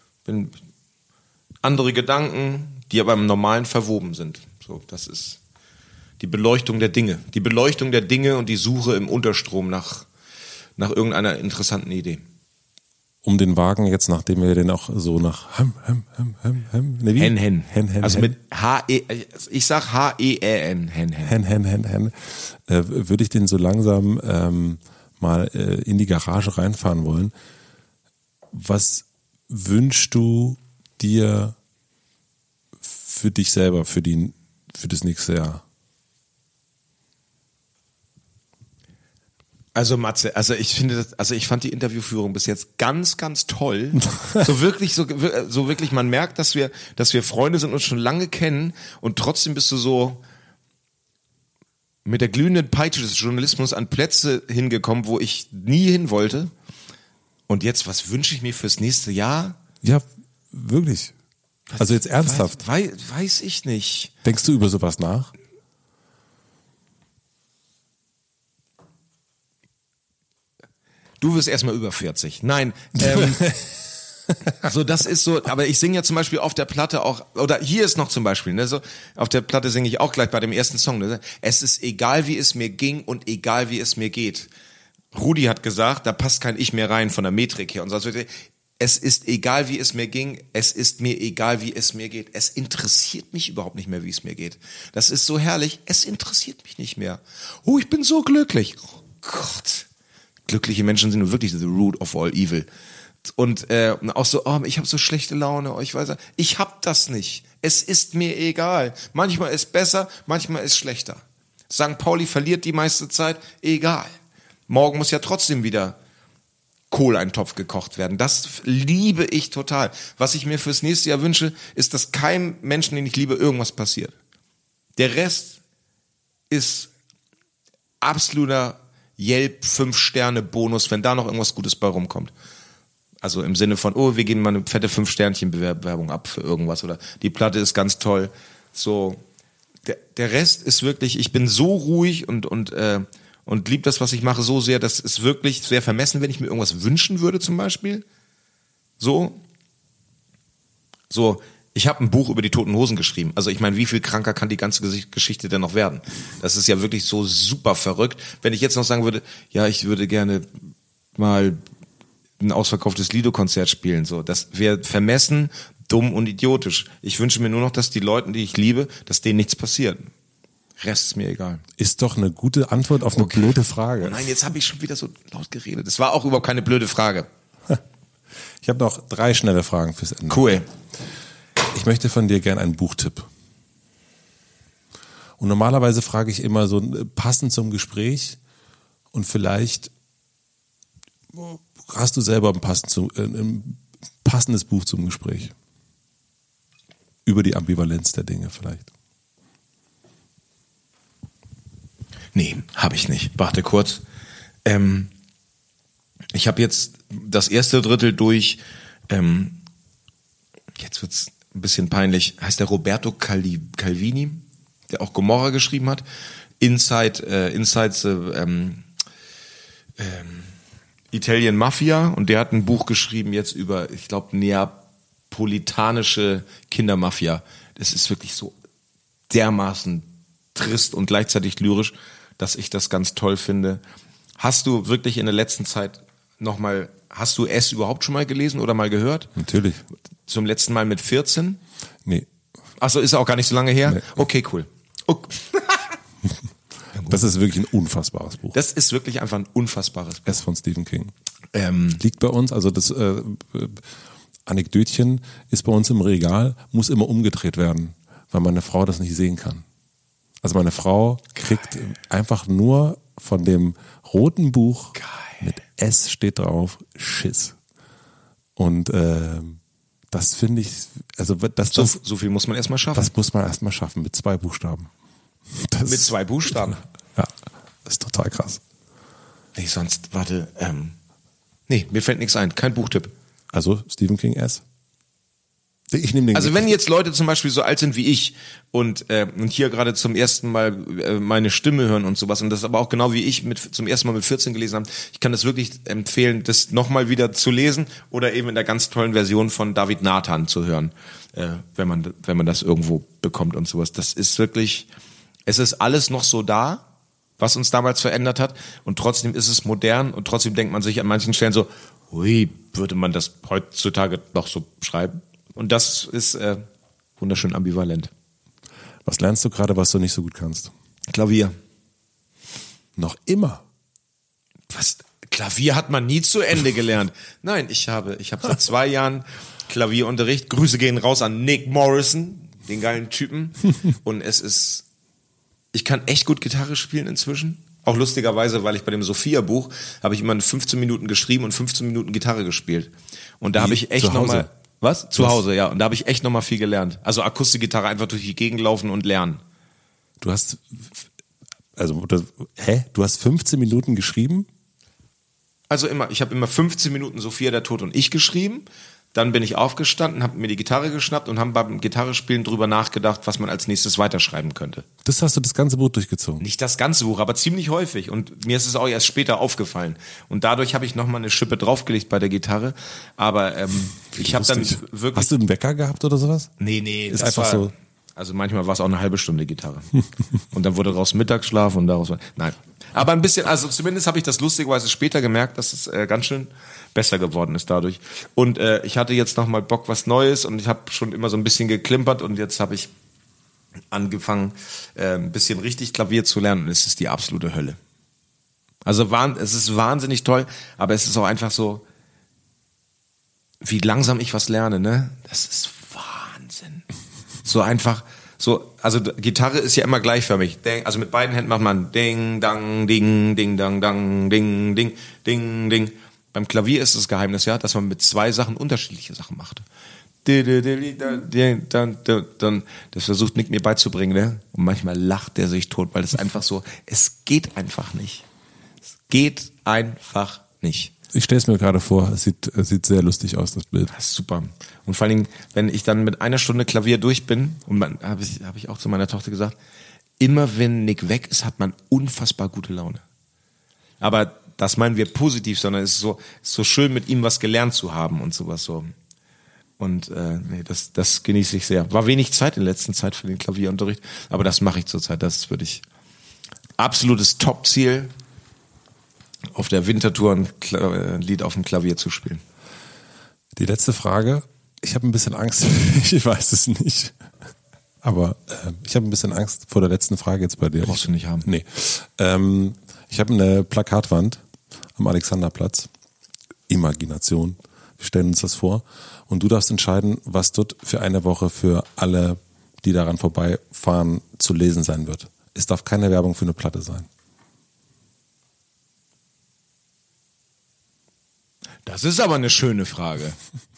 A: Andere Gedanken, die aber im Normalen verwoben sind. So, das ist die Beleuchtung der Dinge. Die Beleuchtung der Dinge und die Suche im Unterstrom nach irgendeiner interessanten Idee.
B: Um den Wagen jetzt, nachdem wir den auch so nach
A: Hen. Also mit ich sag H-E-E-N.
B: Hen. Würde ich den so langsam mal in die Garage reinfahren wollen. Was wünschst du dir für dich selber, für das nächste Jahr?
A: Also Matze, ich fand die Interviewführung bis jetzt ganz, ganz toll. So wirklich, man merkt, dass wir Freunde sind und uns schon lange kennen und trotzdem bist du so mit der glühenden Peitsche des Journalismus an Plätze hingekommen, wo ich nie hin wollte. Und jetzt, was wünsche ich mir fürs nächste Jahr?
B: Ja, wirklich. Also jetzt ernsthaft.
A: Weiß ich nicht.
B: Denkst du über sowas nach?
A: Du wirst erstmal über 40. Nein. So, das ist so, aber ich singe ja zum Beispiel auf der Platte auch, oder hier ist noch zum Beispiel, ne, so, auf der Platte singe ich auch gleich bei dem ersten Song, ne, es ist egal, wie es mir ging und egal, wie es mir geht. Rudi hat gesagt, da passt kein Ich mehr rein von der Metrik her und so. Es ist egal, wie es mir ging, es ist mir egal, wie es mir geht. Es interessiert mich überhaupt nicht mehr, wie es mir geht. Das ist so herrlich, es interessiert mich nicht mehr. Oh, ich bin so glücklich. Oh Gott. Glückliche Menschen sind nur wirklich the root of all evil. Und auch so, oh, ich habe so schlechte Laune, ich hab das nicht. Es ist mir egal. Manchmal ist besser, manchmal ist schlechter. St. Pauli verliert die meiste Zeit, egal. Morgen muss ja trotzdem wieder Kohleintopf gekocht werden. Das liebe ich total. Was ich mir fürs nächste Jahr wünsche, ist, dass keinem Menschen, den ich liebe, irgendwas passiert. Der Rest ist absoluter Yelp 5-Sterne-Bonus, wenn da noch irgendwas Gutes bei rumkommt. Also im Sinne von, oh, wir geben mal eine fette 5-Sternchen-Bewerbung ab für irgendwas oder die Platte ist ganz toll. So, der Rest ist wirklich, ich bin so ruhig und lieb das, was ich mache, so sehr, das ist wirklich sehr vermessen, wenn ich mir irgendwas wünschen würde zum Beispiel. So, ich habe ein Buch über die Toten Hosen geschrieben. Also ich meine, wie viel kranker kann die ganze Geschichte denn noch werden? Das ist ja wirklich so super verrückt. Wenn ich jetzt noch sagen würde, ja, ich würde gerne mal ein ausverkauftes Lido-Konzert spielen, so, das wäre vermessen, dumm und idiotisch. Ich wünsche mir nur noch, dass die Leute, die ich liebe, dass denen nichts passiert. Rest ist mir egal.
B: Ist doch eine gute Antwort auf eine blöde Frage.
A: Oh nein, jetzt habe ich schon wieder so laut geredet. Das war auch überhaupt keine blöde Frage.
B: Ich habe noch 3 schnelle Fragen fürs Ende.
A: Cool.
B: Ich möchte von dir gerne einen Buchtipp. Und normalerweise frage ich immer so passend zum Gespräch und vielleicht hast du selber ein passendes Buch zum Gespräch. Über die Ambivalenz der Dinge vielleicht.
A: Nee, habe ich nicht. Warte kurz. Ich habe jetzt das erste Drittel durch. Jetzt wird's ein bisschen peinlich. Heißt der Roberto Calvini, der auch Gomorra geschrieben hat. Inside the Italian Mafia. Und der hat ein Buch geschrieben jetzt über, ich glaube, neapolitanische Kindermafia. Das ist wirklich so dermaßen trist und gleichzeitig lyrisch, dass ich das ganz toll finde. Hast du wirklich in der letzten Zeit hast du es überhaupt schon mal gelesen oder mal gehört?
B: Natürlich.
A: Zum letzten Mal mit 14?
B: Nee.
A: Achso, ist auch gar nicht so lange her? Nee. Okay, cool. Okay.
B: Das ist wirklich ein unfassbares Buch.
A: Das ist wirklich einfach ein unfassbares Buch.
B: Es von Stephen King. Liegt bei uns, also das Anekdötchen ist bei uns im Regal, muss immer umgedreht werden, weil meine Frau das nicht sehen kann. Also meine Frau kriegt einfach nur von dem roten Buch mit S steht drauf, Schiss. Und das finde ich, also
A: so viel muss man erstmal schaffen.
B: Das muss man erstmal schaffen, mit 2 Buchstaben.
A: Mit 2 Buchstaben?
B: Ja, das ist total krass.
A: Nee, sonst, warte, nee, mir fällt nichts ein, kein Buchtipp.
B: Also Stephen King S. Ich nehme den.
A: Also wenn jetzt Leute zum Beispiel so alt sind wie ich und hier gerade zum ersten Mal meine Stimme hören und sowas und das aber auch genau wie ich zum ersten Mal mit 14 gelesen haben, ich kann das wirklich empfehlen, das nochmal wieder zu lesen oder eben in der ganz tollen Version von David Nathan zu hören, wenn man das irgendwo bekommt und sowas. Das ist wirklich, es ist alles noch so da, was uns damals verändert hat und trotzdem ist es modern und trotzdem denkt man sich an manchen Stellen so, ui, würde man das heutzutage noch so schreiben? Und das ist wunderschön ambivalent.
B: Was lernst du gerade, was du nicht so gut kannst?
A: Klavier.
B: Noch immer?
A: Was? Klavier hat man nie zu Ende gelernt. Nein, ich habe seit 2 Jahren Klavierunterricht. Grüße gehen raus an Nick Morrison. den geilen Typen. Und ich kann echt gut Gitarre spielen inzwischen. Auch lustigerweise, weil ich bei dem Sophia-Buch habe ich immer 15 Minuten geschrieben und 15 Minuten Gitarre gespielt. Und da habe ich echt nochmal... Was? Zu Hause, ja. Und da habe ich echt nochmal viel gelernt. Also Akustikgitarre einfach durch die Gegend laufen und lernen.
B: Du hast 15 Minuten geschrieben?
A: Also ich habe immer 15 Minuten Sophia, der Tod und ich geschrieben. Dann bin ich aufgestanden, habe mir die Gitarre geschnappt und haben beim Gitarrespielen drüber nachgedacht, was man als nächstes weiterschreiben könnte.
B: Das hast du das ganze Buch durchgezogen?
A: Nicht das ganze Buch, aber ziemlich häufig. Und mir ist es auch erst später aufgefallen. Und dadurch habe ich nochmal eine Schippe draufgelegt bei der Gitarre. Aber ich habe dann wirklich...
B: Hast du einen Wecker gehabt oder sowas?
A: Nee.
B: Ist einfach so...
A: Also manchmal war es auch eine halbe Stunde Gitarre. Und dann wurde daraus Mittagsschlaf und daraus... Nein. Aber ein bisschen, also zumindest habe ich das lustigerweise später gemerkt, dass es ganz schön besser geworden ist dadurch. Und ich hatte jetzt nochmal Bock, was Neues und ich habe schon immer so ein bisschen geklimpert und jetzt habe ich angefangen, ein bisschen richtig Klavier zu lernen und es ist die absolute Hölle. Also es ist wahnsinnig toll, aber es ist auch einfach so, wie langsam ich was lerne, ne? Das ist Wahnsinn. So einfach... So, also Gitarre ist ja immer gleichförmig. Also mit beiden Händen macht man Ding, Dang, Ding, Ding, Dang, Dang, Ding, Ding, Ding, Ding. Beim Klavier ist das Geheimnis ja, dass man mit zwei Sachen unterschiedliche Sachen macht. Das versucht Nick mir beizubringen, ne? Und manchmal lacht er sich tot, weil es einfach so, es geht einfach nicht. Es geht einfach nicht.
B: Ich stelle es mir gerade vor, es sieht sehr lustig aus, das Bild.
A: Das ist super. Und vor allen Dingen, wenn ich dann mit einer Stunde Klavier durch bin, und habe ich auch zu meiner Tochter gesagt, immer wenn Nick weg ist, hat man unfassbar gute Laune. Aber das meinen wir positiv, sondern es ist so schön, mit ihm was gelernt zu haben und sowas so. Und das genieße ich sehr. War wenig Zeit in der letzten Zeit für den Klavierunterricht, aber das mache ich zurzeit. Das ist wirklich absolutes Top-Ziel, auf der Wintertour ein Lied auf dem Klavier zu spielen.
B: Die letzte Frage, ich habe ein bisschen Angst, ich weiß es nicht, aber ich habe ein bisschen Angst vor der letzten Frage jetzt bei dir.
A: Brauchst du nicht haben.
B: Nee. Ich habe eine Plakatwand am Alexanderplatz, Imagination, wir stellen uns das vor und du darfst entscheiden, was dort für eine Woche für alle, die daran vorbeifahren, zu lesen sein wird. Es darf keine Werbung für eine Platte sein.
A: Das ist aber eine schöne Frage.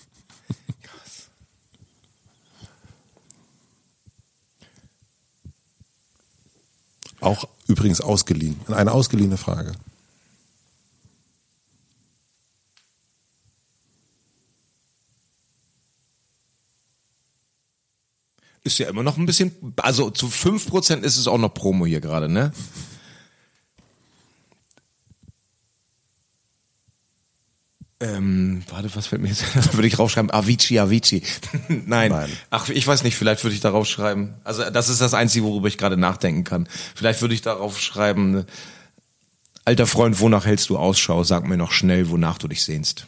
B: Auch übrigens ausgeliehen. Eine ausgeliehene Frage.
A: Ist ja immer noch ein bisschen, also zu 5% ist es auch noch Promo hier gerade, ne? Warte, was fällt mir jetzt? Würde ich raufschreiben? Avicii. Nein. Ach, ich weiß nicht, vielleicht würde ich darauf schreiben. Also, das ist das Einzige, worüber ich gerade nachdenken kann. Vielleicht würde ich darauf schreiben, alter Freund, wonach hältst du Ausschau? Sag mir noch schnell, wonach du dich sehnst.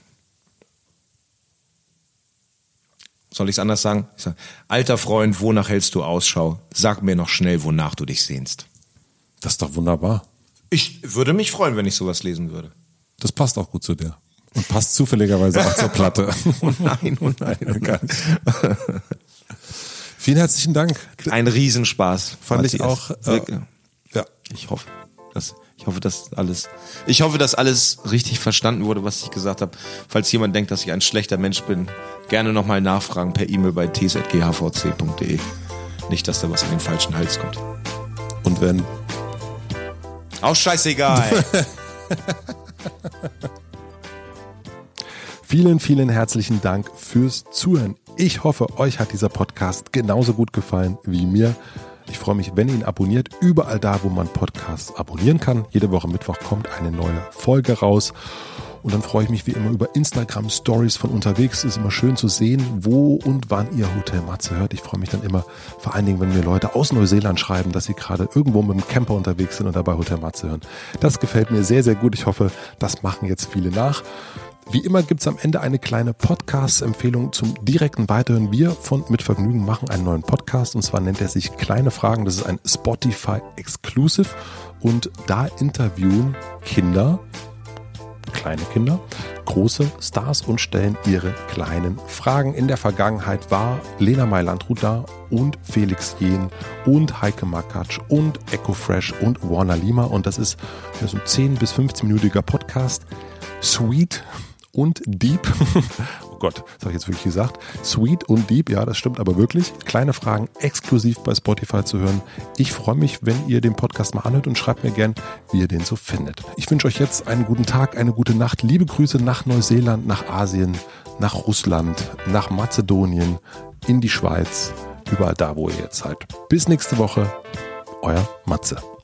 A: Soll ich es anders sagen? Ich sag, alter Freund, wonach hältst du Ausschau? Sag mir noch schnell, wonach du dich sehnst.
B: Das ist doch wunderbar.
A: Ich würde mich freuen, wenn ich sowas lesen würde.
B: Das passt auch gut zu dir. Und passt zufälligerweise auch zur Platte.
A: Oh nein.
B: Vielen herzlichen Dank.
A: Ein Riesenspaß.
B: Fand ich auch.
A: Ja. Ich hoffe, dass alles richtig verstanden wurde, was ich gesagt habe. Falls jemand denkt, dass ich ein schlechter Mensch bin, gerne nochmal nachfragen per E-Mail bei ts@ghvc.de. Nicht, dass da was in den falschen Hals kommt.
B: Und wenn?
A: Auch scheißegal.
B: Vielen, vielen herzlichen Dank fürs Zuhören. Ich hoffe, euch hat dieser Podcast genauso gut gefallen wie mir. Ich freue mich, wenn ihr ihn abonniert, überall da, wo man Podcasts abonnieren kann. Jede Woche Mittwoch kommt eine neue Folge raus. Und dann freue ich mich wie immer über Instagram-Stories von unterwegs. Es ist immer schön zu sehen, wo und wann ihr Hotel Matze hört. Ich freue mich dann immer, vor allen Dingen, wenn mir Leute aus Neuseeland schreiben, dass sie gerade irgendwo mit dem Camper unterwegs sind und dabei Hotel Matze hören. Das gefällt mir sehr, sehr gut. Ich hoffe, das machen jetzt viele nach. Wie immer gibt es am Ende eine kleine Podcast-Empfehlung zum direkten Weiterhören. Wir von Mit Vergnügen machen einen neuen Podcast und zwar nennt er sich Kleine Fragen. Das ist ein Spotify-Exclusive und da interviewen Kinder, kleine Kinder, große Stars und stellen ihre kleinen Fragen. In der Vergangenheit war Lena Meyer-Landrut da und Felix Jähn und Heike Makatsch und Ecofresh und Warner Lima. Und das ist so ein 10- bis 15-minütiger Podcast. Sweet und deep. Oh Gott, das habe ich jetzt wirklich gesagt. Sweet und deep, ja, das stimmt aber wirklich. Kleine Fragen exklusiv bei Spotify zu hören. Ich freue mich, wenn ihr den Podcast mal anhört und schreibt mir gern, wie ihr den so findet. Ich wünsche euch jetzt einen guten Tag, eine gute Nacht. Liebe Grüße nach Neuseeland, nach Asien, nach Russland, nach Mazedonien, in die Schweiz, überall da, wo ihr jetzt seid. Bis nächste Woche, euer Matze.